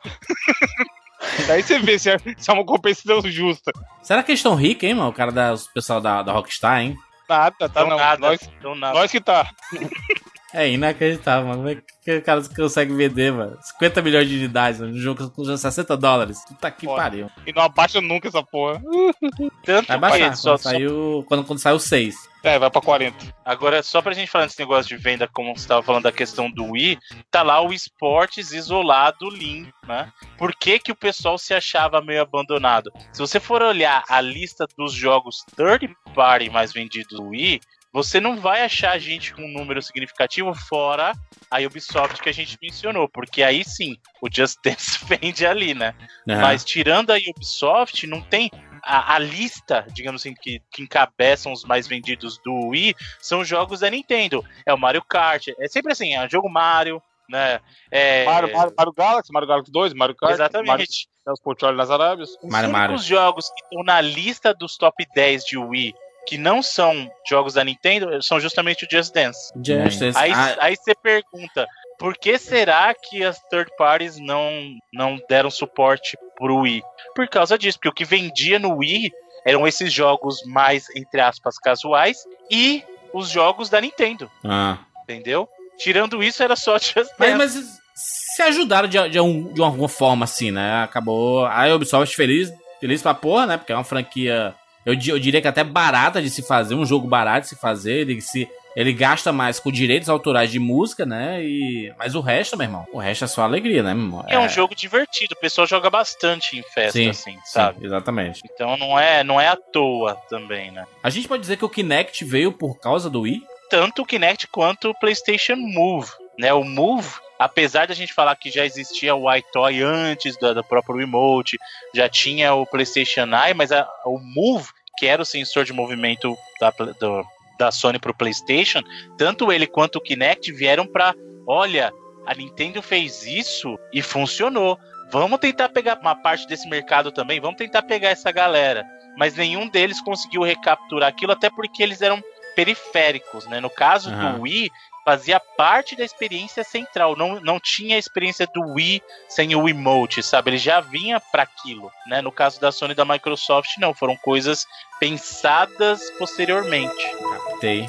Speaker 4: Daí você vê se é, se é uma compensação justa.
Speaker 2: Será que eles estão ricos, hein, mano? O cara da, o pessoal da, da Rockstar, hein?
Speaker 4: Nada, tá
Speaker 6: Então
Speaker 4: não.
Speaker 6: nada,
Speaker 4: Nós,
Speaker 6: então nada.
Speaker 4: nós que tá.
Speaker 2: É inacreditável, mano. Como é que o cara consegue vender, mano? cinquenta milhões de unidades no jogo com sessenta dólares. Puta que
Speaker 4: Foda.
Speaker 2: pariu.
Speaker 4: E não abaixa nunca essa porra.
Speaker 6: Tanto
Speaker 2: Vai baixar
Speaker 6: que só,
Speaker 2: quando
Speaker 6: só-
Speaker 2: saiu, quando, quando saiu o seis.
Speaker 4: É, vai pra quarenta.
Speaker 6: Agora, só pra gente falar desse negócio de venda, como você tava falando da questão do Wii, tá lá o esportes isolado, limpo, né? Por que que o pessoal se achava meio abandonado? Se você for olhar a lista dos jogos third party mais vendidos do Wii, você não vai achar gente com um número significativo fora a Ubisoft que a gente mencionou, porque aí sim, o Just Dance vende ali, né?
Speaker 2: Aham.
Speaker 6: Mas tirando a Ubisoft, não tem a, a lista, digamos assim, que, que encabeçam os mais vendidos do Wii, são jogos da Nintendo. É o Mario Kart, é sempre assim, é o jogo Mario, né? É,
Speaker 4: Mario, Mario, Mario Galaxy, Mario Galaxy dois, Mario Kart, Mario,
Speaker 6: exatamente.
Speaker 4: os portfólios nas Arábias.
Speaker 6: Os
Speaker 2: Mario,
Speaker 6: únicos
Speaker 2: Mario.
Speaker 6: jogos que estão na lista dos top dez de Wii que não são jogos da Nintendo são justamente o Just Dance.
Speaker 2: Justice.
Speaker 6: Aí,
Speaker 2: Ah,
Speaker 6: aí você pergunta, por que será que as third parties não, não deram suporte pro Wii? Por causa disso, porque o que vendia no Wii eram esses jogos mais, entre aspas, casuais, e os jogos da Nintendo.
Speaker 2: Ah.
Speaker 6: Entendeu? Tirando isso, era só Just Dance.
Speaker 2: Mas, mas se ajudaram de, de, um, de alguma forma, assim, né? Acabou. A Ubisoft feliz, feliz pra porra, né? Porque é uma franquia, eu, eu diria que até barata de se fazer, um jogo barato de se fazer. Ele, se, ele gasta mais com direitos autorais de música, né? E, mas o resto, meu irmão, o resto é só alegria, né, meu irmão?
Speaker 6: É, é um jogo divertido, o pessoal joga bastante em festa,
Speaker 2: sim,
Speaker 6: assim, sabe?
Speaker 2: Sim, exatamente.
Speaker 6: Então não é, não é à toa também, né?
Speaker 2: A gente pode dizer que o Kinect veio por causa do Wii?
Speaker 6: Tanto o Kinect quanto o PlayStation Move, né? O Move, apesar de a gente falar que já existia o iToy antes do, do próprio Remote, já tinha o PlayStation Eye, mas a, o Move, que era o sensor de movimento da, do, da Sony pro PlayStation, tanto ele quanto o Kinect vieram pra, olha, a Nintendo fez isso e funcionou. Vamos tentar pegar uma parte desse mercado também, vamos tentar pegar essa galera. Mas nenhum deles conseguiu recapturar aquilo, até porque eles eram periféricos, né? No caso uhum. do Wii, fazia parte da experiência central, não, não tinha a experiência do Wii sem o Wiimote, sabe? Ele já vinha para aquilo, né? No caso da Sony e da Microsoft, não, foram coisas pensadas posteriormente.
Speaker 2: Captei.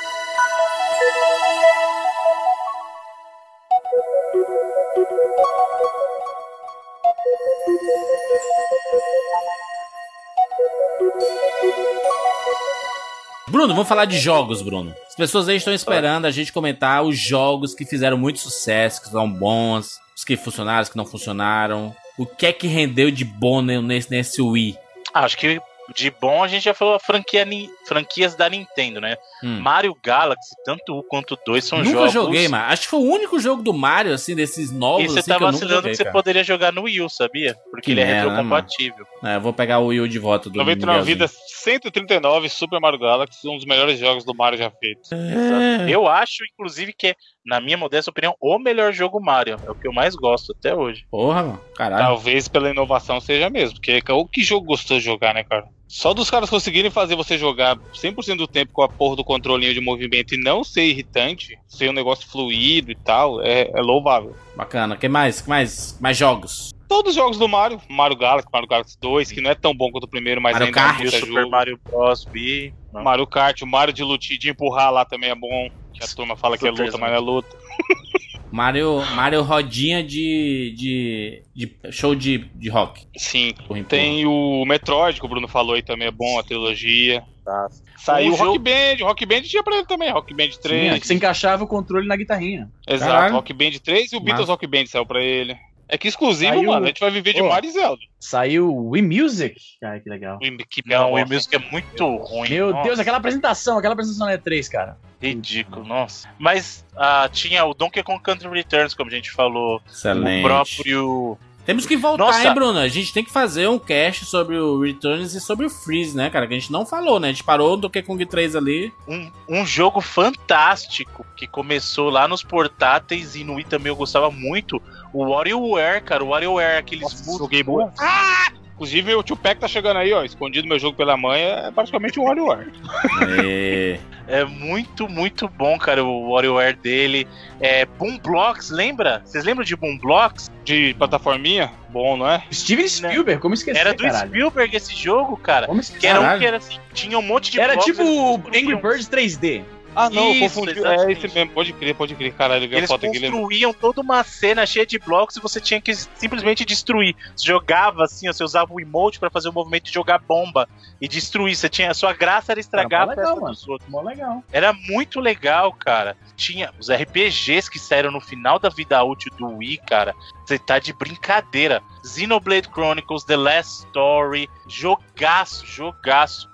Speaker 2: Bruno, vamos falar de jogos, Bruno. As pessoas aí estão esperando a gente comentar os jogos que fizeram muito sucesso, que são bons, os que funcionaram, os que não funcionaram. O que é que rendeu de bom nesse, nesse Wii?
Speaker 6: Ah, acho que de bom a gente já falou a franquia, franquias da Nintendo, né? Hum. Mario Galaxy, tanto o um quanto o dois são
Speaker 2: nunca
Speaker 6: jogos...
Speaker 2: Nunca joguei, mas acho que foi o único jogo do Mario, assim, desses novos,
Speaker 6: e você
Speaker 2: assim,
Speaker 6: tá
Speaker 2: que eu nunca
Speaker 6: vacilando
Speaker 2: joguei,
Speaker 6: que você
Speaker 2: cara.
Speaker 6: poderia jogar no Wii U, sabia? Porque
Speaker 2: que
Speaker 6: ele é
Speaker 2: merda,
Speaker 6: retrocompatível.
Speaker 2: Né, é, eu vou pegar o Wii U de volta do
Speaker 4: noventa e nove vidas, cento e trinta e nove, Super Mario Galaxy, um dos melhores jogos do Mario já feitos.
Speaker 6: É. Eu acho, inclusive, que é, na minha modesta opinião, o melhor jogo Mario. É o que eu mais gosto até hoje.
Speaker 2: Porra, mano, caralho.
Speaker 4: Talvez pela inovação seja mesmo, porque o que jogo gostoso de jogar, né, cara? Só dos caras conseguirem fazer você jogar cem por cento do tempo com a porra do controlinho de movimento e não ser irritante, ser um negócio fluido e tal, é, é louvável.
Speaker 2: Bacana. O que mais? Que mais? Mais jogos?
Speaker 4: Todos os jogos do Mario, Mario Galaxy, Mario Galaxy dois, que não é tão bom quanto o primeiro, mas
Speaker 2: Mario
Speaker 4: ainda
Speaker 2: Kart,
Speaker 4: é um
Speaker 6: Super
Speaker 4: jogo.
Speaker 6: Mario Bros. B. Não.
Speaker 4: Mario Kart, o Mario de luta, de empurrar lá também é bom, que a turma fala que é luta, mas não é luta.
Speaker 2: Mario, Mario rodinha de, de, de show de, de rock.
Speaker 4: Sim, tem o Metroid, que o Bruno falou aí, também é bom, a trilogia.
Speaker 6: Tá.
Speaker 4: Saiu o
Speaker 6: jogo...
Speaker 4: Rock Band, o Rock Band tinha pra ele também, Rock Band três.
Speaker 3: Sim, é que você encaixava o controle na guitarrinha.
Speaker 4: Exato,
Speaker 2: Caralho.
Speaker 4: Rock Band três e o Beatles
Speaker 2: Massa.
Speaker 4: Rock Band saiu pra ele. É que exclusivo,
Speaker 3: Saiu...
Speaker 4: mano, a gente vai viver de
Speaker 3: oh,
Speaker 4: Mario e Zelda.
Speaker 3: Saiu o Wii Music. Cara, que legal.
Speaker 4: Que
Speaker 6: Não, o
Speaker 4: bosta.
Speaker 6: Wii Music é muito ruim.
Speaker 3: Meu
Speaker 6: Nossa.
Speaker 3: Deus, aquela apresentação, aquela apresentação na E três, cara.
Speaker 6: Ridículo, nossa. Mas ah, tinha o Donkey Kong Country Returns, como a gente falou.
Speaker 2: Excelente.
Speaker 6: O próprio...
Speaker 2: Temos que voltar,
Speaker 6: Nossa.
Speaker 2: hein, Bruno? A gente tem que fazer um cast sobre o Returns e sobre o Freeze, né, cara? Que a gente não falou, né? A gente parou do Donkey Kong três ali.
Speaker 6: Um, um jogo fantástico que começou lá nos portáteis e no Wii também eu gostava muito. O WarioWare, cara. O WarioWare, aqueles
Speaker 4: Nossa, joguei bom.
Speaker 6: Ah!
Speaker 4: Inclusive o Tupac tá chegando aí, ó. Escondido meu jogo pela mãe, é praticamente um WarioWare.
Speaker 2: É.
Speaker 6: É muito, muito bom, cara, o WarioWare dele. É, Boom Blocks, lembra? Vocês lembram de Boom Blocks?
Speaker 4: De plataforminha? Bom, não é?
Speaker 3: Steven Spielberg, como esquecer,
Speaker 6: Era do
Speaker 3: caralho.
Speaker 6: Spielberg esse jogo, cara.
Speaker 3: Como esquecer?
Speaker 6: Que era um
Speaker 2: Caralho.
Speaker 6: que era assim, tinha um monte de
Speaker 3: Era
Speaker 6: blocos,
Speaker 3: tipo
Speaker 6: eles
Speaker 3: o
Speaker 6: construíam-
Speaker 3: Angry Birds três D.
Speaker 4: Ah, não, eu
Speaker 6: Isso,
Speaker 4: confundi. É
Speaker 6: exatamente.
Speaker 4: esse mesmo, pode crer, pode crer. Caralho, eu vi a
Speaker 6: Eles
Speaker 4: foto aqui. lembra?
Speaker 6: construíam toda uma cena cheia de blocos e você tinha que simplesmente destruir. Você jogava assim, ó, você usava o emote pra fazer o movimento de jogar bomba e destruir. Você tinha, a sua graça era estragar
Speaker 3: Cara,
Speaker 6: a
Speaker 3: mó legal,
Speaker 6: festa
Speaker 3: mano.
Speaker 6: dos outros.
Speaker 3: Mó legal.
Speaker 6: Era muito legal, cara. Tinha os R P Gs que saíram no final da vida útil do Wii, cara. Você tá de brincadeira. Xenoblade Chronicles, The Last Story, jogaço, jogaço.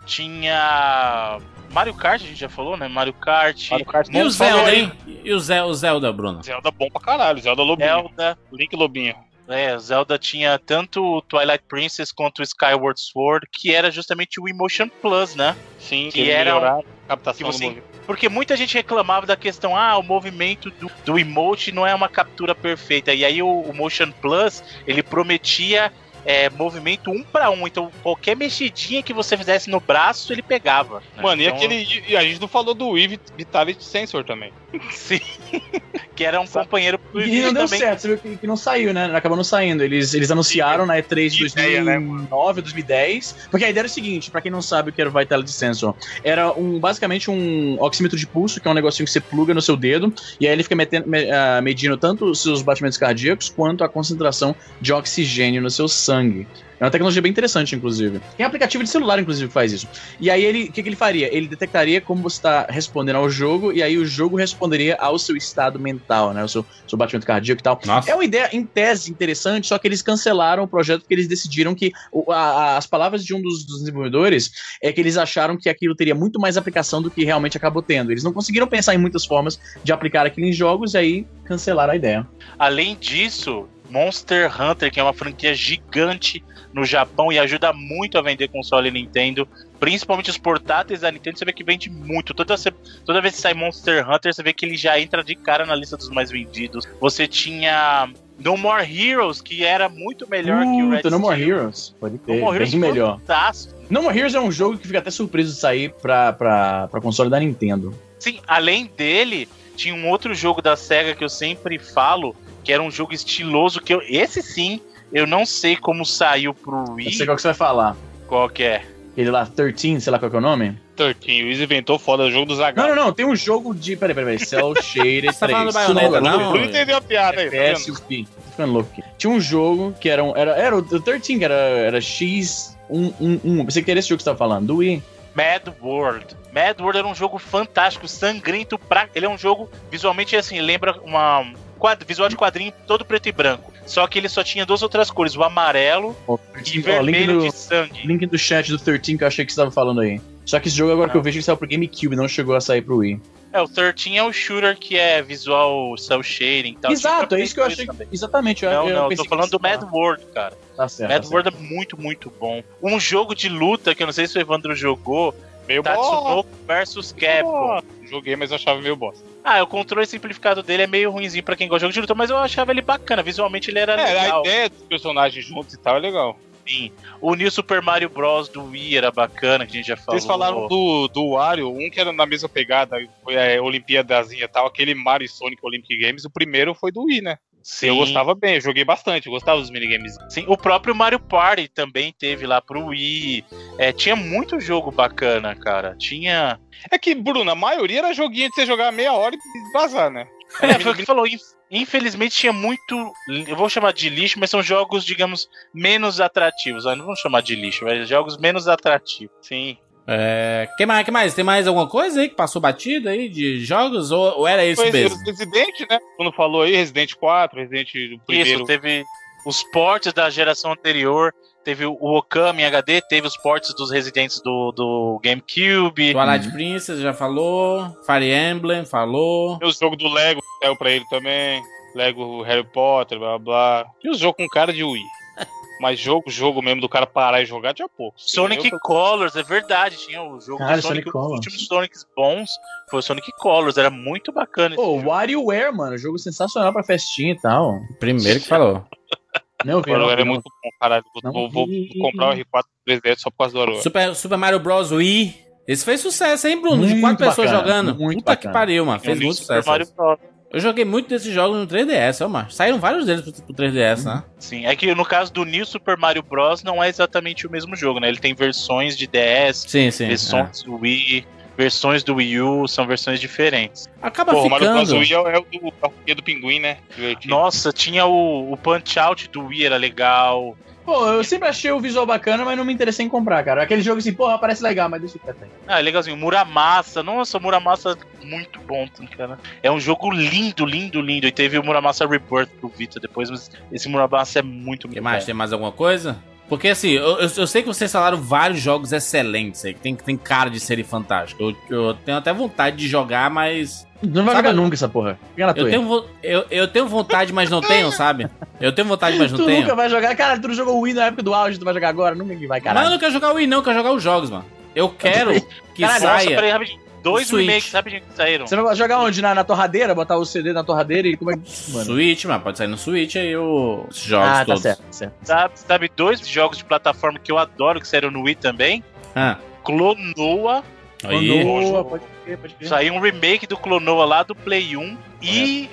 Speaker 6: Tinha Mario Kart, a gente já falou, né? Mario Kart.
Speaker 4: Mario Kart
Speaker 2: E
Speaker 4: não
Speaker 2: o
Speaker 4: falou
Speaker 2: Zelda,
Speaker 4: aí.
Speaker 2: hein? E o Zelda, o Zelda, Bruno?
Speaker 4: Zelda bom pra caralho, Zelda Lobinho.
Speaker 6: Zelda.
Speaker 4: Link Lobinho.
Speaker 6: É, o Zelda tinha tanto o Twilight Princess quanto o Skyward Sword, que era justamente o Emotion Plus, né?
Speaker 4: Sim,
Speaker 6: Que
Speaker 4: eles
Speaker 6: era um-
Speaker 4: melhoraram a
Speaker 6: Que
Speaker 4: captação
Speaker 6: você-
Speaker 4: do movimento.
Speaker 6: Porque muita gente reclamava da questão, ah, o movimento do, do emote não é uma captura perfeita. E aí o, o Motion Plus, ele prometia é, movimento um pra um. Então qualquer mexidinha que você fizesse no braço, ele pegava. né?
Speaker 4: Mano, e
Speaker 6: Então,
Speaker 4: aquele. E a gente não falou do Wii Vitality Sensor também.
Speaker 6: Sim. Que era um companheiro pro
Speaker 3: E não deu
Speaker 6: também.
Speaker 3: certo, você viu que, que não saiu, né? Acabou não saindo. Eles, eles anunciaram na E três de
Speaker 4: Que ideia, né,
Speaker 3: dois mil e nove, dois mil e dez. Porque a ideia era o seguinte, pra quem não sabe o que era o Vitality Sensor, era um, basicamente um oxímetro de pulso, que é um negocinho que você pluga no seu dedo, e aí ele fica metendo, me, uh, medindo tanto os seus batimentos cardíacos, quanto a concentração de oxigênio no seu sangue. É uma tecnologia bem interessante, inclusive. Tem aplicativo de celular, inclusive, que faz isso. E aí, ele, o que, que ele faria? Ele detectaria como você está respondendo ao jogo, e aí o jogo responderia ao seu estado mental, né? O seu, seu batimento cardíaco e tal.
Speaker 2: Nossa.
Speaker 3: É uma ideia, em tese, interessante, só que eles cancelaram o projeto porque eles decidiram que o, a, a, as palavras de um dos, dos desenvolvedores é que eles acharam que aquilo teria muito mais aplicação do que realmente acabou tendo. Eles não conseguiram pensar em muitas formas de aplicar aquilo em jogos, e aí cancelaram a ideia.
Speaker 6: Além disso, Monster Hunter, que é uma franquia gigante no Japão e ajuda muito a vender console Nintendo, principalmente os portáteis da Nintendo, você vê que vende muito. Toda, toda vez que sai Monster Hunter, você vê que ele já entra de cara na lista dos mais vendidos. Você tinha No More Heroes, que era muito melhor
Speaker 3: uh,
Speaker 6: que o Red
Speaker 3: No More
Speaker 6: Steel.
Speaker 3: Heroes, pode ter,
Speaker 6: No More Heroes
Speaker 3: bem melhor.
Speaker 6: Fantástico.
Speaker 3: No More Heroes é um jogo que fica até surpreso de sair pra, pra, pra console da Nintendo.
Speaker 6: Sim, além dele, tinha um outro jogo da SEGA que eu sempre falo, que era um jogo estiloso, que eu, esse sim, eu não sei como saiu pro Wii.
Speaker 3: Eu sei qual que você vai falar.
Speaker 6: Qual que é?
Speaker 3: Aquele lá, treze, sei lá qual que é o nome.
Speaker 4: treze, o Wiz inventou foda o jogo do Zagal.
Speaker 3: Não, não, não, tem um jogo de... Peraí, peraí, peraí. Cell Shaded
Speaker 2: Você tá falando
Speaker 3: três.
Speaker 2: do Bayonetta,
Speaker 3: Não,
Speaker 2: não?
Speaker 4: Não entendeu a piada aí, tá
Speaker 3: F P S
Speaker 4: vendo?
Speaker 3: U P. Tô ficando louco aqui. Tinha um jogo que era um... Era, era o treze, que era, era X um um um. Pensei que era esse jogo que você tava falando, do Wii.
Speaker 6: Mad World. Mad World era um jogo fantástico, sangrento pra... Ele é um jogo, visualmente, assim, lembra uma... Quadro, visual de quadrinho todo preto e branco. Só que ele só tinha duas outras cores, o amarelo
Speaker 3: Oh,
Speaker 6: e
Speaker 3: ó,
Speaker 6: vermelho
Speaker 3: link do,
Speaker 6: de sangue.
Speaker 3: link do chat do treze que eu achei que você tava falando aí. Só que esse jogo agora
Speaker 6: Não.
Speaker 3: que eu vejo que saiu pro GameCube, não chegou a sair pro Wii.
Speaker 6: É, o treze é o shooter que é visual cell shading e tal.
Speaker 3: Exato,
Speaker 6: Tinha
Speaker 3: é isso que eu
Speaker 6: pra
Speaker 3: achei.
Speaker 6: também.
Speaker 3: Exatamente. Eu,
Speaker 6: Não,
Speaker 3: eu
Speaker 6: não, eu
Speaker 3: pensei
Speaker 6: tô
Speaker 3: que
Speaker 6: falando
Speaker 3: você
Speaker 6: do Mad
Speaker 3: tava-
Speaker 6: World, cara.
Speaker 3: Tá certo.
Speaker 6: Mad
Speaker 3: tá
Speaker 6: World é muito, muito bom. Um jogo de luta que eu não sei se o Evandro jogou,
Speaker 4: Meio bosta.
Speaker 6: Tatsunoko versus Capcom.
Speaker 4: Joguei, mas eu achava meio bosta.
Speaker 6: Ah, o controle simplificado dele é meio ruinzinho pra quem gosta de jogo de luta, mas eu achava ele bacana. Visualmente ele era
Speaker 4: É, a
Speaker 6: legal.
Speaker 4: ideia dos personagens juntos e tal é legal.
Speaker 6: Sim. O New Super Mario Bros. Do Wii era bacana, que a gente já falou.
Speaker 4: Vocês falaram do, do Wario, um que era na mesma pegada, foi a Olimpíadazinha e tal, aquele Mario e Sonic Olympic Games, o primeiro foi do Wii, né?
Speaker 6: Sim.
Speaker 4: Eu gostava bem, eu joguei bastante, eu gostava dos minigames.
Speaker 6: Sim, o próprio Mario Party também teve lá pro Wii. É, tinha muito jogo bacana, cara. Tinha.
Speaker 4: É que, Bruno, a maioria era joguinho de você jogar meia hora e vazar, né?
Speaker 6: É, foi o que falou. inf- Infelizmente tinha muito. Eu vou chamar de lixo, mas são jogos, digamos, menos atrativos. Ah, não vamos chamar de lixo, mas jogos menos atrativos.
Speaker 4: Sim.
Speaker 2: É, que mais, que mais? Tem mais alguma coisa aí que passou batida aí de jogos? Ou, ou era isso
Speaker 4: Foi
Speaker 2: mesmo?
Speaker 4: Resident, né? Quando falou aí, Resident quatro, Resident o primeiro.
Speaker 6: Isso, teve os ports da geração anterior. Teve o Okami em H D, teve os ports dos Residentes do, do GameCube.
Speaker 2: Twilight Princess já falou. Fire Emblem falou.
Speaker 4: Tem os jogos do Lego, saiu pra ele também. Lego Harry Potter, blá blá. E os jogos com cara de Wii. Mas jogo, jogo mesmo do cara parar e jogar tinha poucos.
Speaker 6: Sonic
Speaker 4: Eu-
Speaker 6: Colors, é verdade, tinha o jogo
Speaker 3: Cara,
Speaker 6: do Sonic,
Speaker 3: Sonic Colors.
Speaker 6: os últimos Sonics bons foi o Sonic Colors, era muito bacana. esse
Speaker 3: Pô,
Speaker 6: jogo.
Speaker 3: WarioWare, mano, jogo sensacional pra festinha e tal.
Speaker 2: Primeiro que falou.
Speaker 3: Não, vi,
Speaker 4: O
Speaker 3: não,
Speaker 4: WarioWare
Speaker 3: vi,
Speaker 4: é
Speaker 3: não.
Speaker 4: muito bom, caralho.
Speaker 3: Não
Speaker 4: Vou, vou
Speaker 3: vi.
Speaker 4: comprar o R quatro três D S só por causa do WarioWare.
Speaker 2: Super, Super Mario Bros. Wii. Esse fez sucesso, hein, Bruno? De
Speaker 3: Muito
Speaker 2: quatro pessoas
Speaker 3: bacana,
Speaker 2: jogando.
Speaker 3: muito
Speaker 2: Puta
Speaker 3: bacana.
Speaker 2: que pariu, mano.
Speaker 6: Tinha
Speaker 2: Fez
Speaker 6: o New
Speaker 2: muito
Speaker 6: Super
Speaker 2: sucesso.
Speaker 6: Mario Bros.
Speaker 2: Eu joguei muito desses jogos no três D S, ó, mano. Saíram vários deles pro, pro três D S, né?
Speaker 6: Sim, é que no caso do New Super Mario Bros. Não é exatamente o mesmo jogo, né? Ele tem versões de D S,
Speaker 2: Sim, sim. é.
Speaker 6: versões do Wii, versões do Wii U, são versões diferentes.
Speaker 2: Acaba
Speaker 4: Pô, o Mario Bros.
Speaker 2: ficando.
Speaker 4: Wii é o, é o do, é o que é do pinguim, né? Divertido.
Speaker 6: Nossa, tinha o, o Punch-Out do Wii, era legal.
Speaker 3: Pô, eu sempre achei o visual bacana, mas não me interessei em comprar, cara. Aquele jogo assim, porra, parece legal, mas deixa eu ficar.
Speaker 6: Ah, é legalzinho. Muramasa, nossa, o Muramasa muito bom, cara. É um jogo lindo, lindo, lindo. E teve o Muramasa Rebirth pro Vita depois, mas esse Muramasa é muito,
Speaker 2: O
Speaker 6: muito
Speaker 2: que mais?
Speaker 6: bom.
Speaker 2: Tem mais alguma coisa? Porque assim, eu, eu, eu sei que vocês falaram vários jogos excelentes aí, que tem, que tem cara de serem fantásticos. Eu, eu tenho até vontade de jogar, mas.
Speaker 3: Não vai
Speaker 2: Sabe-
Speaker 3: jogar nunca essa porra. Fica na tua.
Speaker 2: Eu tenho, vo- eu, eu tenho vontade, mas não tenho, sabe? Eu tenho vontade, mas não
Speaker 3: Tu
Speaker 2: tenho.
Speaker 3: nunca vai jogar. Cara, tu não jogou o Wii na época do auge, tu vai jogar agora? Nunca que vai,
Speaker 2: Mas eu
Speaker 3: caralho.
Speaker 2: não quero jogar o Wii, não, eu quero jogar os jogos, mano. Eu quero que
Speaker 6: Caralho, nossa,
Speaker 2: saia.
Speaker 6: peraí, rapidinho. Dois
Speaker 2: Switch.
Speaker 6: remakes, rapidinho, que saíram.
Speaker 3: Você vai jogar onde? Na, na torradeira? Botar o C D na torradeira e como é que... Mano.
Speaker 2: Switch, mano, pode sair no Switch aí o- os jogos
Speaker 3: Ah, tá
Speaker 2: todos.
Speaker 3: certo, tá certo.
Speaker 6: Sabe, sabe dois jogos de plataforma que eu adoro, que saíram no Wii também?
Speaker 2: Ah,
Speaker 6: Clonoa
Speaker 2: Aí.
Speaker 3: Clonoa, pode crer, pode crer.
Speaker 6: Saiu um remake do Clonoa lá do Play um e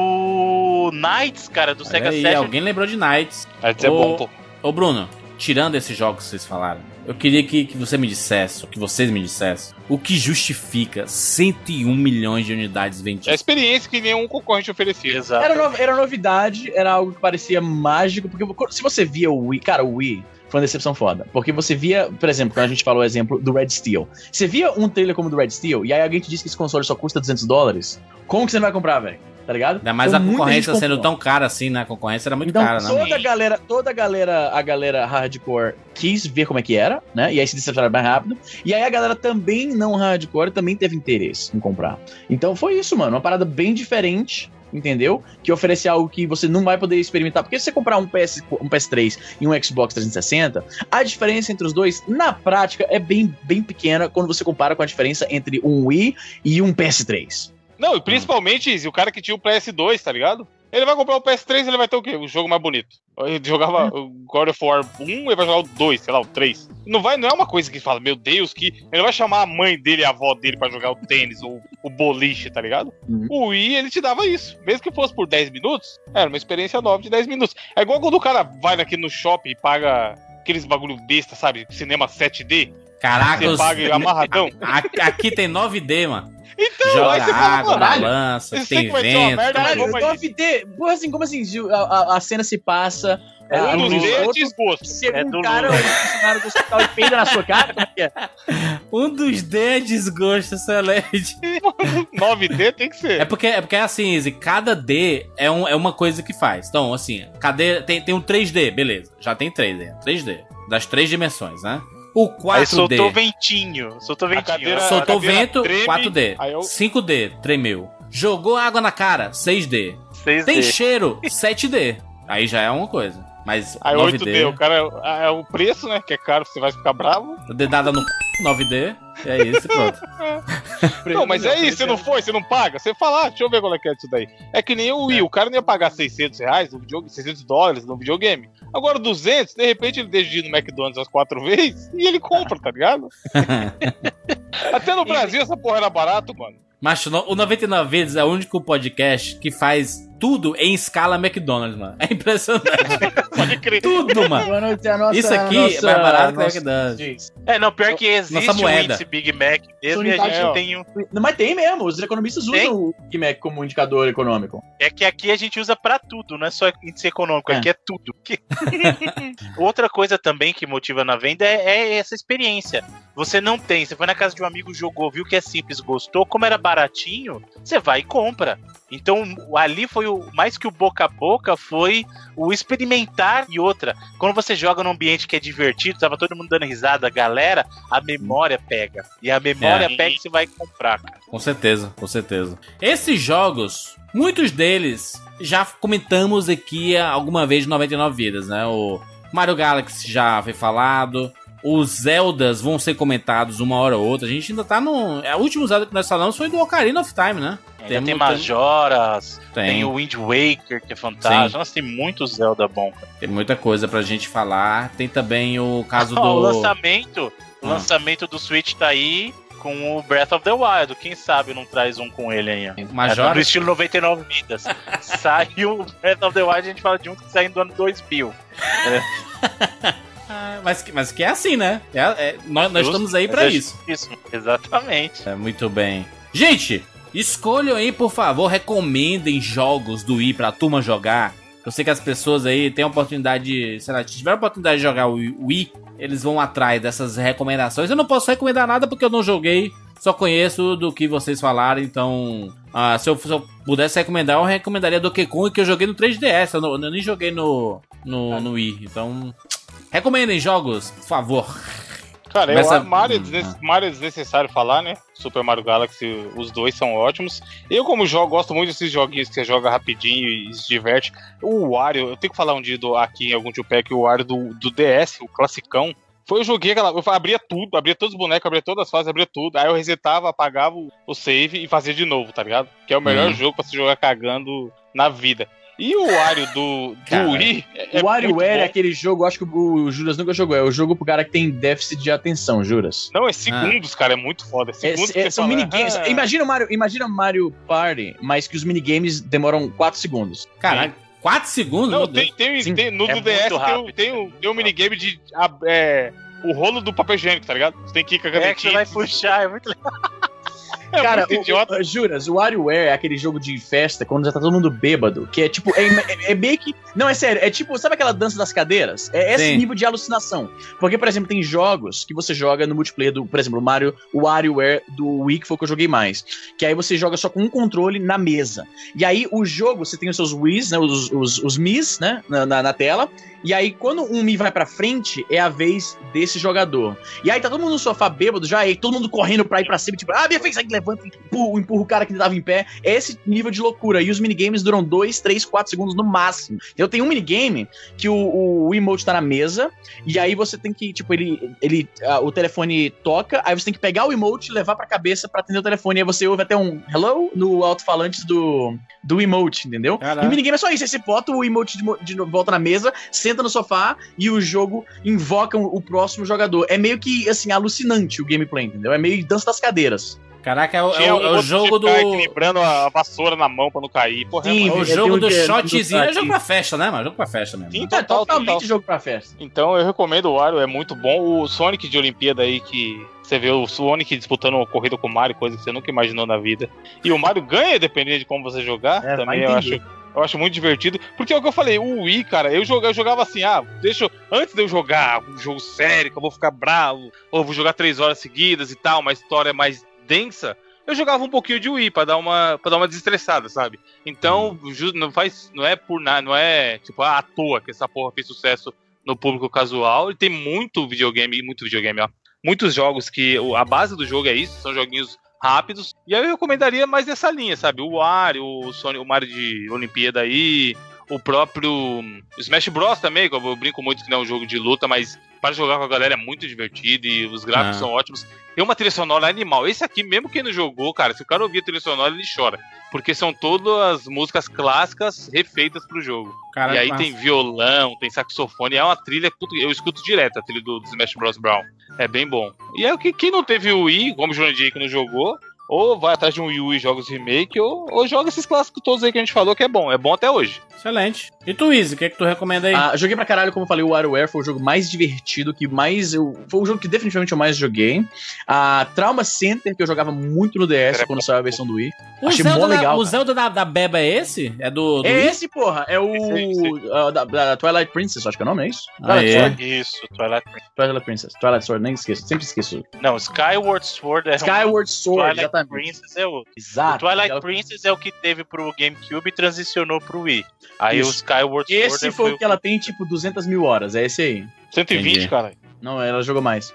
Speaker 6: o Knights, cara, do
Speaker 2: Olha
Speaker 6: Sega
Speaker 2: aí,
Speaker 6: Saturn.
Speaker 2: alguém lembrou de Knights.
Speaker 4: Mas é
Speaker 2: Ô,
Speaker 4: bom, pô.
Speaker 2: Ô Bruno, tirando esses jogos que vocês falaram, eu queria que, que você me dissesse, ou que vocês me dissessem, o que justifica cento e um milhões de unidades
Speaker 4: É a
Speaker 2: vendidas.
Speaker 4: experiência que nenhum concorrente oferecia.
Speaker 6: Exato.
Speaker 3: Era, no- era novidade, era algo que parecia mágico, porque se você via o Wii, cara, o Wii foi uma decepção foda. Porque você via, por exemplo, quando a gente falou o exemplo do Red Steel. Você via um trailer como o do Red Steel, e aí alguém te disse que esse console só custa duzentos dólares, como que você não vai comprar, velho? Tá ligado?
Speaker 2: Ainda mais
Speaker 3: Então,
Speaker 2: a
Speaker 3: muita
Speaker 2: concorrência
Speaker 3: gente
Speaker 2: sendo
Speaker 3: comprou.
Speaker 2: tão cara assim, né? A concorrência era muito
Speaker 3: Então,
Speaker 2: cara, né?
Speaker 3: toda a galera, toda a galera, a galera hardcore quis ver como é que era, né? E aí se decepcionaram mais rápido. E aí a galera também não hardcore também teve interesse em comprar. Então foi isso, mano. Uma parada bem diferente, entendeu? Que oferece algo que você não vai poder experimentar. Porque se você comprar um, P S, um P S três e um Xbox trezentos e sessenta, a diferença entre os dois, na prática, é bem, bem pequena quando você compara com a diferença entre um Wii e um P S três.
Speaker 4: Não, e principalmente, Izzy, o cara que tinha o P S dois, tá ligado? Ele vai comprar o P S três, ele vai ter o quê? O jogo mais bonito. Ele jogava o God of War um, ele vai jogar o dois, sei lá, o três. Não, vai, não é uma coisa que fala, meu Deus, que ele vai chamar a mãe dele e a avó dele pra jogar o tênis ou o boliche, tá ligado?
Speaker 3: Uhum.
Speaker 4: O Wii, ele te dava isso. Mesmo que fosse por dez minutos, era uma experiência nova de dez minutos. É igual quando o cara vai aqui no shopping e paga aqueles bagulho besta, sabe? Cinema sete D.
Speaker 2: Caraca,
Speaker 4: Você
Speaker 2: os-
Speaker 4: paga amarradão.
Speaker 2: Aqui, aqui tem nove D, mano.
Speaker 4: Então,
Speaker 2: Joga
Speaker 4: aí você fala,
Speaker 2: água,
Speaker 4: caralho,
Speaker 2: balança,
Speaker 4: eu sei
Speaker 2: tem
Speaker 4: que vai ser uma
Speaker 2: vento.
Speaker 4: merda,
Speaker 3: Caralho,
Speaker 4: mas vamos aí.
Speaker 3: nove D, porra, assim, como assim? A, a- a cena se passa.
Speaker 6: É
Speaker 3: a
Speaker 6: do
Speaker 3: luz
Speaker 6: Lula.
Speaker 4: É
Speaker 3: outro,
Speaker 4: desgosto.
Speaker 3: chega
Speaker 6: É
Speaker 3: um
Speaker 6: do
Speaker 3: cara,
Speaker 6: Lula.
Speaker 3: um funcionário do hospital e peida na sua cara, como é que é?
Speaker 2: Um dos D é desgosto, excelente.
Speaker 4: nove D tem que ser.
Speaker 2: É porque é porque é assim, Izzy, cada D é, um, é uma coisa que faz. Então, assim, cadê, tem, tem um três D, beleza. Já tem três D. três D. Das três dimensões, né? O
Speaker 6: Aí
Speaker 2: quatro D.
Speaker 6: soltou ventinho. Soltou ventinho.
Speaker 4: cadeira-
Speaker 6: né?
Speaker 2: Soltou
Speaker 4: a cadeira
Speaker 2: vento,
Speaker 4: treme,
Speaker 2: quatro D.
Speaker 4: aí eu-
Speaker 2: cinco D, tremeu. Jogou água na cara, seis D.
Speaker 6: seis D.
Speaker 2: Tem cheiro, sete D. Aí já é uma coisa. Mas
Speaker 4: Aí
Speaker 2: nove
Speaker 4: oito
Speaker 2: D,
Speaker 4: D, o cara é o preço, né? Que é caro, você vai ficar bravo.
Speaker 2: dedada no c... nove D, e é isso e pronto.
Speaker 4: Não, mas é isso, você não foi, você não paga. Você fala, ah, deixa eu ver qual é que é disso daí. É que nem o Wii, o cara não ia pagar seiscentos reais no videogame, seiscentos dólares no videogame. Agora duzentos, de repente ele deixa de ir no McDonald's as quatro vezes e ele compra, tá ligado? Até no Brasil essa porra era barato, mano.
Speaker 2: Mas o noventa e nove Vidas é o único podcast que faz tudo em escala McDonald's, mano. É impressionante.
Speaker 4: Pode crer.
Speaker 2: Tudo, mano.
Speaker 3: Boa noite, a nossa,
Speaker 2: Isso aqui
Speaker 3: a
Speaker 2: é
Speaker 3: nossa-
Speaker 2: mais barato que o
Speaker 3: nossa-
Speaker 2: McDonald's.
Speaker 6: É, não, pior que existe
Speaker 2: Nossa
Speaker 6: o
Speaker 2: moeda.
Speaker 6: índice Big Mac mesmo e a
Speaker 3: unidade,
Speaker 6: gente
Speaker 4: ó.
Speaker 6: tem um.
Speaker 3: Não, mas tem mesmo, os economistas usam
Speaker 6: Tem?
Speaker 3: o Big Mac como indicador econômico.
Speaker 6: É que aqui a gente usa pra tudo, não é só índice econômico,
Speaker 3: É.
Speaker 6: aqui é tudo. Outra coisa também que motiva na venda é, é essa experiência. Você não tem, você foi na casa de um amigo, jogou, viu que é simples, gostou, como era baratinho, você vai e compra. Então ali foi o mais que o boca a boca, foi o experimentar. E outra, quando você joga num ambiente que é divertido, tava todo mundo dando risada, galera, a memória pega. E a memória
Speaker 2: É.
Speaker 6: pega e você vai comprar, cara.
Speaker 2: Com certeza, com certeza. Esses jogos, muitos deles já comentamos aqui alguma vez no noventa e nove Vidas, né? O Mario Galaxy já foi falado. Os Zeldas vão ser comentados uma hora ou outra. A gente ainda tá no. O último Zelda que nós falamos foi do Ocarina of Time, né?
Speaker 6: Ainda
Speaker 2: Temos-
Speaker 6: tem Majoras,
Speaker 2: Tem.
Speaker 6: tem. o Wind Waker, que é fantástico. Nossa, tem muito Zelda bom, cara.
Speaker 2: Tem muita coisa pra gente falar. Tem também o caso
Speaker 6: Ó, o
Speaker 2: do.
Speaker 6: lançamento, o
Speaker 2: Ah.
Speaker 6: lançamento do Switch tá aí com o Breath of the Wild. Quem sabe não traz um com ele aí, ó. É
Speaker 2: Majora.
Speaker 6: do estilo noventa e nove Vidas. Saiu o Breath of the Wild, a gente fala de um que saiu do ano dois mil.
Speaker 2: Ah, mas, que- mas que é assim, né? É- é- nós nós
Speaker 6: Justo.
Speaker 2: estamos aí pra
Speaker 6: Mas é
Speaker 2: isso.
Speaker 6: Isso, exatamente.
Speaker 2: É, muito bem. Gente, escolham aí, por favor, recomendem jogos do Wii pra turma jogar. Eu sei que as pessoas aí têm a oportunidade de, sei lá, se tiver a oportunidade de jogar o Wii, eles vão atrás dessas recomendações. Eu não posso recomendar nada porque eu não joguei, só conheço do que vocês falaram, então... ah, se, eu, se eu pudesse recomendar, eu recomendaria Donkey Kong, que eu joguei no três D S, eu, não- eu nem joguei no, no, no Wii. Então, recomendem jogos, por favor.
Speaker 4: Cara,
Speaker 2: Começa-
Speaker 4: eu, Mario, é
Speaker 2: Hum,
Speaker 4: desnes- Mario é desnecessário falar, né? Super Mario Galaxy, os dois são ótimos. Eu, como jogo, gosto muito desses joguinhos que você joga rapidinho e se diverte. O Wario, eu tenho que falar um dia do, aqui em algum Tupac, o Wario do, do D S, o classicão. Foi eu joguei aquela. Eu abria tudo, abria todos os bonecos, abria todas as fases, abria tudo. Aí eu resetava, apagava o, o save e fazia de novo, tá ligado? Que é o melhor
Speaker 2: Uhum.
Speaker 4: jogo pra se jogar cagando na vida. E o Wario do, do
Speaker 2: Cara,
Speaker 4: Wii é, é
Speaker 3: o WarioWare
Speaker 4: muito
Speaker 3: é
Speaker 4: bom.
Speaker 3: aquele jogo, acho que o Juras nunca jogou, é o jogo pro cara que tem déficit de atenção, Juras.
Speaker 4: Não, é segundos, cara, é muito foda. É
Speaker 3: É,
Speaker 4: segundos
Speaker 3: é,
Speaker 4: que
Speaker 3: são
Speaker 4: você fala,
Speaker 3: minigames.
Speaker 4: ah,
Speaker 3: Imagina o Mario, imagina Mario Party, mas que os minigames demoram quatro segundos.
Speaker 2: Caralho, quatro segundos?
Speaker 4: Não,
Speaker 2: meu Deus.
Speaker 4: tem, tem,
Speaker 3: Sim,
Speaker 4: tem, no
Speaker 6: é
Speaker 4: do D S
Speaker 6: muito
Speaker 4: tem, um-
Speaker 6: rápido.
Speaker 4: tem, um, tem um minigame de. ah, é, o rolo do papel higiênico, tá ligado? Você tem que ir com a
Speaker 6: É que você
Speaker 4: canetinha.
Speaker 6: vai puxar, é muito legal.
Speaker 4: É
Speaker 3: Cara,
Speaker 4: muito
Speaker 3: o-
Speaker 4: idiota.
Speaker 3: o- Juras, o WarioWare é aquele jogo de festa quando já tá todo mundo bêbado, que é tipo, é, é- é meio que... Não, é sério, é tipo, sabe aquela dança das cadeiras? É esse
Speaker 2: Sim.
Speaker 3: nível de alucinação. Porque, por exemplo, tem jogos que você joga no multiplayer do, por exemplo, o Mario, o WarioWare do Wii, que foi o que eu joguei mais. Que aí você joga só com um controle na mesa. E aí o jogo, você tem os seus Wii's, né, os, os, os Mii's, né, na, na, na tela. E aí quando um Mi vai pra frente, é a vez desse jogador. E aí tá todo mundo no sofá bêbado já, e aí todo mundo correndo pra ir pra cima, tipo, ah, minha vez, aí levanta, empurra, empurra o cara que tava em pé. É esse nível de loucura. E os minigames duram dois, três, quatro segundos no máximo. Eu tenho um minigame que o, o emote tá na mesa, e aí você tem que, tipo, ele, ele ah, o telefone toca, aí você tem que pegar o emote e levar pra cabeça pra atender o telefone, e aí você ouve até um hello no alto-falante do, do emote, entendeu?
Speaker 2: Caraca.
Speaker 3: E o minigame é só isso, aí você bota o emote de, mo- de volta na mesa, senta no sofá e o jogo invoca o próximo jogador. É meio que, assim, alucinante o gameplay, entendeu? É meio dança das cadeiras.
Speaker 2: Caraca, é o, é
Speaker 4: Tinha
Speaker 2: o-
Speaker 4: um
Speaker 2: é o
Speaker 4: outro
Speaker 2: jogo
Speaker 4: de
Speaker 2: do.
Speaker 4: ficar equilibrando a vassoura na mão pra não cair. Porra,
Speaker 3: Sim,
Speaker 4: é,
Speaker 2: O
Speaker 4: mano.
Speaker 3: é,
Speaker 2: jogo
Speaker 3: tem
Speaker 2: do
Speaker 3: um que é-
Speaker 2: shotzinho é
Speaker 3: do-
Speaker 2: jogo pra festa, né, mano? Jogo pra festa mesmo.
Speaker 4: Sim,
Speaker 3: É
Speaker 4: total,
Speaker 3: totalmente
Speaker 4: total.
Speaker 3: jogo pra festa.
Speaker 4: Então eu recomendo o Wario, é muito bom. O Sonic de Olimpíada aí, que você vê o Sonic disputando uma corrida com o Mario, coisa que você nunca imaginou na vida. E o Mario ganha, dependendo de como você jogar.
Speaker 3: É, vai
Speaker 4: também eu acho,
Speaker 3: entender.
Speaker 4: eu acho muito divertido. Porque é o que eu falei, o Wii, cara, eu jogava, eu jogava assim, ah, deixa eu, antes de eu jogar um jogo sério, que eu vou ficar bravo, ou vou jogar três horas seguidas e tal, uma história mais densa, eu jogava um pouquinho de Wii pra dar uma, pra dar uma desestressada, sabe? Então, ju- não faz, não é por nada, não é tipo ah, à toa que essa porra fez sucesso no público casual. Ele tem muito videogame, muito videogame, ó. Muitos jogos que o- a base do jogo é isso, são joguinhos rápidos. E aí eu recomendaria mais essa linha, sabe? O Wario, o Sonic, o Mario de Olimpíada aí, o próprio Smash Bros também, que eu brinco muito que não é um jogo de luta, mas para jogar com a galera é muito divertido e os gráficos
Speaker 2: Ah.
Speaker 4: são ótimos. Tem uma trilha sonora animal. Esse aqui, mesmo quem não jogou, cara, se o cara ouvir a trilha sonora, ele chora. Porque são todas as músicas clássicas refeitas pro jogo.
Speaker 2: Caraca,
Speaker 4: e aí
Speaker 2: massa.
Speaker 4: tem violão, tem saxofone, é uma trilha, puta, eu escuto direto a trilha do, do Smash Bros. Brown. É bem bom. E é o que quem não teve o Wii, como o Jurandir que não jogou, ou vai atrás de um Wii U e joga os remake, ou, ou joga esses clássicos todos aí que a gente falou que é bom. É bom até hoje.
Speaker 2: Excelente. E tu, Izzy, o que é que tu recomenda aí?
Speaker 3: Ah, joguei pra caralho, como eu falei, o WarioWare foi o jogo mais divertido, que mais eu... Foi o jogo que definitivamente eu mais joguei. A Trauma Center, que eu jogava muito no D S quando saiu a versão do Wii.
Speaker 2: o
Speaker 3: achei
Speaker 2: Zelda,
Speaker 3: mó legal,
Speaker 2: da, o
Speaker 3: cara.
Speaker 2: Zelda da, da Beba é esse? É do. do
Speaker 3: É
Speaker 2: Wii?
Speaker 3: esse, porra. É o...
Speaker 4: Esse, esse.
Speaker 3: ah, da, da Twilight Princess, acho que é o nome, é isso?
Speaker 2: Ah,
Speaker 3: Twilight
Speaker 2: é.
Speaker 3: Sword.
Speaker 6: Isso, Twilight Princess.
Speaker 3: Twilight Princess. Twilight Sword, nem esqueço. Sempre esqueço.
Speaker 6: Não, Skyward Sword é um.
Speaker 3: Skyward Sword,
Speaker 6: Twilight
Speaker 3: exatamente.
Speaker 6: Princess é outro.
Speaker 3: Exato.
Speaker 6: O Twilight
Speaker 3: Ela-
Speaker 6: Princess é o que teve pro GameCube e transicionou pro Wii. Aí
Speaker 3: Isso.
Speaker 6: o Skyward Sword
Speaker 3: Esse
Speaker 6: é-
Speaker 3: foi o que ela tem, tipo, duzentas mil horas. É esse aí.
Speaker 4: cento e vinte,
Speaker 2: Entendi.
Speaker 4: cara.
Speaker 3: Não, ela jogou mais.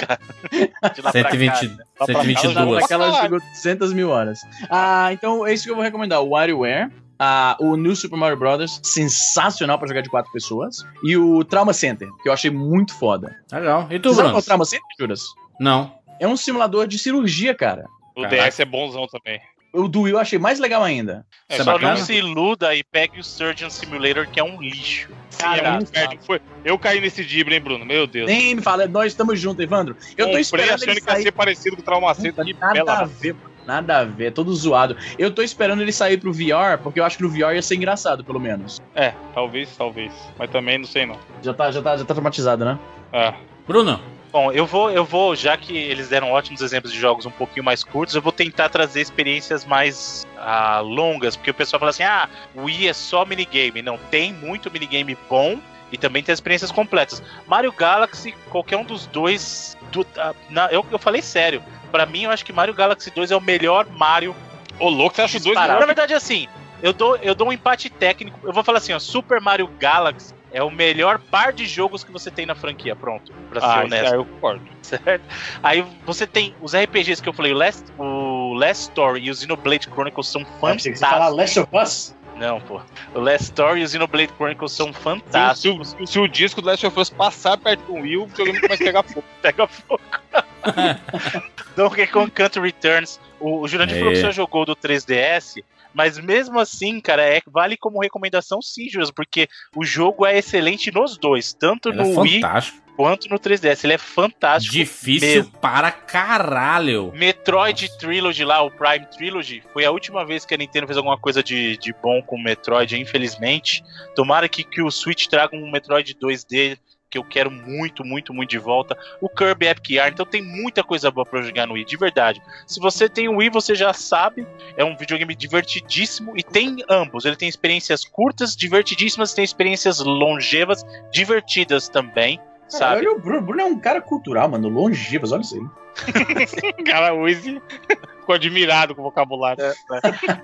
Speaker 6: de lá pra
Speaker 2: cento e vinte,
Speaker 6: cá, né?
Speaker 4: Lá pra
Speaker 2: cento e vinte e
Speaker 4: cá,
Speaker 2: duas.
Speaker 3: Aquela
Speaker 4: Nossa,
Speaker 3: jogou duzentas mil horas. Ah, então é isso que eu vou recomendar. O WarioWare. Ah, o New Super Mario Bros. Sensacional pra jogar de quatro pessoas. E o Trauma Center, que eu achei muito foda.
Speaker 2: Legal. E tu,
Speaker 3: Você sabe qual é
Speaker 2: Bruno?
Speaker 3: o Trauma Center, Juras?
Speaker 2: Não.
Speaker 3: É um simulador de cirurgia, cara.
Speaker 4: O
Speaker 2: Caraca.
Speaker 4: D S é bonzão também.
Speaker 3: O do Wii eu achei mais legal ainda.
Speaker 4: É,
Speaker 2: Isso é
Speaker 6: Só
Speaker 2: bacana?
Speaker 6: não se iluda e pegue o Surgeon Simulator, que é um lixo.
Speaker 4: Sim,
Speaker 3: Cara,
Speaker 4: é
Speaker 3: nem
Speaker 4: muito perto. Foi- Eu caí nesse dibre, hein, Bruno? Meu Deus.
Speaker 3: Nem me fala, nós estamos juntos, Evandro. Eu tô
Speaker 4: Comprei
Speaker 3: esperando
Speaker 4: achando
Speaker 3: ele
Speaker 4: que ia
Speaker 3: sair.
Speaker 4: ser parecido com o Traumacento. Que
Speaker 3: Nada
Speaker 4: bela.
Speaker 3: a ver, nada a ver, é todo zoado. Eu tô esperando ele sair pro V R, porque eu acho que no V R ia ser engraçado, pelo menos.
Speaker 4: É, talvez, talvez. Mas também não sei não.
Speaker 3: Já tá, já tá, já tá traumatizado, né?
Speaker 4: É.
Speaker 2: Bruno?
Speaker 6: Bom, eu vou, eu vou, já que eles deram ótimos exemplos de jogos um pouquinho mais curtos, eu vou tentar trazer experiências mais ah, longas, porque o pessoal fala assim, ah, o Wii é só minigame. Não, tem muito minigame bom e também tem as experiências completas. Mario Galaxy, qualquer um dos dois, do, ah, na- eu, eu falei sério, pra mim eu acho que Mario Galaxy dois é o melhor Mario.
Speaker 4: Ô, louco, você acha os dois
Speaker 6: disparado.
Speaker 4: melhor?
Speaker 6: Na verdade, assim, eu dou, eu dou um empate técnico, eu vou falar assim, ó, Super Mario Galaxy é o melhor par de jogos que você tem na franquia, pronto, pra ser
Speaker 4: Ah,
Speaker 6: honesto.
Speaker 4: isso aí eu concordo.
Speaker 6: Certo? Aí você tem os R P Gs que eu falei, o Last, o Last Story e o Xenoblade Chronicles são fantásticos.
Speaker 3: Last of Us?
Speaker 6: Não, pô. O Last Story e o Xenoblade Chronicles são
Speaker 4: Se,
Speaker 6: fantásticos.
Speaker 4: se- se o disco do Last of Us passar perto do Wii, o videogame começa a pegar fogo.
Speaker 6: Pega fogo. Donkey Kong Country Returns. O, o Jurandir falou que
Speaker 2: É.
Speaker 6: só jogou do três D S, Mas mesmo assim, cara, é, vale como recomendação sim, Júlio, porque o jogo é excelente nos dois, tanto
Speaker 2: Ele
Speaker 6: no
Speaker 2: é
Speaker 6: Wii
Speaker 2: fantástico.
Speaker 6: quanto no três D S. Ele é fantástico.
Speaker 2: Difícil
Speaker 6: mesmo.
Speaker 2: para caralho.
Speaker 6: Metroid Trilogy lá, o Prime Trilogy, foi a última vez que a Nintendo fez alguma coisa de, de bom com o Metroid, infelizmente. Tomara que, que o Switch traga um Metroid dois D, que eu quero muito, muito, muito de volta. O Kirby Epic Yarn, então tem muita coisa boa pra jogar no Wii, de verdade. Se você tem o Wii, você já sabe, é um videogame divertidíssimo e tem ambos. Ele tem experiências curtas, divertidíssimas, tem experiências longevas, divertidas também. Sabe?
Speaker 3: Olha, o Bruno, Bruno é um cara cultural, mano. Longevas, olha isso aí.
Speaker 4: Cara, o Easy ficou admirado com o vocabulário.
Speaker 6: É, é.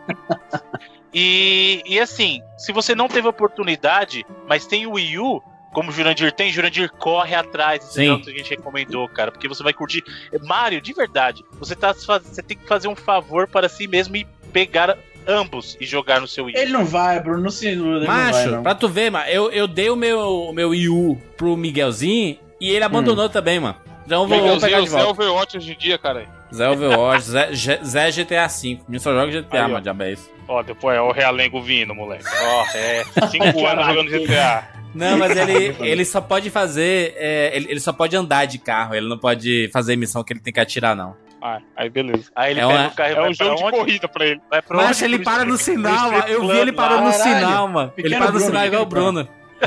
Speaker 6: e, e assim, se você não teve oportunidade, mas tem o Wii U, como o Jurandir tem, Jurandir corre atrás desses jogos que a gente recomendou, cara, porque você vai curtir. Mario, de verdade, você, tá, você tem que fazer um favor para si mesmo e pegar ambos e jogar no seu Wii.
Speaker 3: Ele não vai, Bruno, não se iluda.
Speaker 2: Macho,
Speaker 3: não vai,
Speaker 2: pra tu ver, mano, eu, eu dei o meu, o meu Wii U pro Miguelzinho e ele abandonou hum. também, mano. Então vou, vou pegar de volta.
Speaker 4: Zé Overwatch hoje em dia, cara.
Speaker 2: Zé Overwatch, Zé, Zé G T A cinco. Mim só joga G T A, aí, mano, diabo é isso.
Speaker 4: Ó, depois é o Realengo vindo, moleque. Ó, é cinco anos jogando G T A.
Speaker 2: Não, mas ele, ele só pode fazer. É, ele, ele só pode andar de carro, ele não pode fazer missão que ele tem que atirar, não.
Speaker 4: Ah, aí beleza.
Speaker 6: Aí ele
Speaker 2: é
Speaker 6: pega
Speaker 2: uma,
Speaker 6: o carro.
Speaker 4: É um jogo de corrida pra ele.
Speaker 6: Vai pra
Speaker 2: Mas ele para no sinal, mano. Eu vi ele parando no sinal, mano. Ele para no sinal igual o Bruno.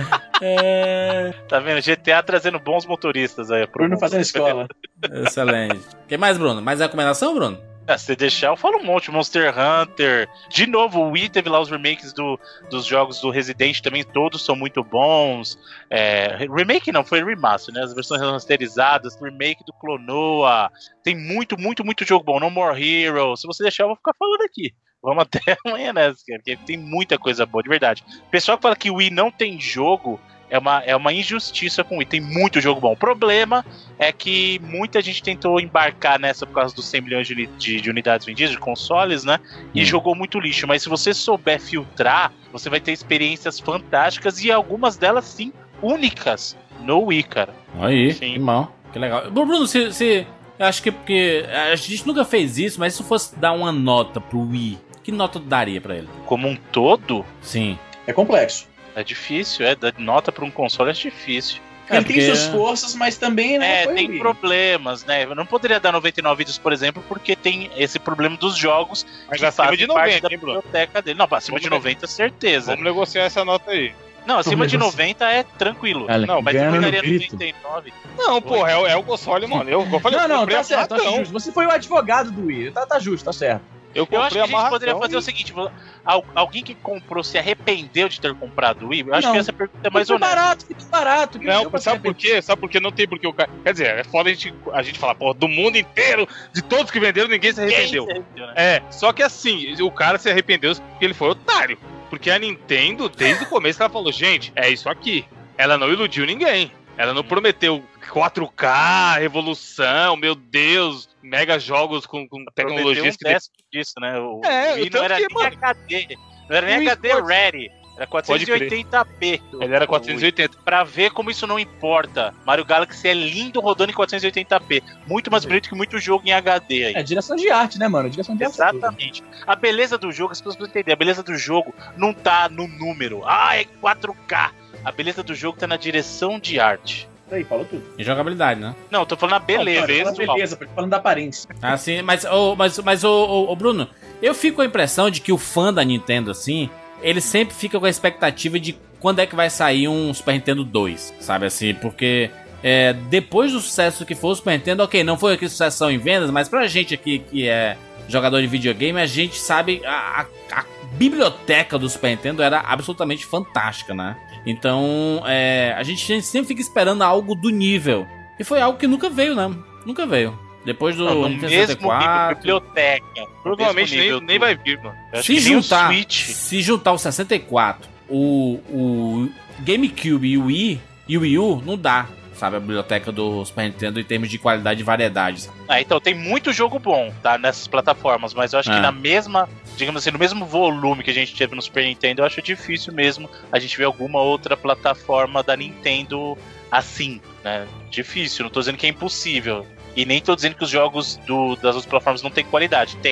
Speaker 6: É... Tá vendo? G T A trazendo bons motoristas aí.
Speaker 3: Bruno fazendo escola.
Speaker 2: Excelente. O que mais, Bruno? Mais recomendação, Bruno?
Speaker 6: É, se deixar, eu falo um monte. Monster Hunter. De novo, o Wii teve lá os remakes do, dos jogos do Resident também. Todos são muito bons. É, remake não, foi remaster, né? As versões remasterizadas. Remake do Clonoa. Tem muito, muito, muito jogo bom. No More Heroes. Se você deixar, eu vou ficar falando aqui. Vamos até amanhã, né? Porque tem muita coisa boa, de verdade. O pessoal que fala que o Wii não tem jogo é uma, é uma injustiça com o Wii. Tem muito jogo bom. O problema é que muita gente tentou embarcar nessa por causa dos cem milhões de, de, de unidades vendidas, de consoles, né? E hum. jogou muito lixo. Mas se você souber filtrar, você vai ter experiências fantásticas e algumas delas, sim, únicas no Wii, cara.
Speaker 2: Aí, sim. Que mal. Que legal. Bruno, se... se... Eu acho que porque a gente nunca fez isso, mas se fosse dar uma nota pro Wii, que nota tu daria pra ele?
Speaker 6: Como um todo?
Speaker 2: Sim.
Speaker 3: É complexo.
Speaker 6: É difícil, é. Dar nota pra um console é difícil.
Speaker 3: Ele é porque... tem suas forças, mas também, né?
Speaker 6: É, tem Wii. Problemas, né? Eu não poderia dar noventa e nove vídeos, por exemplo, porque tem esse problema dos jogos
Speaker 4: mas
Speaker 6: que
Speaker 4: acima
Speaker 6: fazem
Speaker 4: de noventa,
Speaker 6: parte da biblioteca dele. Não, acima Vamos de noventa, certeza.
Speaker 4: Vamos negociar essa nota aí.
Speaker 6: Não, acima Vamos de negociar. noventa é tranquilo.
Speaker 3: Ela,
Speaker 6: não, mas eu pegaria
Speaker 3: noventa
Speaker 6: e nove.
Speaker 4: Não, pô, é, é o console, mano. Eu, eu falei,
Speaker 3: não, não,
Speaker 4: tá
Speaker 3: certo, tá justo. Você foi o advogado do Wii. Tá, tá justo, tá certo.
Speaker 6: Eu, eu acho que a gente poderia fazer e... o seguinte: alguém que comprou se arrependeu de ter comprado o Wii? Eu acho não, que essa pergunta é mais honesta.
Speaker 3: Barato, fica barato. Que
Speaker 4: não, sabe por quê? Sabe por quê? Não tem porque o cara. Quer dizer, é foda a gente, a gente falar, pô, do mundo inteiro, de todos que venderam, ninguém se arrependeu. Se arrependeu né? É, só que assim, o cara se arrependeu porque ele foi otário. Porque a Nintendo, desde o começo, ela falou: gente, é isso aqui. Ela não iludiu ninguém. Ela não prometeu quatro K, revolução, meu Deus, mega jogos com, com tecnologias
Speaker 6: um que... disso, né? O
Speaker 4: é,
Speaker 6: Wii não era que, nem mano, H D, não era nem H D pode... ready, era quatrocentos e oitenta p.
Speaker 4: Ele era quatrocentos e oitenta.
Speaker 6: Pra ver como isso não importa. Mario Galaxy é lindo rodando em quatrocentos e oitenta p. Muito mais bonito que muito jogo em H D aí.
Speaker 3: É direção de arte, né, mano? Direção de arte.
Speaker 6: Exatamente. A beleza do jogo, as pessoas precisam entender, a beleza do jogo não tá no número. Ah, é quatro K. A beleza do jogo tá na direção de arte.
Speaker 3: Aí, falou tudo.
Speaker 2: E jogabilidade, né?
Speaker 6: Não, eu tô falando na beleza.
Speaker 3: Não, beleza, beleza, tô falando da aparência.
Speaker 2: Ah, sim, mas, oh, mas, mas oh, oh, oh, Bruno, eu fico com a impressão de que o fã da Nintendo, assim, ele sempre fica com a expectativa de quando é que vai sair um Super Nintendo dois, sabe assim? Porque é, depois do sucesso que foi o Super Nintendo, ok, não foi aqui sucessão em vendas, mas pra gente aqui que é jogador de videogame, a gente sabe a, a, a biblioteca do Super Nintendo era absolutamente fantástica, né? Então, é, a gente sempre fica esperando algo do nível. E foi algo que nunca veio, né? Nunca veio. Depois do
Speaker 6: não, Nintendo sessenta e quatro... biblioteca.
Speaker 4: Provavelmente nem, nem vai vir, mano.
Speaker 2: Se juntar, se juntar o sessenta e quatro, o, o GameCube e o Wii, e o Wii U, não dá, sabe? A biblioteca do Super Nintendo em termos de qualidade e variedade.
Speaker 6: Ah, então tem muito jogo bom, tá? Nessas plataformas, mas eu acho é. que na mesma... digamos assim, no mesmo volume que a gente teve no Super Nintendo, eu acho difícil mesmo a gente ver alguma outra plataforma da Nintendo assim, né? Difícil, não tô dizendo que é impossível. E nem tô dizendo que os jogos do, das outras plataformas não têm qualidade, tem.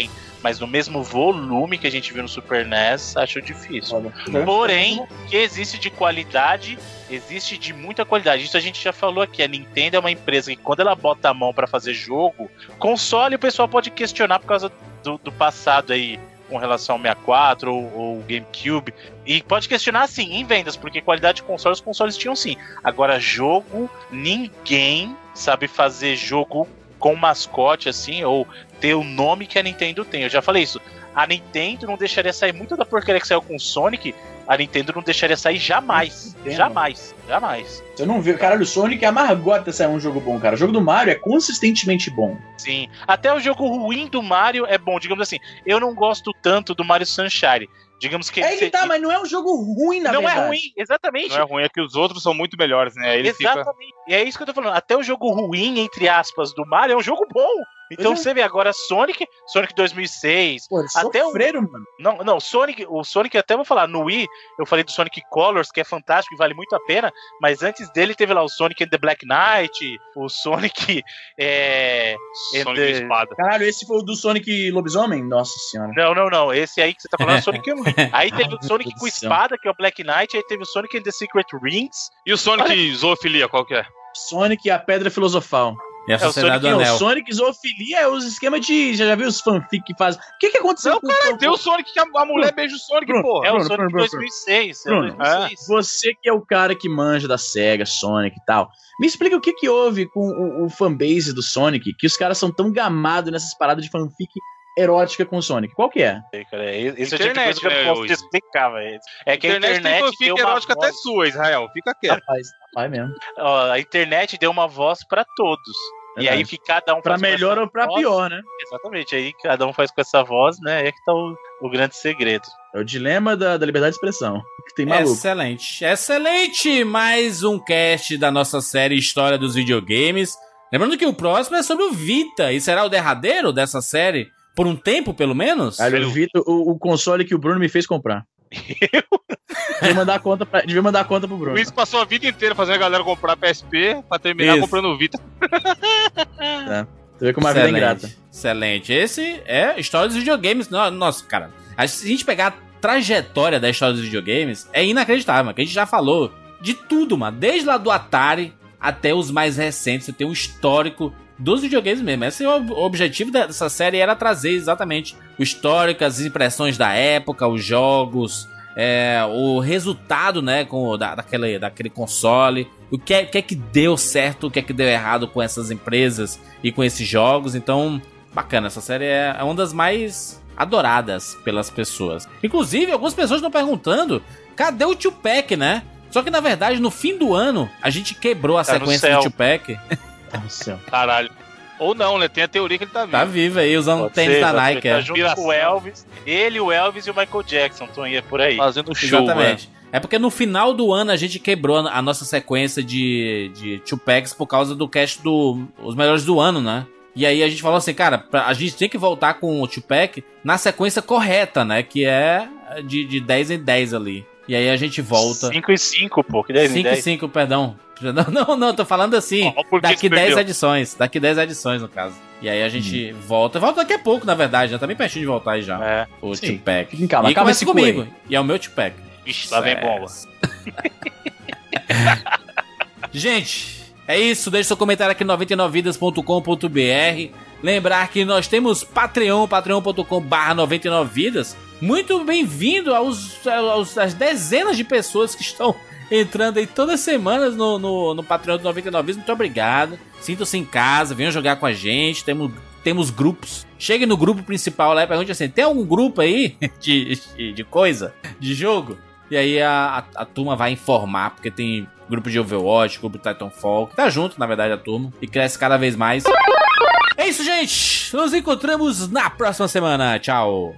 Speaker 6: Mas no mesmo volume que a gente viu no Super N E S, acho difícil.
Speaker 5: Olha.
Speaker 6: Porém, que existe de qualidade, existe de muita qualidade. Isso a gente já falou aqui. A Nintendo é uma empresa que quando ela bota a mão pra fazer jogo, console o pessoal pode questionar por causa do, do passado aí, com relação ao sessenta e quatro ou, ou GameCube. E pode questionar sim em vendas, porque qualidade de console, os consoles tinham sim. Agora, jogo, ninguém sabe fazer jogo com mascote assim, ou ter o nome que a Nintendo tem. Eu já falei isso. A Nintendo não deixaria sair muito da porcaria que saiu com o Sonic. A Nintendo não deixaria sair jamais.
Speaker 3: Entendo.
Speaker 6: Jamais. Jamais.
Speaker 3: Eu não vi. Caralho, o Sonic amargou até sair um jogo bom, cara. O jogo do Mario é consistentemente bom.
Speaker 6: Sim. Até o jogo ruim do Mario é bom. Digamos assim, eu não gosto tanto do Mario Sunshine. Digamos que...
Speaker 3: É que tá, mas não é um jogo ruim, na
Speaker 6: não
Speaker 3: verdade.
Speaker 6: é ruim, exatamente.
Speaker 4: Não é ruim, é que os outros são muito melhores, né? Ele fica...
Speaker 6: Exatamente. E é isso que eu tô falando. Até o jogo ruim, entre aspas, do Mario é um jogo bom. Então
Speaker 3: Pois é.
Speaker 6: você vê agora Sonic, Sonic dois mil e seis.
Speaker 3: Pô, eles
Speaker 6: Até o-
Speaker 3: sofreram, mano.
Speaker 6: Não, não, Sonic, o Sonic até vou falar, no Wii, eu falei do Sonic Colors, que é fantástico e vale muito a pena, mas antes dele teve lá o Sonic and the Black Knight, o Sonic é...
Speaker 4: Sonic
Speaker 6: and the-
Speaker 4: espada.
Speaker 3: Caralho, esse foi o do Sonic Lobisomem? Nossa senhora.
Speaker 6: Não, não, não, esse aí que você tá falando é o Sonic um. Aí teve o Sonic
Speaker 3: Deus
Speaker 6: com
Speaker 3: do céu.
Speaker 6: espada, que é o Black Knight, aí teve o Sonic and the Secret Rings.
Speaker 4: E o Sonic Zoofilia, qual que é?
Speaker 3: Sonic e a Pedra Filosofal.
Speaker 2: E a
Speaker 6: o
Speaker 2: Sociedade do
Speaker 6: Sonic-
Speaker 3: Não,
Speaker 2: Anel.
Speaker 3: Sonic Zoofilia é os esquemas de... Já, já viu os fanfic que fazem? O que que aconteceu
Speaker 4: Não,
Speaker 3: com
Speaker 4: cara,
Speaker 3: o...
Speaker 4: tem o Sonic que a, a mulher beija o Sonic,
Speaker 3: Bruno,
Speaker 4: porra.
Speaker 6: É o
Speaker 3: Bruno,
Speaker 6: Sonic
Speaker 3: Bruno,
Speaker 6: dois mil e seis. É o
Speaker 3: Bruno,
Speaker 6: dois mil e seis.
Speaker 3: Você que é o cara que manja da SEGA, Sonic e tal, me explica o que que houve com o, o fanbase do Sonic, que os caras são tão gamados nessas paradas de fanfic erótica com o Sonic. Qual que é?
Speaker 6: Cara, esse é o tipo de
Speaker 4: Internet,
Speaker 6: coisa que eu
Speaker 4: né,
Speaker 6: não posso
Speaker 4: hoje.
Speaker 6: explicar, velho. É que a
Speaker 4: internet,
Speaker 6: internet
Speaker 4: tem
Speaker 6: deu
Speaker 4: fanfic
Speaker 6: uma
Speaker 4: erótica até
Speaker 6: voz,
Speaker 4: sua, Israel. Fica quieto.
Speaker 3: Rapaz, vai mesmo.
Speaker 6: ó, a internet deu uma voz pra todos. E
Speaker 3: Verdade.
Speaker 6: aí o que cada um
Speaker 3: Pra
Speaker 6: faz com
Speaker 3: melhor
Speaker 6: essa
Speaker 3: ou pra
Speaker 6: voz-
Speaker 3: pior, né?
Speaker 6: Exatamente, aí cada um faz com essa voz, né? É que tá o, o grande segredo.
Speaker 3: É o dilema da, da liberdade de expressão. Que tem maluco.
Speaker 2: Excelente, excelente! Mais um cast da nossa série História dos Videogames. Lembrando que o próximo é sobre o Vita, e será o derradeiro dessa série, por um tempo pelo menos?
Speaker 3: Olha, o, Vitor, o, o console que o Bruno me fez comprar. Devia mandar a conta, pra, devia mandar a conta pro
Speaker 4: O
Speaker 3: Bruno.
Speaker 4: Luiz passou a vida inteira fazendo a galera comprar P S P pra terminar
Speaker 2: Isso.
Speaker 4: comprando o Vita.
Speaker 3: Você vê como a vida é ingrata.
Speaker 2: Excelente. Esse é História dos Videogames. No- Nossa, cara, a- se a gente pegar a trajetória da história dos videogames, é inacreditável, mano, que a gente já falou de tudo, mano. Desde lá do Atari até os mais recentes, você tem um histórico dos videogames mesmo. Esse é o ob- o objetivo dessa série, era trazer exatamente o histórico, as impressões da época, os jogos, é, o resultado, né, com, o- da, daquele, daquele console, o que, é, o que é que deu certo, o que é que deu errado com essas empresas e com esses jogos. Então, bacana, essa série é é uma das mais adoradas pelas pessoas. Inclusive, algumas pessoas estão perguntando, cadê o Tupac, né? Só que, na verdade, no fim do ano, a gente quebrou a
Speaker 6: Tá no
Speaker 2: sequência
Speaker 6: céu.
Speaker 2: do Tupac.
Speaker 3: Nossa.
Speaker 4: Caralho. Ou não, né? Tem a teoria que ele tá vivo.
Speaker 2: Tá vivo aí, usando
Speaker 6: Pode
Speaker 2: tênis
Speaker 6: ser,
Speaker 2: da
Speaker 6: pode ser,
Speaker 2: Nike.
Speaker 6: Tá
Speaker 2: É.
Speaker 6: junto com o Elvis. Ele, o Elvis e o Michael Jackson estão aí por aí.
Speaker 4: Fazendo show,
Speaker 2: Exatamente. É porque no final do ano a gente quebrou a nossa sequência de, de Tupacs por causa do cast do Os Melhores do Ano, né? E aí a gente falou assim, cara, pra- a gente tem que voltar com o Tupac na sequência correta, né? Que é de, de dez em dez ali. E aí a gente volta.
Speaker 6: cinco e cinco, pô. Que dez em
Speaker 2: cinco e
Speaker 6: dez.
Speaker 2: cinco, perdão. Não, não, não, tô falando assim.
Speaker 4: Ó, por que
Speaker 2: Daqui
Speaker 4: você
Speaker 2: dez
Speaker 4: perdeu?
Speaker 2: edições. Daqui dez edições, no caso. E aí a gente volta. Volta daqui a pouco, na verdade, né? Tá bem pertinho de voltar aí já.
Speaker 6: É.
Speaker 2: O
Speaker 3: Sim.
Speaker 2: Tupac.
Speaker 3: Fiquem calma,
Speaker 2: E
Speaker 3: acaba
Speaker 2: começa
Speaker 3: esse
Speaker 2: comigo.
Speaker 3: coelho.
Speaker 2: E é o meu Tupac.
Speaker 6: Vixe, lá vem bomba.
Speaker 2: Gente, é isso. Deixe seu comentário aqui no noventa e nove vidas ponto com ponto b r. Lembrar que nós temos Patreon, patreon ponto com barra noventa e nove vidas. Muito bem-vindo aos, aos às dezenas de pessoas que estão entrando aí todas as semanas no, no, no Patreon do noventa e nove vidas. Muito obrigado. Sintam-se em casa, venham jogar com a gente. Temos, temos grupos. Chegue no grupo principal lá e pergunte assim: tem algum grupo aí de, de, de coisa, de jogo? E aí a, a, a turma vai informar, porque tem grupo de Overwatch, grupo de Titanfall, que tá junto, na verdade, a turma, e cresce cada vez mais. É isso, gente! Nos encontramos na próxima semana. Tchau!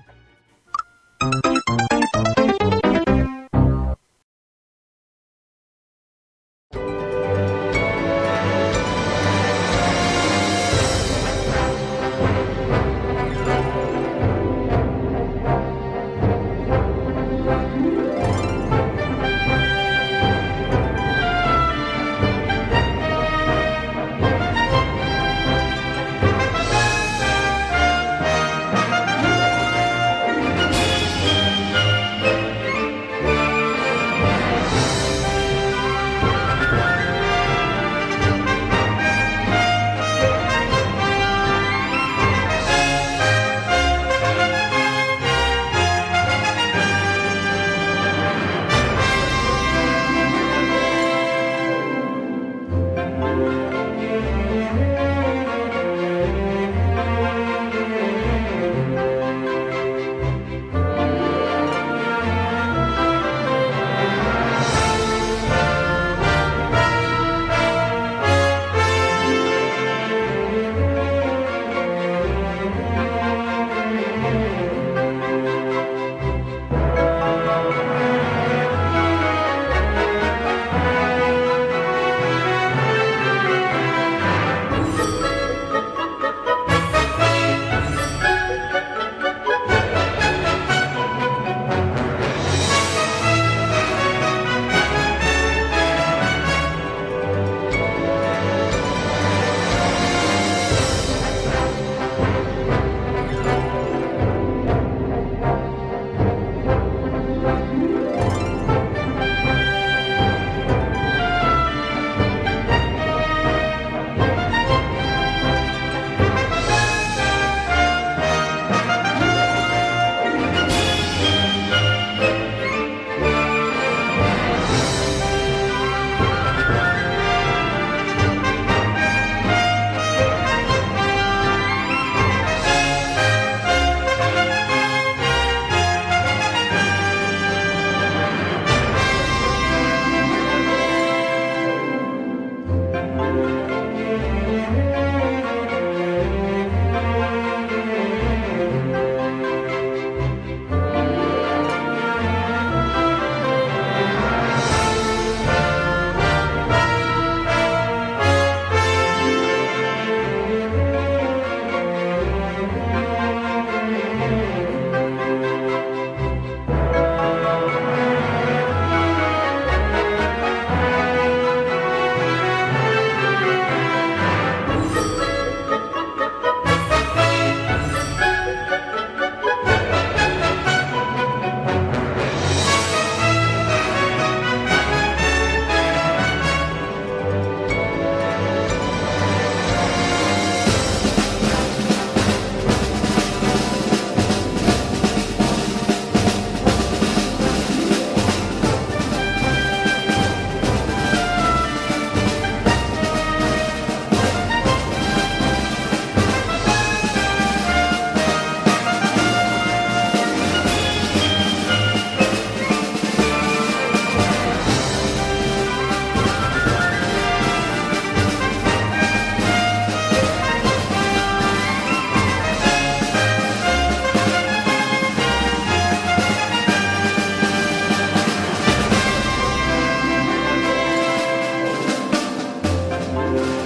Speaker 8: Tchau.